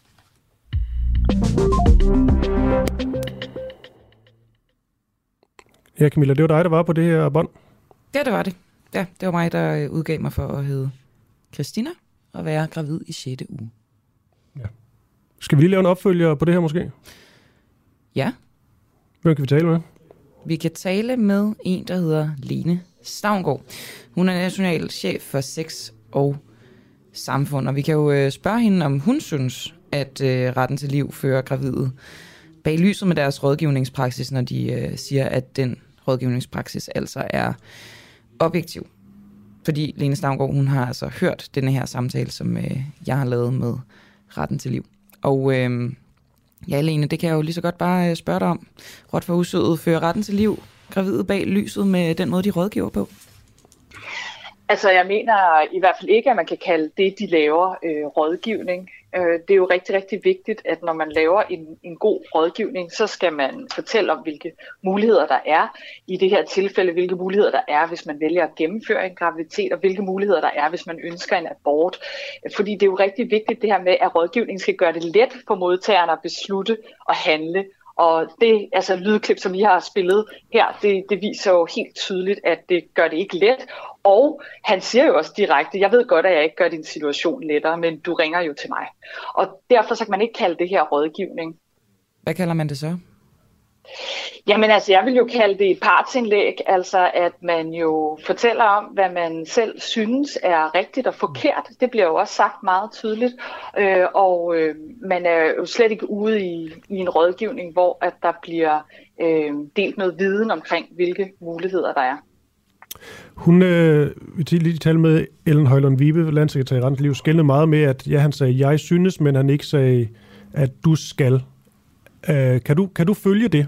Ja, Camilla, det var dig, der var på det her bånd. Ja, det var det. Ja, det var mig, der udgav mig for at hedde Christina og være gravid i sjette uge. Ja. Skal vi lige lave en opfølger på det her måske? Ja. Hvem kan vi tale med? Vi kan tale med en, der hedder Lene Stavngård. Hun er national chef for sex og samfund, og vi kan jo spørge hende, om hun synes, at Retten til Liv fører gravide bag lyset med deres rådgivningspraksis, når de siger, at den rådgivningspraksis altså er objektiv. Fordi Lene Stavngård, hun har altså hørt denne her samtale, som jeg har lavet med Retten til Liv. Og øh, ja, Lene, det kan jeg jo lige så godt bare spørge dig om. Råt for usødet fører Retten til Liv gravide bag lyset med den måde, de rådgiver på? Altså, jeg mener i hvert fald ikke, at man kan kalde det, de laver, øh, rådgivning. Øh, det er jo rigtig, rigtig vigtigt, at når man laver en, en god rådgivning, så skal man fortælle om, hvilke muligheder der er i det her tilfælde, hvilke muligheder der er, hvis man vælger at gennemføre en graviditet, og hvilke muligheder der er, hvis man ønsker en abort. Fordi det er jo rigtig vigtigt det her med, at rådgivningen skal gøre det let for modtagerne at beslutte og handle. Og det altså lydklip, som I har spillet her, det, det viser jo helt tydeligt, at det gør det ikke let. Og han siger jo også direkte, jeg ved godt, at jeg ikke gør din situation lettere, men du ringer jo til mig. Og derfor så kan man ikke kalde det her rådgivning. Hvad kalder man det så? Jamen altså, jeg vil jo kalde det et partsindlæg, altså at man jo fortæller om, hvad man selv synes er rigtigt og forkert. Det bliver jo også sagt meget tydeligt, øh, og øh, man er jo slet ikke ude i, i en rådgivning, hvor at der bliver øh, delt noget viden omkring, hvilke muligheder der er. Hun øh, vil lige tale med Ellen Højlund Vibe, landsekretær i Retten til Liv, skældede meget med, at ja, han sagde, jeg synes, men han ikke sagde, at du skal. Øh, kan, du, kan du følge det?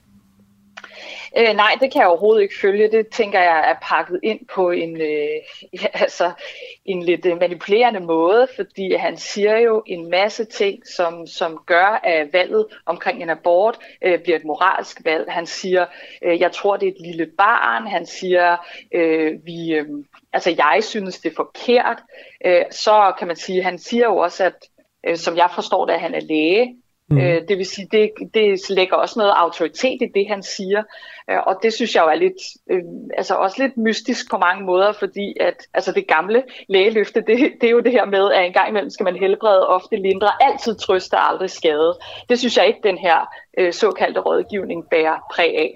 Øh, nej, det kan jeg overhovedet ikke følge. Det tænker jeg er pakket ind på en, øh, ja, altså, en lidt manipulerende måde, fordi han siger jo en masse ting, som, som gør, at valget omkring en abort øh, bliver et moralsk valg. Han siger, øh, jeg tror, det er et lille barn. Han siger, øh, vi, øh, altså, jeg synes, det er forkert. Øh, så kan man sige, han siger jo også, at øh, som jeg forstår det, at han er læge. Mm. Øh, det vil sige, det, det lægger også noget autoritet i det, han siger. Øh, og det synes jeg jo er lidt, øh, altså også lidt mystisk på mange måder, fordi at altså det gamle lægeløfte, det, det er jo det her med, at en gang imellem skal man helbrede, ofte lindre, altid trøste, aldrig skade. Det synes jeg ikke, den her øh, såkaldte rådgivning bærer præg af.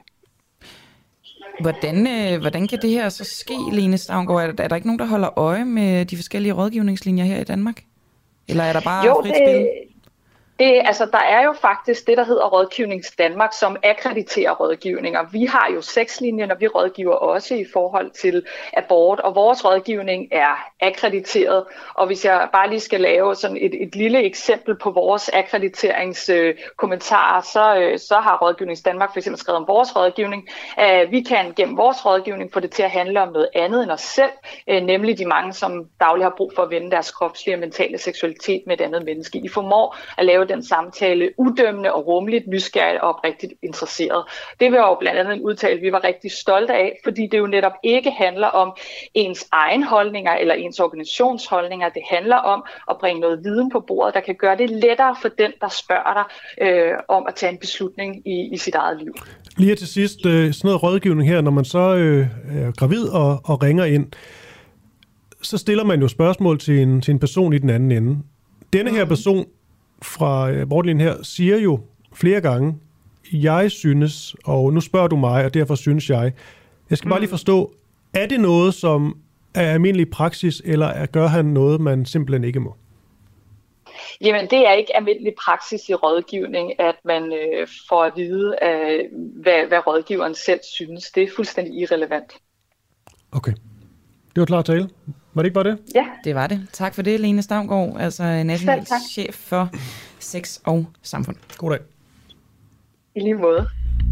Hvordan, øh, hvordan kan det her så ske, Lene Stavngård? Er, er der ikke nogen, der holder øje med de forskellige rådgivningslinjer her i Danmark? Eller er der bare jo, frit det... spil? Det, altså, der er jo faktisk det, der hedder Rådgivnings Danmark, som akkrediterer rådgivninger. Vi har jo seks linjer, og vi rådgiver også i forhold til abort, og vores rådgivning er akkrediteret. Og hvis jeg bare lige skal lave sådan et, et lille eksempel på vores akkrediteringskommentarer, øh, så, øh, så har Rådgivnings Danmark for eksempel skrevet om vores rådgivning. Uh, vi kan gennem vores rådgivning få det til at handle om noget andet end os selv, uh, nemlig de mange, som dagligt har brug for at vende deres kropslige og mentale seksualitet med et andet menneske. I formår at lave den samtale udømmende og rummeligt, nysgerrigt og oprigtigt interesseret. Det var jo blandt andet en udtale, vi var rigtig stolte af, fordi det jo netop ikke handler om ens egen holdninger eller ens organisationsholdninger. Det handler om at bringe noget viden på bordet, der kan gøre det lettere for den, der spørger dig øh, om at tage en beslutning i, i sit eget liv. Lige til sidst, øh, sådan noget rådgivning her, når man så øh, er gravid og, og ringer ind, så stiller man jo spørgsmål til en, til en person i den anden ende. Denne her person fra øh, bortlinjen her siger jo flere gange, jeg synes, og nu spørger du mig, og derfor synes jeg. Jeg skal bare lige forstå, er det noget, som er almindelig praksis, eller gør han noget, man simpelthen ikke må? Jamen, det er ikke almindelig praksis i rådgivning, at man øh, får at vide, øh, hvad, hvad rådgiveren selv synes. Det er fuldstændig irrelevant. Okay. Det var klar tale. Var det ikke bare det? Ja. Det var det. Tak for det, Lene Stavngård, altså national chef for sex og samfund. God dag. I lige måde.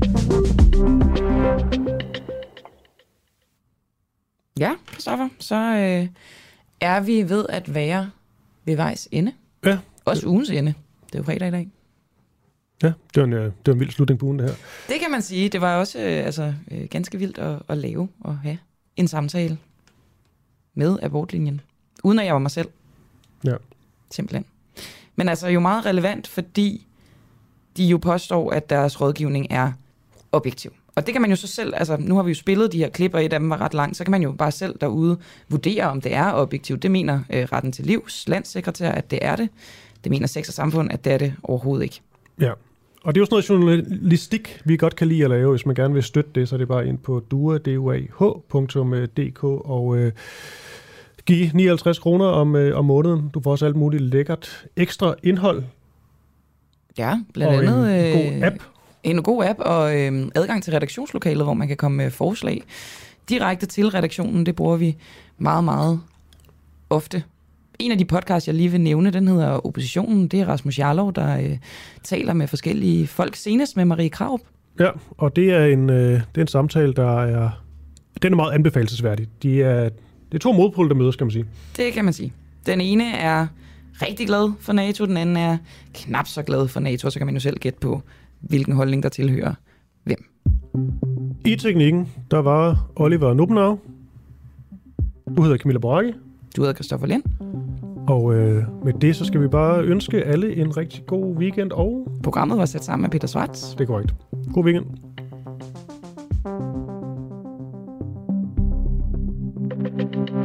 Ja, Christoffer, så øh, er vi ved at være ved vejs ende. Ja. Også ugens ende. Det er jo fredag i dag. Ja, det var en, det var en vild slutning på ugen, det her. Det kan man sige. Det var også øh, altså, øh, ganske vildt at, at lave og have en samtale med abortlinjen. Uden at jeg var mig selv. Ja. Simpelthen. Men altså jo meget relevant, fordi de jo påstår, at deres rådgivning er objektiv. Og det kan man jo så selv, altså nu har vi jo spillet de her klip, og et af dem var ret langt, så kan man jo bare selv derude vurdere, om det er objektivt. Det mener øh, Retten til Livs landssekretær, at det er det. Det mener Sex og Samfund, at det er det overhovedet ikke. Ja, og det er jo sådan noget journalistik, vi godt kan lide at lave. Hvis man gerne vil støtte det, så er det bare ind på dua punktum d k og øh, give nioghalvtreds kroner om, øh, om måneden. Du får også alt muligt lækkert ekstra indhold. Ja, blandt og andet en god app. En god app og øh, adgang til redaktionslokalet, hvor man kan komme med forslag direkte til redaktionen. Det bruger vi meget, meget ofte. En af de podcasts, jeg lige vil nævne, den hedder Oppositionen. Det er Rasmus Jarlov, der øh, taler med forskellige folk, senest med Marie Krarup. Ja, og det er en, øh, det er en samtale, der er, den er meget anbefalelsesværdig. De er, det er to modpoler, der mødes, kan man sige. Det kan man sige. Den ene er rigtig glad for NATO, den anden er knap så glad for NATO, og så kan man jo selv gætte på, hvilken holdning der tilhører hvem. I teknikken, der var Oliver Nubenau. Du hedder Camilla Boracchi. Du hedder Christoffer Lind. Og øh, med det, så skal vi bare ønske alle en rigtig god weekend. Og programmet var sat sammen med Peter Schwartz. Det er korrekt. God weekend. Thank you.